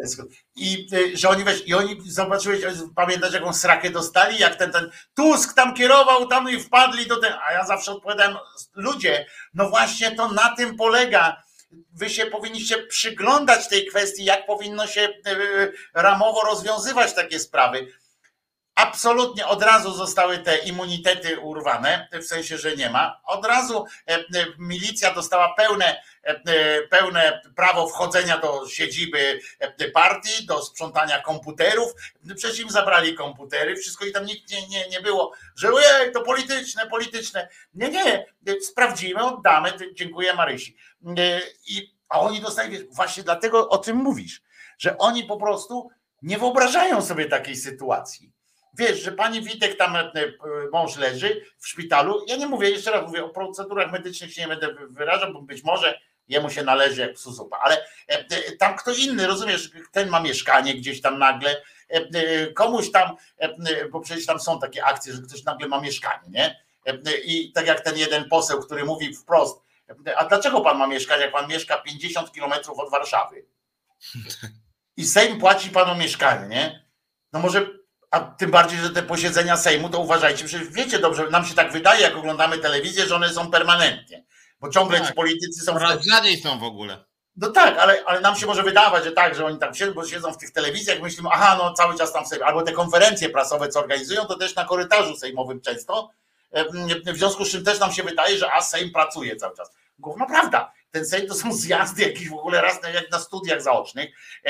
I że oni weź, i oni zobaczyłeś, pamiętasz jaką srakę dostali, jak ten, ten Tusk tam kierował tam i wpadli do tego, a ja zawsze odpowiadałem, ludzie, no właśnie to na tym polega. Wy się powinniście przyglądać tej kwestii, jak powinno się ramowo rozwiązywać takie sprawy. absolutnie od razu zostały te immunitety urwane, w sensie, że nie ma. Od razu milicja dostała pełne, pełne prawo wchodzenia do siedziby partii, do sprzątania komputerów. Przecież im zabrali komputery, wszystko i tam nikt nie, nie, nie było, że ojej, to polityczne, polityczne. Nie, nie, sprawdzimy, oddamy, dziękuję Marysi. I, a oni dostali, wiesz, właśnie dlatego o tym mówisz, że oni po prostu nie wyobrażają sobie takiej sytuacji. Wiesz, że pani Witek tam mąż leży w szpitalu. Ja nie mówię, jeszcze raz mówię o procedurach medycznych, się nie będę wyrażał, bo być może jemu się należy jak psu zupa, ale tam kto inny, rozumiesz, ten ma mieszkanie gdzieś tam nagle, komuś tam, bo przecież tam są takie akcje, że ktoś nagle ma mieszkanie, nie? I tak jak ten jeden poseł, który mówi wprost, a dlaczego pan ma mieszkanie, jak pan mieszka pięćdziesiąt kilometrów od Warszawy? I Sejm płaci panu mieszkanie, nie? No może, a tym bardziej, że te posiedzenia Sejmu, to uważajcie, przecież wiecie dobrze, nam się tak wydaje, jak oglądamy telewizję, że one są permanentnie, bo ciągle tak, ci politycy są... Coraz rzadziej są w ogóle. No tak, ale, ale nam się może wydawać, że tak, że oni tam siedzą, bo siedzą w tych telewizjach, myślimy, aha, no cały czas tam sobie, albo te konferencje prasowe, co organizują, to też na korytarzu sejmowym często, w związku z czym też nam się wydaje, że a Sejm pracuje cały czas. Gówno prawda. Ten Sejm to są zjazdy jakieś w ogóle raz jak na studiach zaocznych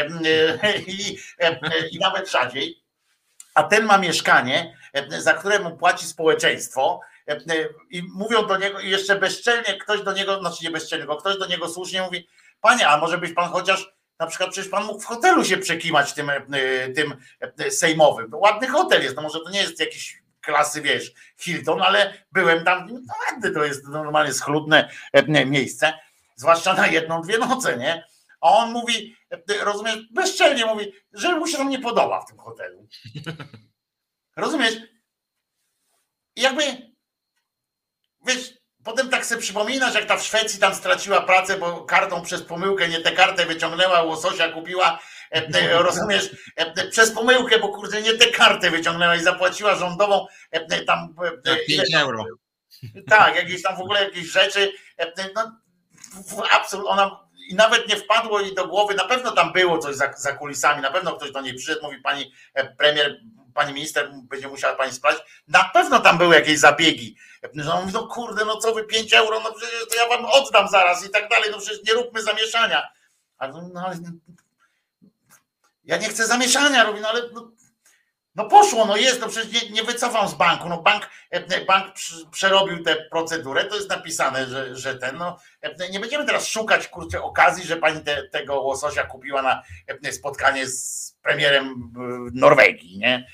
i, i nawet rzadziej. A ten ma mieszkanie, za które mu płaci społeczeństwo i mówią do niego i jeszcze bezczelnie ktoś do niego, znaczy nie bezczelnie, bo ktoś do niego słusznie mówi, panie, a może byś pan chociaż, na przykład przecież pan mógł w hotelu się przekimać tym, tym sejmowym. To ładny hotel jest, no może to nie jest jakiś klasy, wiesz, Hilton, ale byłem tam, no ładne to jest normalnie schludne miejsce, zwłaszcza na jedną, dwie noce, nie? A on mówi, rozumiesz, bezczelnie mówi, że mu się tam nie podoba w tym hotelu. Rozumiesz? I jakby, wiesz, potem tak sobie przypominasz, jak ta w Szwecji tam straciła pracę, bo kartą przez pomyłkę nie tę kartę wyciągnęła, łososia kupiła, rozumiesz, przez pomyłkę, bo kurde nie tę kartę wyciągnęła i zapłaciła rządową tam pięć euro. Tak, jakieś tam w ogóle jakieś rzeczy, no absolutnie, ona i nawet nie wpadło jej do głowy, na pewno tam było coś za, za kulisami, na pewno ktoś do niej przyszedł, mówi pani premier, pani minister, będzie musiała pani sprawdzić, na pewno tam były jakieś zabiegi, że on mówi, no kurde, no co wy, pięć euro, no przecież to ja wam oddam zaraz i tak dalej, no przecież nie róbmy zamieszania. Ale, no, ale ja nie chcę zamieszania robić, no ale no, no poszło, no jest, no przecież nie, nie wycofam z banku, no bank, bank przerobił tę procedurę, to jest napisane, że, że ten, no nie będziemy teraz szukać, kurczę, okazji, że pani te, tego łososia kupiła na spotkanie z premierem Norwegii, nie?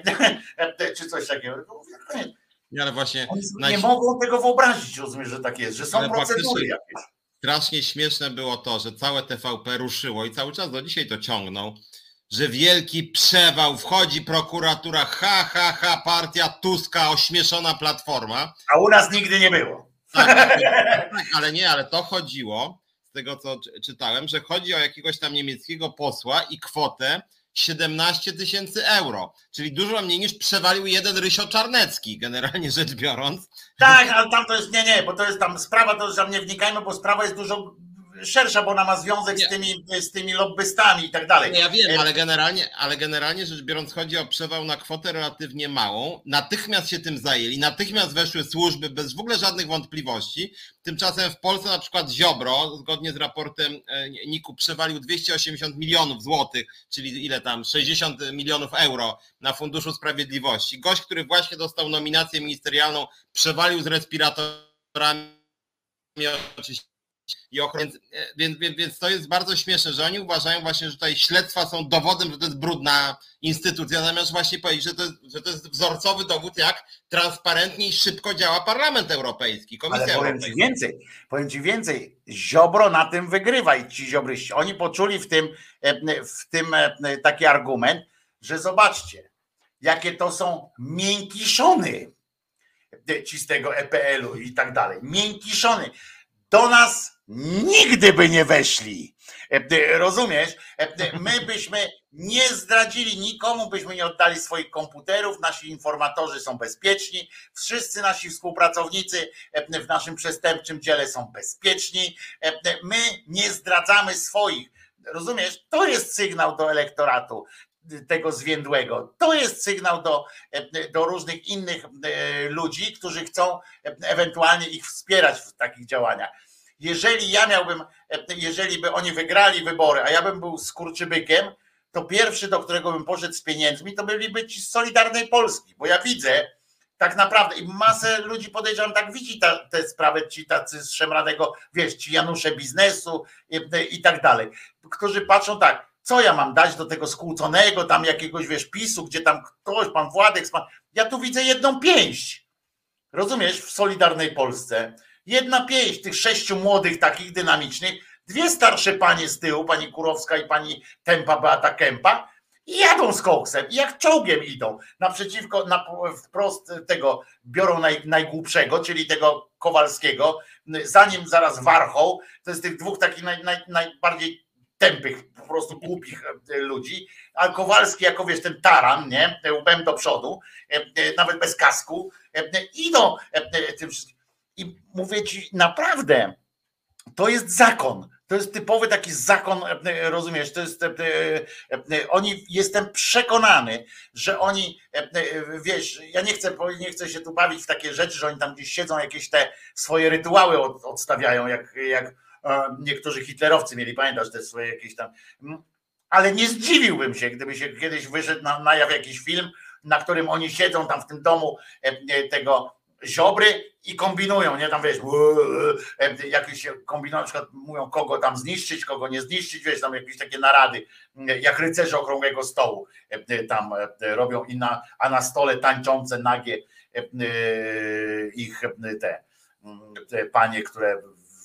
Czy coś takiego. Nie, ale właśnie Oni nie naj... mogą tego wyobrazić, rozumiesz, że tak jest, że są ale procedury jakieś. Strasznie śmieszne było to, że całe T V P ruszyło i cały czas do dzisiaj to ciągną, że wielki przewał, wchodzi prokuratura, ha, ha, ha, partia Tuska, ośmieszona platforma. A u nas nigdy nie było. Tak, tak, ale nie, ale to chodziło, z tego co czytałem, że chodzi o jakiegoś tam niemieckiego posła i kwotę siedemnaście tysięcy euro, czyli dużo mniej niż przewalił jeden Rysio Czarnecki, generalnie rzecz biorąc. Tak, ale tam to jest, nie, nie, bo to jest tam sprawa, to już tam nie wnikajmy, bo sprawa jest dużo szersza, bo ona ma związek z tymi, z tymi lobbystami i tak dalej. Ja wiem, ale generalnie, ale generalnie rzecz biorąc chodzi o przewał na kwotę relatywnie małą. Natychmiast się tym zajęli, natychmiast weszły służby bez w ogóle żadnych wątpliwości. Tymczasem w Polsce na przykład Ziobro, zgodnie z raportem niku, przewalił dwieście osiemdziesiąt milionów złotych, czyli ile tam, sześćdziesiąt milionów euro na Funduszu Sprawiedliwości. Gość, który właśnie dostał nominację ministerialną, przewalił z respiratorami oczywiście. I ochrony, więc, więc, więc to jest bardzo śmieszne, że oni uważają właśnie, że tutaj śledztwa są dowodem, że to jest brudna instytucja, zamiast właśnie powiedzieć, że to jest, że to jest wzorcowy dowód, jak transparentnie i szybko działa Parlament Europejski, Komisja Ale powiem Europejska. ci więcej, powiem ci więcej, Ziobro na tym wygrywa i ci ziobryści, oni poczuli w tym, w tym taki argument, że zobaczcie, jakie to są miękiszony ci z tego E P L u i tak dalej, miękiszony. Do nas nigdy by nie weszli. Rozumiesz? My byśmy nie zdradzili, nikomu byśmy nie oddali swoich komputerów, nasi informatorzy są bezpieczni, wszyscy nasi współpracownicy w naszym przestępczym dziele są bezpieczni, my nie zdradzamy swoich. Rozumiesz? To jest sygnał do elektoratu. tego zwiędłego. To jest sygnał do, do różnych innych ludzi, którzy chcą ewentualnie ich wspierać w takich działaniach. Jeżeli ja miałbym, jeżeli by oni wygrali wybory, a ja bym był skurczybykiem, to pierwszy, do którego bym poszedł z pieniędzmi, to byliby ci z Solidarnej Polski, bo ja widzę tak naprawdę i masę ludzi, podejrzewam, tak widzi ta, te sprawy, ci tacy z Szemranego, wiesz, ci Janusze biznesu i, i tak dalej, którzy patrzą tak, co ja mam dać do tego skłóconego tam jakiegoś, wiesz, PiSu, gdzie tam ktoś, pan Władek, pan... ja tu widzę jedną pięść, rozumiesz, w Solidarnej Polsce, jedna pięść tych sześciu młodych, takich dynamicznych, dwie starsze panie z tyłu, pani Kurowska i pani Tempa Beata Kępa, i jadą z koksem, i jak czołgiem idą naprzeciwko, na, wprost tego biorą naj, najgłupszego, czyli tego Kowalskiego, zanim zaraz Warchoł, to jest tych dwóch takich naj, naj, najbardziej tępych, po prostu głupich ludzi, a Kowalski jako wiesz ten taran, nie, łbem do przodu, nawet bez kasku, idą tym wszystkim. I mówię ci naprawdę, to jest zakon. To jest typowy taki zakon, rozumiesz, to jest, oni, jestem przekonany, że oni, wiesz, ja nie chcę, nie chcę się tu bawić w takie rzeczy, że oni tam gdzieś siedzą, jakieś te swoje rytuały odstawiają, jak, jak niektórzy hitlerowcy mieli, pamiętasz, te swoje jakieś tam, ale nie zdziwiłbym się, gdyby się kiedyś wyszedł na, na jaw jakiś film, na którym oni siedzą tam w tym domu tego Ziobry i kombinują, nie, tam wiesz, jakieś kombinują, na przykład mówią, kogo tam zniszczyć, kogo nie zniszczyć, wiesz, tam jakieś takie narady, jak rycerze okrągłego stołu tam robią, i na, a na stole tańczące nagie ich te, te panie, które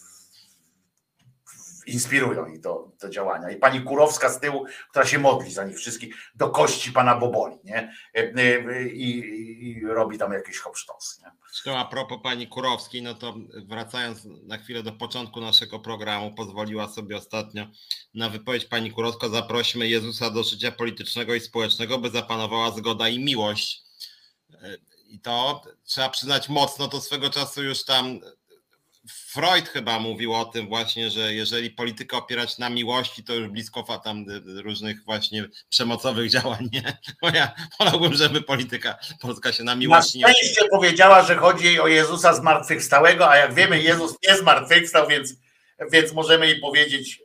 inspirują ich do, do działania. I pani Kurowska z tyłu, która się modli za nich wszystkich do kości pana Boboli, nie? I, i, i robi tam jakieś hopsztosy. A propos pani Kurowskiej, no to wracając na chwilę do początku naszego programu, pozwoliła sobie ostatnio na wypowiedź pani Kurowska: zaprośmy Jezusa do życia politycznego i społecznego, by zapanowała zgoda i miłość. I to trzeba przyznać mocno, to swego czasu już tam Freud chyba mówił o tym właśnie, że jeżeli politykę opierać na miłości, to już blisko tam różnych właśnie przemocowych działań, nie? Bo ja wolałbym, żeby polityka polska się na miłości nie... Na szczęście nie... powiedziała, że chodzi jej o Jezusa zmartwychwstałego, a jak wiemy, Jezus nie zmartwychwstał, więc, więc możemy jej powiedzieć,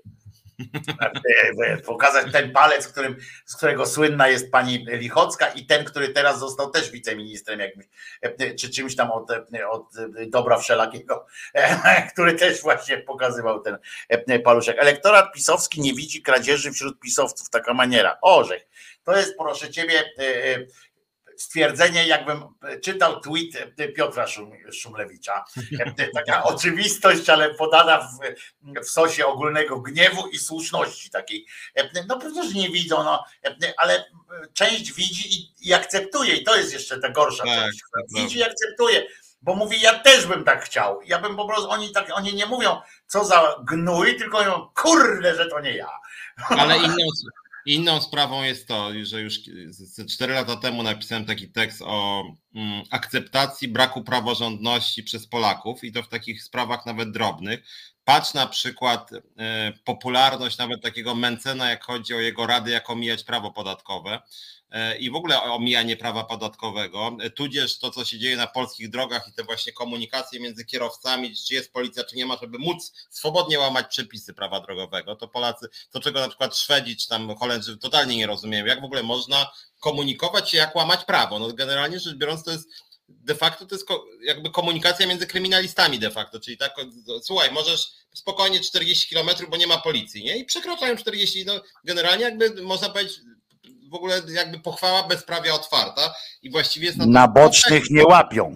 pokazać ten palec, którym, z którego słynna jest pani Lichocka, i ten, który teraz został też wiceministrem jakimś, czy czymś tam od, od dobra wszelakiego, który też właśnie pokazywał ten paluszek. Elektorat pisowski nie widzi kradzieży wśród pisowców, taka maniera. Orzech. To jest, proszę ciebie, stwierdzenie, jakbym czytał tweet Piotra Szum, Szumlewicza. Taka oczywistość, ale podana w, w sosie ogólnego gniewu i słuszności takiej. No przecież nie widzą, no, ale część widzi i, i akceptuje, i to jest jeszcze ta gorsza tak, część. Widzi i akceptuje, bo mówi, ja też bym tak chciał. Ja bym po prostu, oni tak, oni nie mówią, co za gnój, tylko mówią, kurde, że to nie ja. Ale inną Inną sprawą jest to, że już cztery lata temu napisałem taki tekst o mm, akceptacji braku praworządności przez Polaków, i to w takich sprawach nawet drobnych. Patrz na przykład y, popularność nawet takiego Mencena, jak chodzi o jego rady, jak omijać prawo podatkowe y, i w ogóle omijanie prawa podatkowego, y, tudzież to, co się dzieje na polskich drogach i te właśnie komunikacje między kierowcami, czy jest policja, czy nie ma, żeby móc swobodnie łamać przepisy prawa drogowego. To Polacy, to czego na przykład Szwedzi czy tam Holendrzy totalnie nie rozumieją, jak w ogóle można komunikować się, jak łamać prawo. No generalnie rzecz biorąc, to jest de facto to jest jakby komunikacja między kryminalistami de facto, czyli tak, słuchaj, możesz spokojnie czterdzieści kilometrów, bo nie ma policji, nie? I przekraczają czterdzieści, no generalnie jakby można powiedzieć w ogóle jakby pochwała bezprawia otwarta i właściwie jest na, na bocznych nie łapią.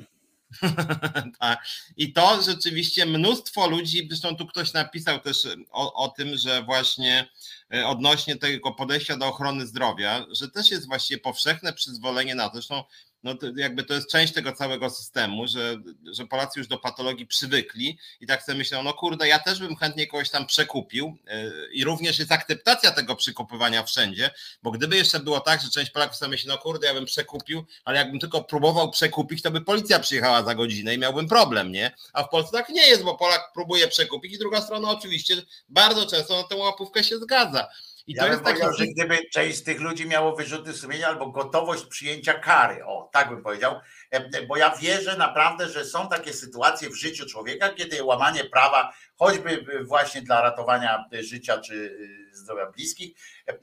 Tak. I to rzeczywiście mnóstwo ludzi, zresztą tu ktoś napisał też o, o tym, że właśnie odnośnie tego podejścia do ochrony zdrowia, że też jest właściwie powszechne przyzwolenie na to, zresztą no to jakby to jest część tego całego systemu, że, że Polacy już do patologii przywykli i tak sobie myślą, no kurde, ja też bym chętnie kogoś tam przekupił i również jest akceptacja tego przekupywania wszędzie, bo gdyby jeszcze było tak, że część Polaków sobie myśli, no kurde, ja bym przekupił, ale jakbym tylko próbował przekupić, to by policja przyjechała za godzinę i miałbym problem, nie? A w Polsce tak nie jest, bo Polak próbuje przekupić i druga strona oczywiście bardzo często na tę łapówkę się zgadza. I Ja to bym jest taki... powiedział, że gdyby część z tych ludzi miało wyrzuty sumienia albo gotowość przyjęcia kary, o tak bym powiedział, bo ja wierzę naprawdę, że są takie sytuacje w życiu człowieka, kiedy łamanie prawa, choćby właśnie dla ratowania życia czy zdrowia bliskich,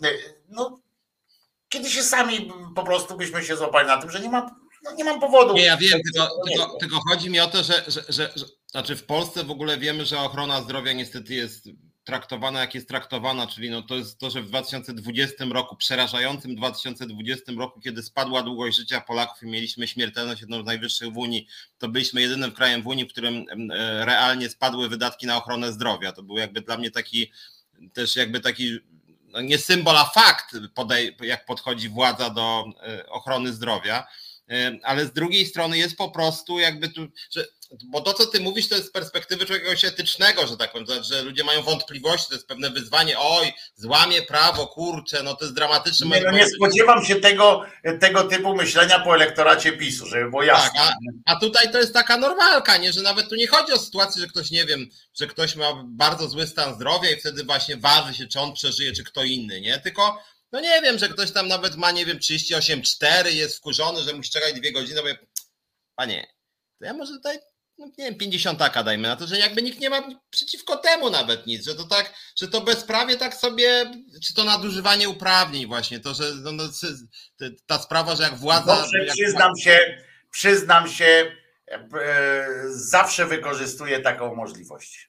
no kiedy się sami po prostu byśmy się złapali na tym, że nie ma, no nie mam powodu. Nie, ja wiem, tylko, tylko, tylko chodzi mi o to, że, że, że, że znaczy w Polsce w ogóle wiemy, że ochrona zdrowia niestety jest traktowana jak jest traktowana, czyli no to jest to, że w dwa tysiące dwudziestym roku, przerażającym dwa tysiące dwudziestym roku, kiedy spadła długość życia Polaków i mieliśmy śmiertelność jedną z najwyższych w Unii, to byliśmy jedynym krajem w Unii, w którym realnie spadły wydatki na ochronę zdrowia. To był jakby dla mnie taki też jakby taki no nie symbol, a fakt, podej- jak podchodzi władza do ochrony zdrowia. Ale z drugiej strony jest po prostu jakby tu, że, bo to co ty mówisz to jest z perspektywy czegoś etycznego, że tak powiem, że ludzie mają wątpliwości, to jest pewne wyzwanie, oj, złamie prawo, kurczę, no to jest dramatyczne. Nie, no nie spodziewam się tego, tego typu myślenia po elektoracie PiSu, żeby było jasne. Tak, a, a tutaj to jest taka normalka, nie, że nawet tu nie chodzi o sytuację, że ktoś, nie wiem, że ktoś ma bardzo zły stan zdrowia i wtedy właśnie waży się, czy on przeżyje, czy kto inny, nie, tylko no nie wiem, że ktoś tam nawet ma, nie wiem, trzydzieści osiem cztery, jest wkurzony, że musi czekać dwie godziny, bo ja, panie, to ja może tutaj, no nie wiem, pięćdziesiątaka dajmy na to, że jakby nikt nie ma przeciwko temu nawet nic, że to tak, że to bezprawie tak sobie, czy to nadużywanie uprawnień właśnie, to, że no, no, ta sprawa, że jak władza... Dobrze, jak... przyznam się, przyznam się, e, zawsze wykorzystuję taką możliwość.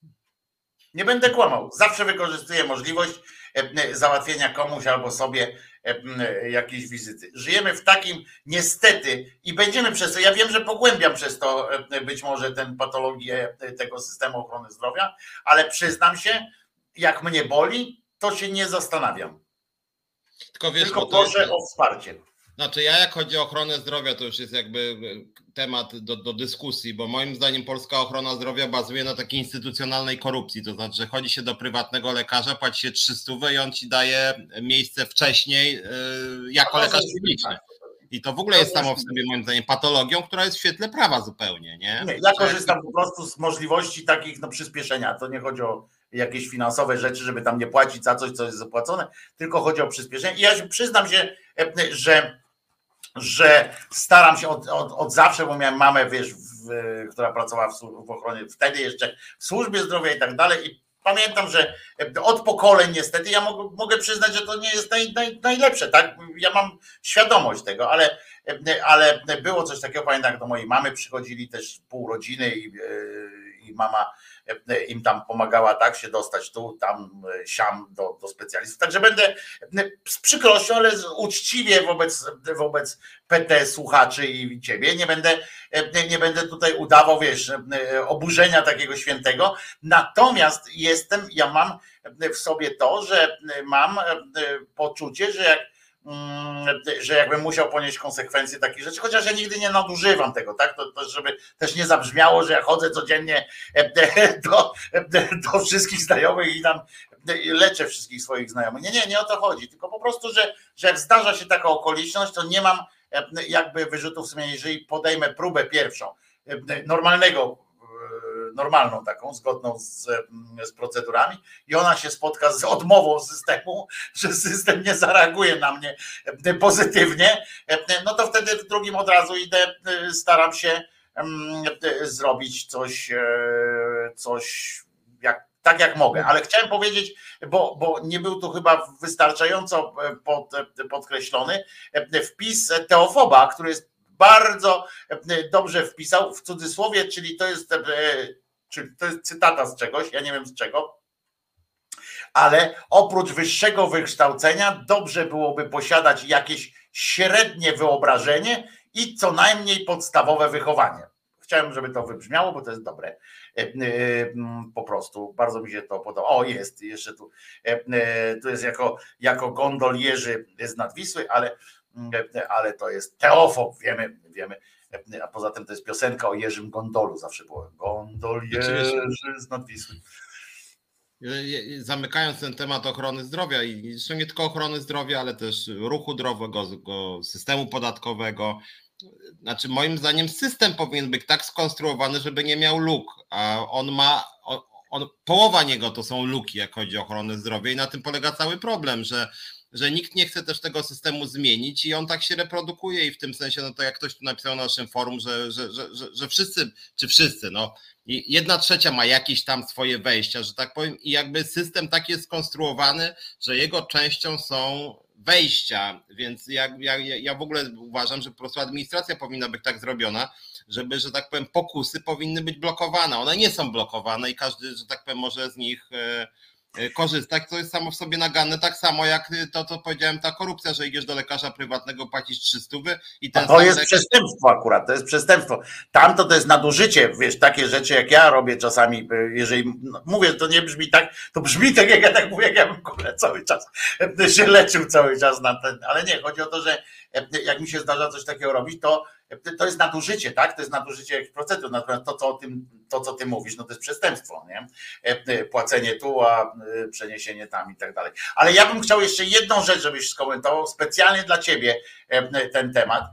Nie będę kłamał, zawsze wykorzystuję możliwość załatwienia komuś albo sobie jakiejś wizyty. Żyjemy w takim niestety i będziemy przez to, ja wiem, że pogłębiam przez to być może tę patologię tego systemu ochrony zdrowia, ale przyznam się, jak mnie boli, to się nie zastanawiam. Tylko, wiesz, Tylko proszę jest... o wsparcie. Znaczy ja jak chodzi o ochronę zdrowia, to już jest jakby temat do, do dyskusji, bo moim zdaniem polska ochrona zdrowia bazuje na takiej instytucjonalnej korupcji, to znaczy, że chodzi się do prywatnego lekarza, płaci się trzysta i on ci daje miejsce wcześniej yy, jako lekarz publiczny. I to w ogóle jest samo w sobie moim zdaniem patologią, która jest w świetle prawa zupełnie, nie? Nie, ja korzystam po prostu z możliwości takich no, przyspieszenia, to nie chodzi o jakieś finansowe rzeczy, żeby tam nie płacić za coś, co jest zapłacone, tylko chodzi o przyspieszenie i ja się przyznam się, że że staram się od, od, od zawsze, bo miałem mamę, wiesz, w, która pracowała w, w ochronie, wtedy jeszcze w służbie zdrowia i tak dalej i pamiętam, że od pokoleń niestety, ja mogę, mogę przyznać, że to nie jest naj, naj, najlepsze, tak, ja mam świadomość tego, ale, ale było coś takiego, pamiętam, jak do mojej mamy przychodzili też pół rodziny i, i mama im tam pomagała tak się dostać tu, tam, siam do, do specjalistów. Także będę z przykrością, ale uczciwie wobec, wobec P T słuchaczy i ciebie, nie będę, nie będę tutaj udawał, wiesz, oburzenia takiego świętego. Natomiast jestem, ja mam w sobie to, że mam poczucie, że jak że jakbym musiał ponieść konsekwencje takich rzeczy, chociaż ja nigdy nie nadużywam tego, tak, to, to żeby też nie zabrzmiało, że ja chodzę codziennie do, do wszystkich znajomych i tam leczę wszystkich swoich znajomych. Nie, nie, nie o to chodzi, tylko po prostu, że, że jak zdarza się taka okoliczność, to nie mam jakby wyrzutów sumienia, jeżeli podejmę próbę pierwszą normalnego, normalną taką, zgodną z, z procedurami i ona się spotka z odmową systemu, że system nie zareaguje na mnie pozytywnie, no to wtedy w drugim od razu idę, staram się zrobić coś, coś jak, tak jak mogę, ale chciałem powiedzieć, bo, bo nie był tu chyba wystarczająco pod, podkreślony wpis Teofoba, który jest bardzo dobrze wpisał w cudzysłowie, czyli to jest, czyli to jest cytata z czegoś, ja nie wiem z czego, ale oprócz wyższego wykształcenia dobrze byłoby posiadać jakieś średnie wyobrażenie i co najmniej podstawowe wychowanie. Chciałem, żeby to wybrzmiało, bo to jest dobre. Po prostu bardzo mi się to podoba. O, jest jeszcze tu. Tu jest jako, jako gondolierzy z Nadwisły, ale ale to jest Teofob, wiemy, wiemy, a poza tym to jest piosenka o Jerzym Gondolu, zawsze było Gondol Jerzy z Nadwisły. Zamykając ten temat ochrony zdrowia i zresztą nie tylko ochrony zdrowia, ale też ruchu drogowego, systemu podatkowego, znaczy moim zdaniem system powinien być tak skonstruowany, żeby nie miał luk, a on ma on, połowa niego to są luki, jak chodzi o ochronę zdrowia i na tym polega cały problem, że że nikt nie chce też tego systemu zmienić i on tak się reprodukuje i w tym sensie, no to jak ktoś tu napisał na naszym forum, że, że, że, że, że wszyscy, czy wszyscy, no i jedna trzecia ma jakieś tam swoje wejścia, że tak powiem, i jakby system tak jest skonstruowany, że jego częścią są wejścia, więc ja, ja, ja w ogóle uważam, że po prostu administracja powinna być tak zrobiona, żeby, że tak powiem, pokusy powinny być blokowane. One nie są blokowane i każdy, że tak powiem, może z nich korzystać, to jest samo w sobie naganne, tak samo jak to, co powiedziałem, ta korupcja, że idziesz do lekarza prywatnego, płacisz trzysta i ten A to jest lekarz... przestępstwo akurat, to jest przestępstwo. Tamto to jest nadużycie, wiesz, takie rzeczy jak ja robię czasami, jeżeli no, mówię, to nie brzmi tak, to brzmi tak jak ja tak mówię, jak ja bym w ogóle cały czas się leczył cały czas na ten, ale nie, chodzi o to, że jak mi się zdarza coś takiego robić, to to jest nadużycie, tak? To jest nadużycie jakichś procentów, natomiast to, co o tym, to, co ty mówisz, no to jest przestępstwo, nie? Płacenie tu, a przeniesienie tam i tak dalej. Ale ja bym chciał jeszcze jedną rzecz, żebyś skomentował specjalnie dla ciebie ten temat.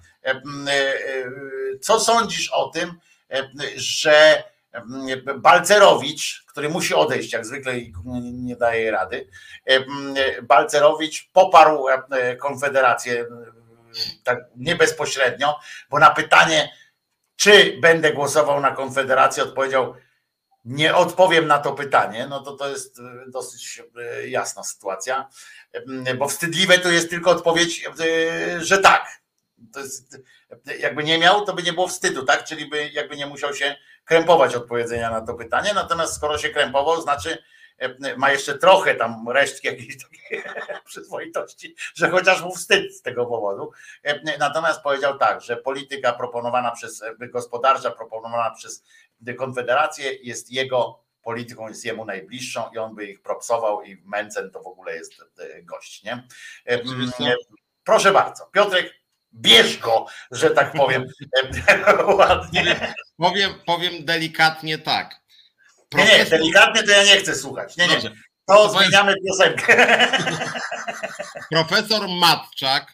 Co sądzisz o tym, że Balcerowicz, który musi odejść, jak zwykle i nie daje rady, Balcerowicz poparł Konfederację tak nie bezpośrednio, bo na pytanie, czy będę głosował na Konfederację, odpowiedział, nie odpowiem na to pytanie, no to to jest dosyć jasna sytuacja, bo wstydliwe to jest tylko odpowiedź, że tak. To jest, jakby nie miał, to by nie było wstydu, tak? Czyli by jakby nie musiał się krępować odpowiedzenia na to pytanie, natomiast skoro się krępował, znaczy ma jeszcze trochę tam resztki jakiejś takiej przyzwoitości, że chociaż mu wstyd z tego powodu. Natomiast powiedział tak, że polityka proponowana przez, gospodarcza proponowana przez Konfederację jest jego polityką, jest jemu najbliższą i on by ich propsował i Mencen to w ogóle jest gość, nie? Proszę bardzo, Piotrek, bierz go, że tak powiem ładnie. Powiem, powiem delikatnie tak. Profesor... Nie, nie, delikatnie to ja nie chcę słuchać. Nie, nie. To, to zmieniamy jest... piosenkę. Profesor Matczak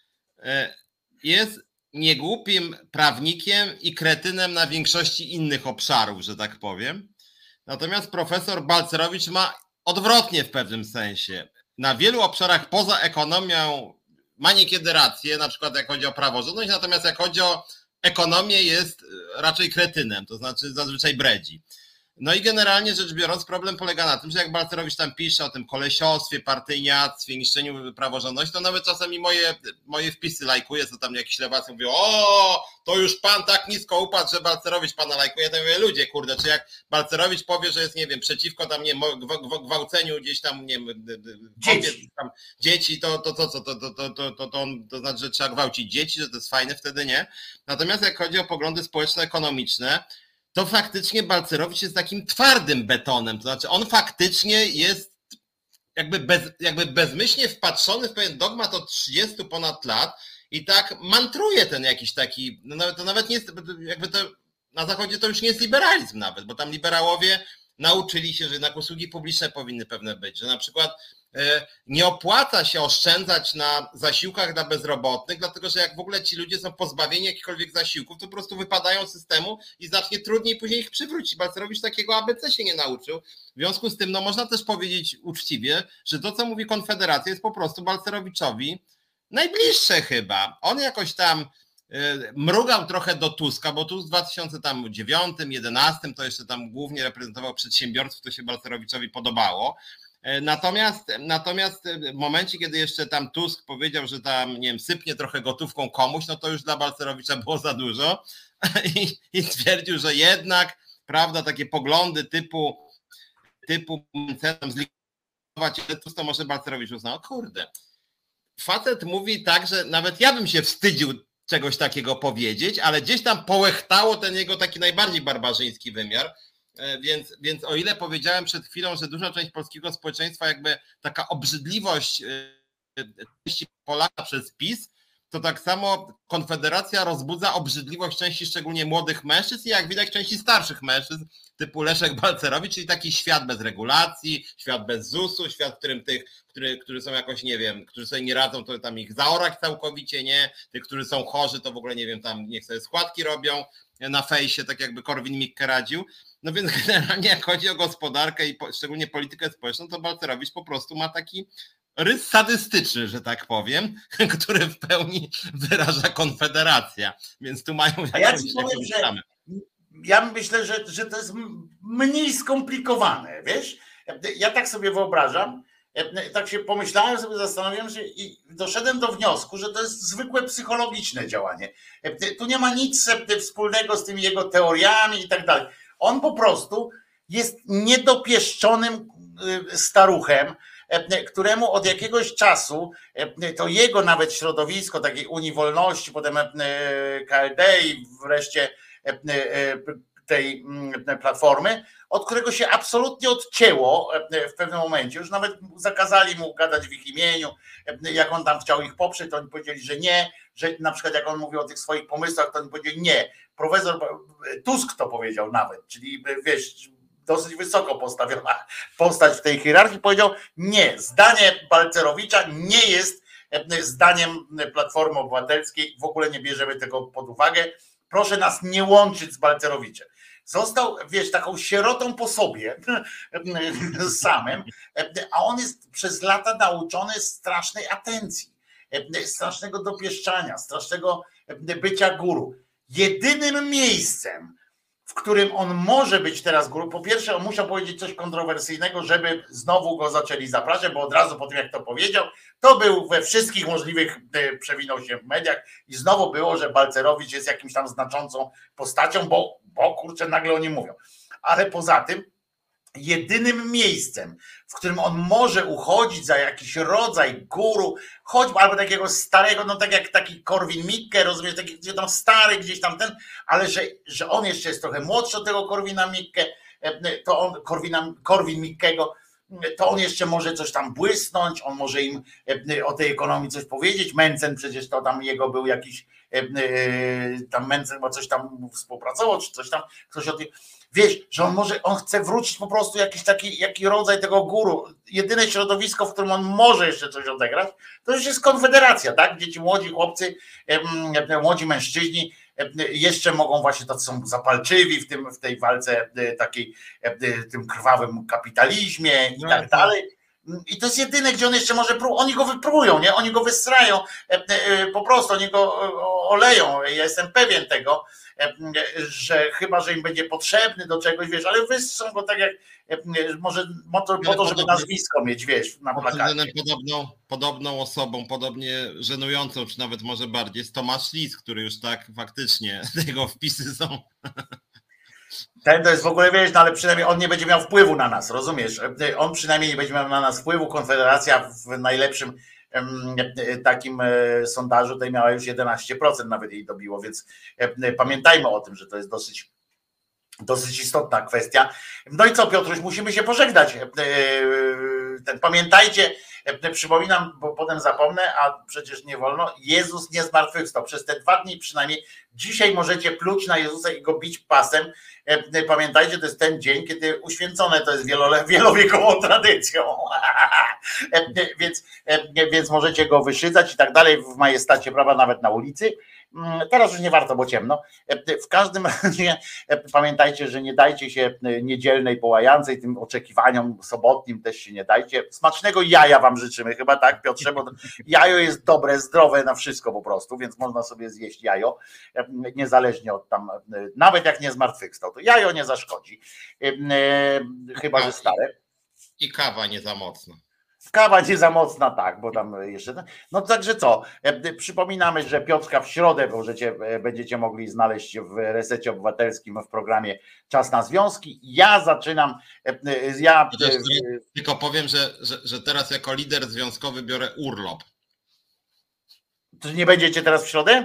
jest niegłupim prawnikiem i kretynem na większości innych obszarów, że tak powiem. Natomiast profesor Balcerowicz ma odwrotnie w pewnym sensie. Na wielu obszarach poza ekonomią ma niekiedy rację, na przykład jak chodzi o praworządność, natomiast jak chodzi o ekonomię jest raczej kretynem, to znaczy zazwyczaj bredzi. No i generalnie rzecz biorąc problem polega na tym, że jak Balcerowicz tam pisze o tym kolesiostwie, partyjniactwie, niszczeniu praworządności, to nawet czasami moje, moje wpisy lajkuje, co tam jakiś lewacy mówią, o, to już pan tak nisko upadł, że Balcerowicz pana lajkuje. To ja mówię, ludzie, kurde, czy jak Balcerowicz powie, że jest, nie wiem, przeciwko tam, nie gwałceniu gdzieś tam, nie wiem, dzieci, tam, dzieci to to, to, to, to, to, to, to, to, to, to znaczy, że trzeba gwałcić dzieci, że to jest fajne, wtedy nie. Natomiast jak chodzi o poglądy społeczno-ekonomiczne, to faktycznie Balcerowicz jest takim twardym betonem, to znaczy on faktycznie jest jakby, bez, jakby bezmyślnie wpatrzony w pewien dogmat od trzydziestu ponad lat i tak mantruje ten jakiś taki, no nawet, to nawet nie jest, jakby to na zachodzie to już nie jest liberalizm nawet, bo tam liberałowie nauczyli się, że jednak usługi publiczne powinny pewne być, że na przykład nie opłaca się oszczędzać na zasiłkach dla bezrobotnych, dlatego że jak w ogóle ci ludzie są pozbawieni jakichkolwiek zasiłków, to po prostu wypadają z systemu i znacznie trudniej później ich przywrócić. Balcerowicz takiego A B C się nie nauczył. W związku z tym no można też powiedzieć uczciwie, że to co mówi Konfederacja jest po prostu Balcerowiczowi najbliższe chyba. On jakoś tam mrugał trochę do Tuska, bo Tusk w dwa tysiące dziewiątym, jedenastym to jeszcze tam głównie reprezentował przedsiębiorców, to się Balcerowiczowi podobało. Natomiast, natomiast w momencie, kiedy jeszcze tam Tusk powiedział, że tam, nie wiem, sypnie trochę gotówką komuś, no to już dla Balcerowicza było za dużo i, i stwierdził, że jednak, prawda, takie poglądy typu typu zlikwidować, to może Balcerowicz uznał, o kurde, facet mówi tak, że nawet ja bym się wstydził czegoś takiego powiedzieć, ale gdzieś tam połechtało ten jego taki najbardziej barbarzyński wymiar. Więc, więc o ile powiedziałem przed chwilą, że duża część polskiego społeczeństwa jakby taka obrzydliwość części Polaka przez PiS, to tak samo Konfederacja rozbudza obrzydliwość części szczególnie młodych mężczyzn i jak widać części starszych mężczyzn typu Leszek Balcerowicz, czyli taki świat bez regulacji, świat bez zusu, świat, w którym tych, który, którzy są jakoś, nie wiem, którzy sobie nie radzą, to tam ich zaorać całkowicie, nie? Tych, którzy są chorzy, to w ogóle nie wiem, tam niech sobie składki robią. na fejsie, tak jakby Korwin-Mikke radził. No więc generalnie jak chodzi o gospodarkę i po, szczególnie politykę społeczną, to Balcerowicz po prostu ma taki rys sadystyczny, że tak powiem, który w pełni wyraża Konfederacja. Więc tu mają A ja ci powiem, że ja myślę, że, że to jest mniej skomplikowane, wiesz? Ja tak sobie wyobrażam, tak się pomyślałem, sobie zastanawiam się i doszedłem do wniosku, że to jest zwykłe psychologiczne działanie. Tu nie ma nic wspólnego z tymi jego teoriami i tak dalej. On po prostu jest niedopieszczonym staruchem, któremu od jakiegoś czasu to jego nawet środowisko takiej Unii Wolności, potem K L D i wreszcie tej Platformy, od którego się absolutnie odcięło w pewnym momencie. Już nawet zakazali mu gadać w ich imieniu. Jak on tam chciał ich poprzeć, to oni powiedzieli, że nie, że na przykład jak on mówił o tych swoich pomysłach, to oni powiedzieli nie. Profesor Tusk to powiedział nawet, czyli wiesz, dosyć wysoko postawiona postać w tej hierarchii, powiedział nie, zdanie Balcerowicza nie jest zdaniem Platformy Obywatelskiej, w ogóle nie bierzemy tego pod uwagę, proszę nas nie łączyć z Balcerowiczem. Został, wiesz, taką sierotą po sobie samym, a on jest przez lata nauczony strasznej atencji, strasznego dopieszczania, strasznego bycia guru. Jedynym miejscem, w którym on może być teraz guru, po pierwsze on musiał powiedzieć coś kontrowersyjnego, żeby znowu go zaczęli zapraszać, bo od razu po tym jak to powiedział, to był we wszystkich możliwych, przewinął się w mediach i znowu było, że Balcerowicz jest jakimś tam znaczącą postacią, bo, bo kurczę nagle oni mówią. Ale poza tym jedynym miejscem, w którym on może uchodzić za jakiś rodzaj guru, choćby albo takiego starego, no tak jak taki Korwin-Mikke, rozumiesz, taki gdzie tam stary gdzieś tam ten, ale że, że on jeszcze jest trochę młodszy od tego Korwina-Mikke, to on, Korwina, Korwin-Mikkego, to on jeszcze może coś tam błysnąć, on może im o tej ekonomii coś powiedzieć. Mencen przecież to tam jego był jakiś, tam Mencen bo coś tam współpracował, czy coś tam, ktoś o tym. Wiesz, że on może, on chce wrócić po prostu jakiś taki, jaki rodzaj tego guru. Jedyne środowisko, w którym on może jeszcze coś odegrać, to już jest Konfederacja, tak? Gdzie ci młodzi chłopcy, młodzi mężczyźni jeszcze mogą właśnie, tacy są zapalczywi w tym, w tej walce takiej, tym krwawym kapitalizmie i tak dalej. I to jest jedyne, gdzie on jeszcze może próbować. Oni go wyprują, nie? Oni go wysrają, po prostu oni go oleją. Ja jestem pewien tego, że chyba, że im będzie potrzebny do czegoś, wiesz, ale wystrzą go tak jak może po to, po to żeby nazwisko mieć, wiesz, na plakacie. Podobną, podobną osobą, podobnie żenującą, czy nawet może bardziej, jest Tomasz Lis, który już tak faktycznie jego wpisy są. Ten to jest w ogóle, wiesz, no ale przynajmniej on nie będzie miał wpływu na nas, rozumiesz? On przynajmniej nie będzie miał na nas wpływu. Konfederacja w najlepszym takim sondażu tutaj miała już jedenaście procent, nawet jej dobiło, więc pamiętajmy o tym, że to jest dosyć dosyć istotna kwestia. No i co, Piotruś, musimy się pożegnać. Ten, pamiętajcie, przypominam, bo potem zapomnę, a przecież nie wolno, Jezus nie zmartwychwstał. Przez te dwa dni przynajmniej, dzisiaj możecie pluć na Jezusa i go bić pasem. Pamiętajcie, to jest ten dzień, kiedy uświęcone to jest wielole, wielowiekową tradycją. więc, więc możecie go wyszydzać i tak dalej w majestacie prawa, nawet na ulicy. Teraz już nie warto, bo ciemno. W każdym razie pamiętajcie, że nie dajcie się niedzielnej połajance, tym oczekiwaniom sobotnim też się nie dajcie. Smacznego jaja wam życzymy chyba, tak, Piotrze, bo jajo jest dobre, zdrowe na wszystko po prostu, więc można sobie zjeść jajo, niezależnie od tam, nawet jak nie zmartwychwstał, to jajo nie zaszkodzi, chyba że stare. I kawa nie za mocno. Kawa nie za mocna, tak, bo tam jeszcze. No także co? Przypominamy, że Piotrka w środę możecie, będziecie mogli znaleźć w Resecie Obywatelskim w programie Czas na Związki. Ja zaczynam. Ja... Tylko powiem, że, że, że teraz jako lider związkowy biorę urlop. To nie będziecie teraz w środę?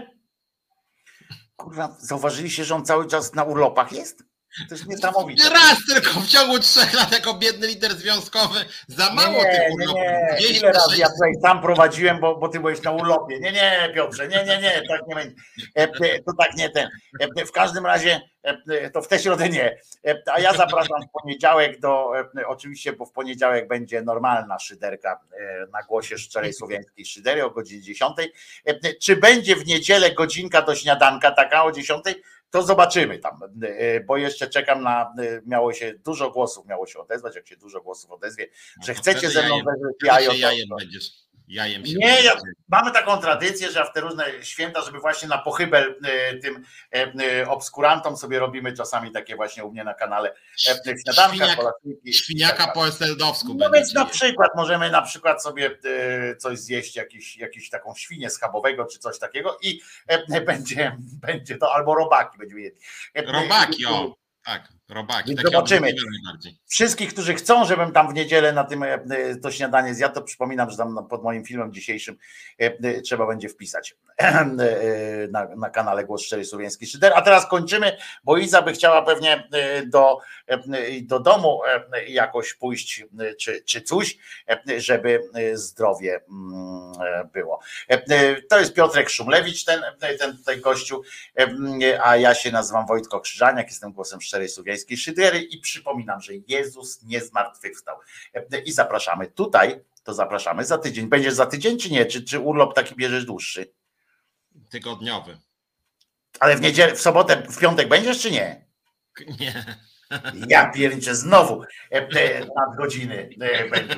Kurwa, zauważyliście, że on cały czas na urlopach jest? To jest niesamowite. Raz tylko w ciągu trzech lat jako biedny lider związkowy za mało nie, tych urlopów. Nie, nie. Ile razy ja tutaj sam prowadziłem, bo, bo ty byłeś na urlopie. Nie, nie, Piotrze, nie, nie, nie, tak nie będzie. To tak nie ten. W każdym razie to w tę środę nie. A ja zapraszam w poniedziałek do, oczywiście, bo w poniedziałek będzie normalna szyderka na głosie Szczerej Słowiańskiej Szydery o godzinie dziesiątej. Czy będzie w niedzielę godzinka do śniadanka taka o dziesiątej? to zobaczymy tam, bo jeszcze czekam na, miało się dużo głosów, miało się odezwać, jak się dużo głosów odezwie, że No chcecie ze mną wezwać jajo, jajo. jajem będziesz. Jajem się Nie, ja, mamy taką tradycję, że w te różne święta, żeby właśnie na pochybel tym obskurantom sobie robimy czasami takie właśnie u mnie na kanale śniadanka, Świniak, kolacyjki. Świniaka po esteldowsku. No więc na przykład możemy na przykład sobie coś zjeść, jakiś, jakiś taką świnię schabowego czy coś takiego i będzie, będzie to albo robaki będziemy jedli. Robaki, o. Tak, robaki. Takie zobaczymy. Wszystkich, którzy chcą, żebym tam w niedzielę na tym to śniadanie zjadł, to przypominam, że tam pod moim filmem dzisiejszym trzeba będzie wpisać na, na kanale Głos Szczery Słowiański Szyder. A teraz kończymy, bo Iza by chciała pewnie do, do domu jakoś pójść, czy, czy coś, żeby zdrowie było. To jest Piotrek Szumlewicz, ten, ten tutaj gościu, a ja się nazywam Wojtko Krzyżaniak, jestem Głosem Szczerej Słowiańskiej Szydery i przypominam, że Jezus nie zmartwychwstał. I zapraszamy tutaj, to zapraszamy za tydzień. Będziesz za tydzień czy nie? Czy, czy urlop taki bierzesz dłuższy? Tygodniowy. Ale w niedzielę, w sobotę, w piątek będziesz czy nie? Nie. Ja pierniczę znowu nadgodziny będzie.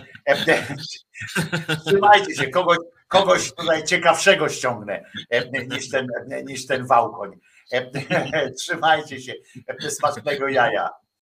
Trzymajcie się, kogoś, kogoś tutaj ciekawszego ściągnę niż ten, niż ten wałkoń. Trzymajcie się, smacznego jaja.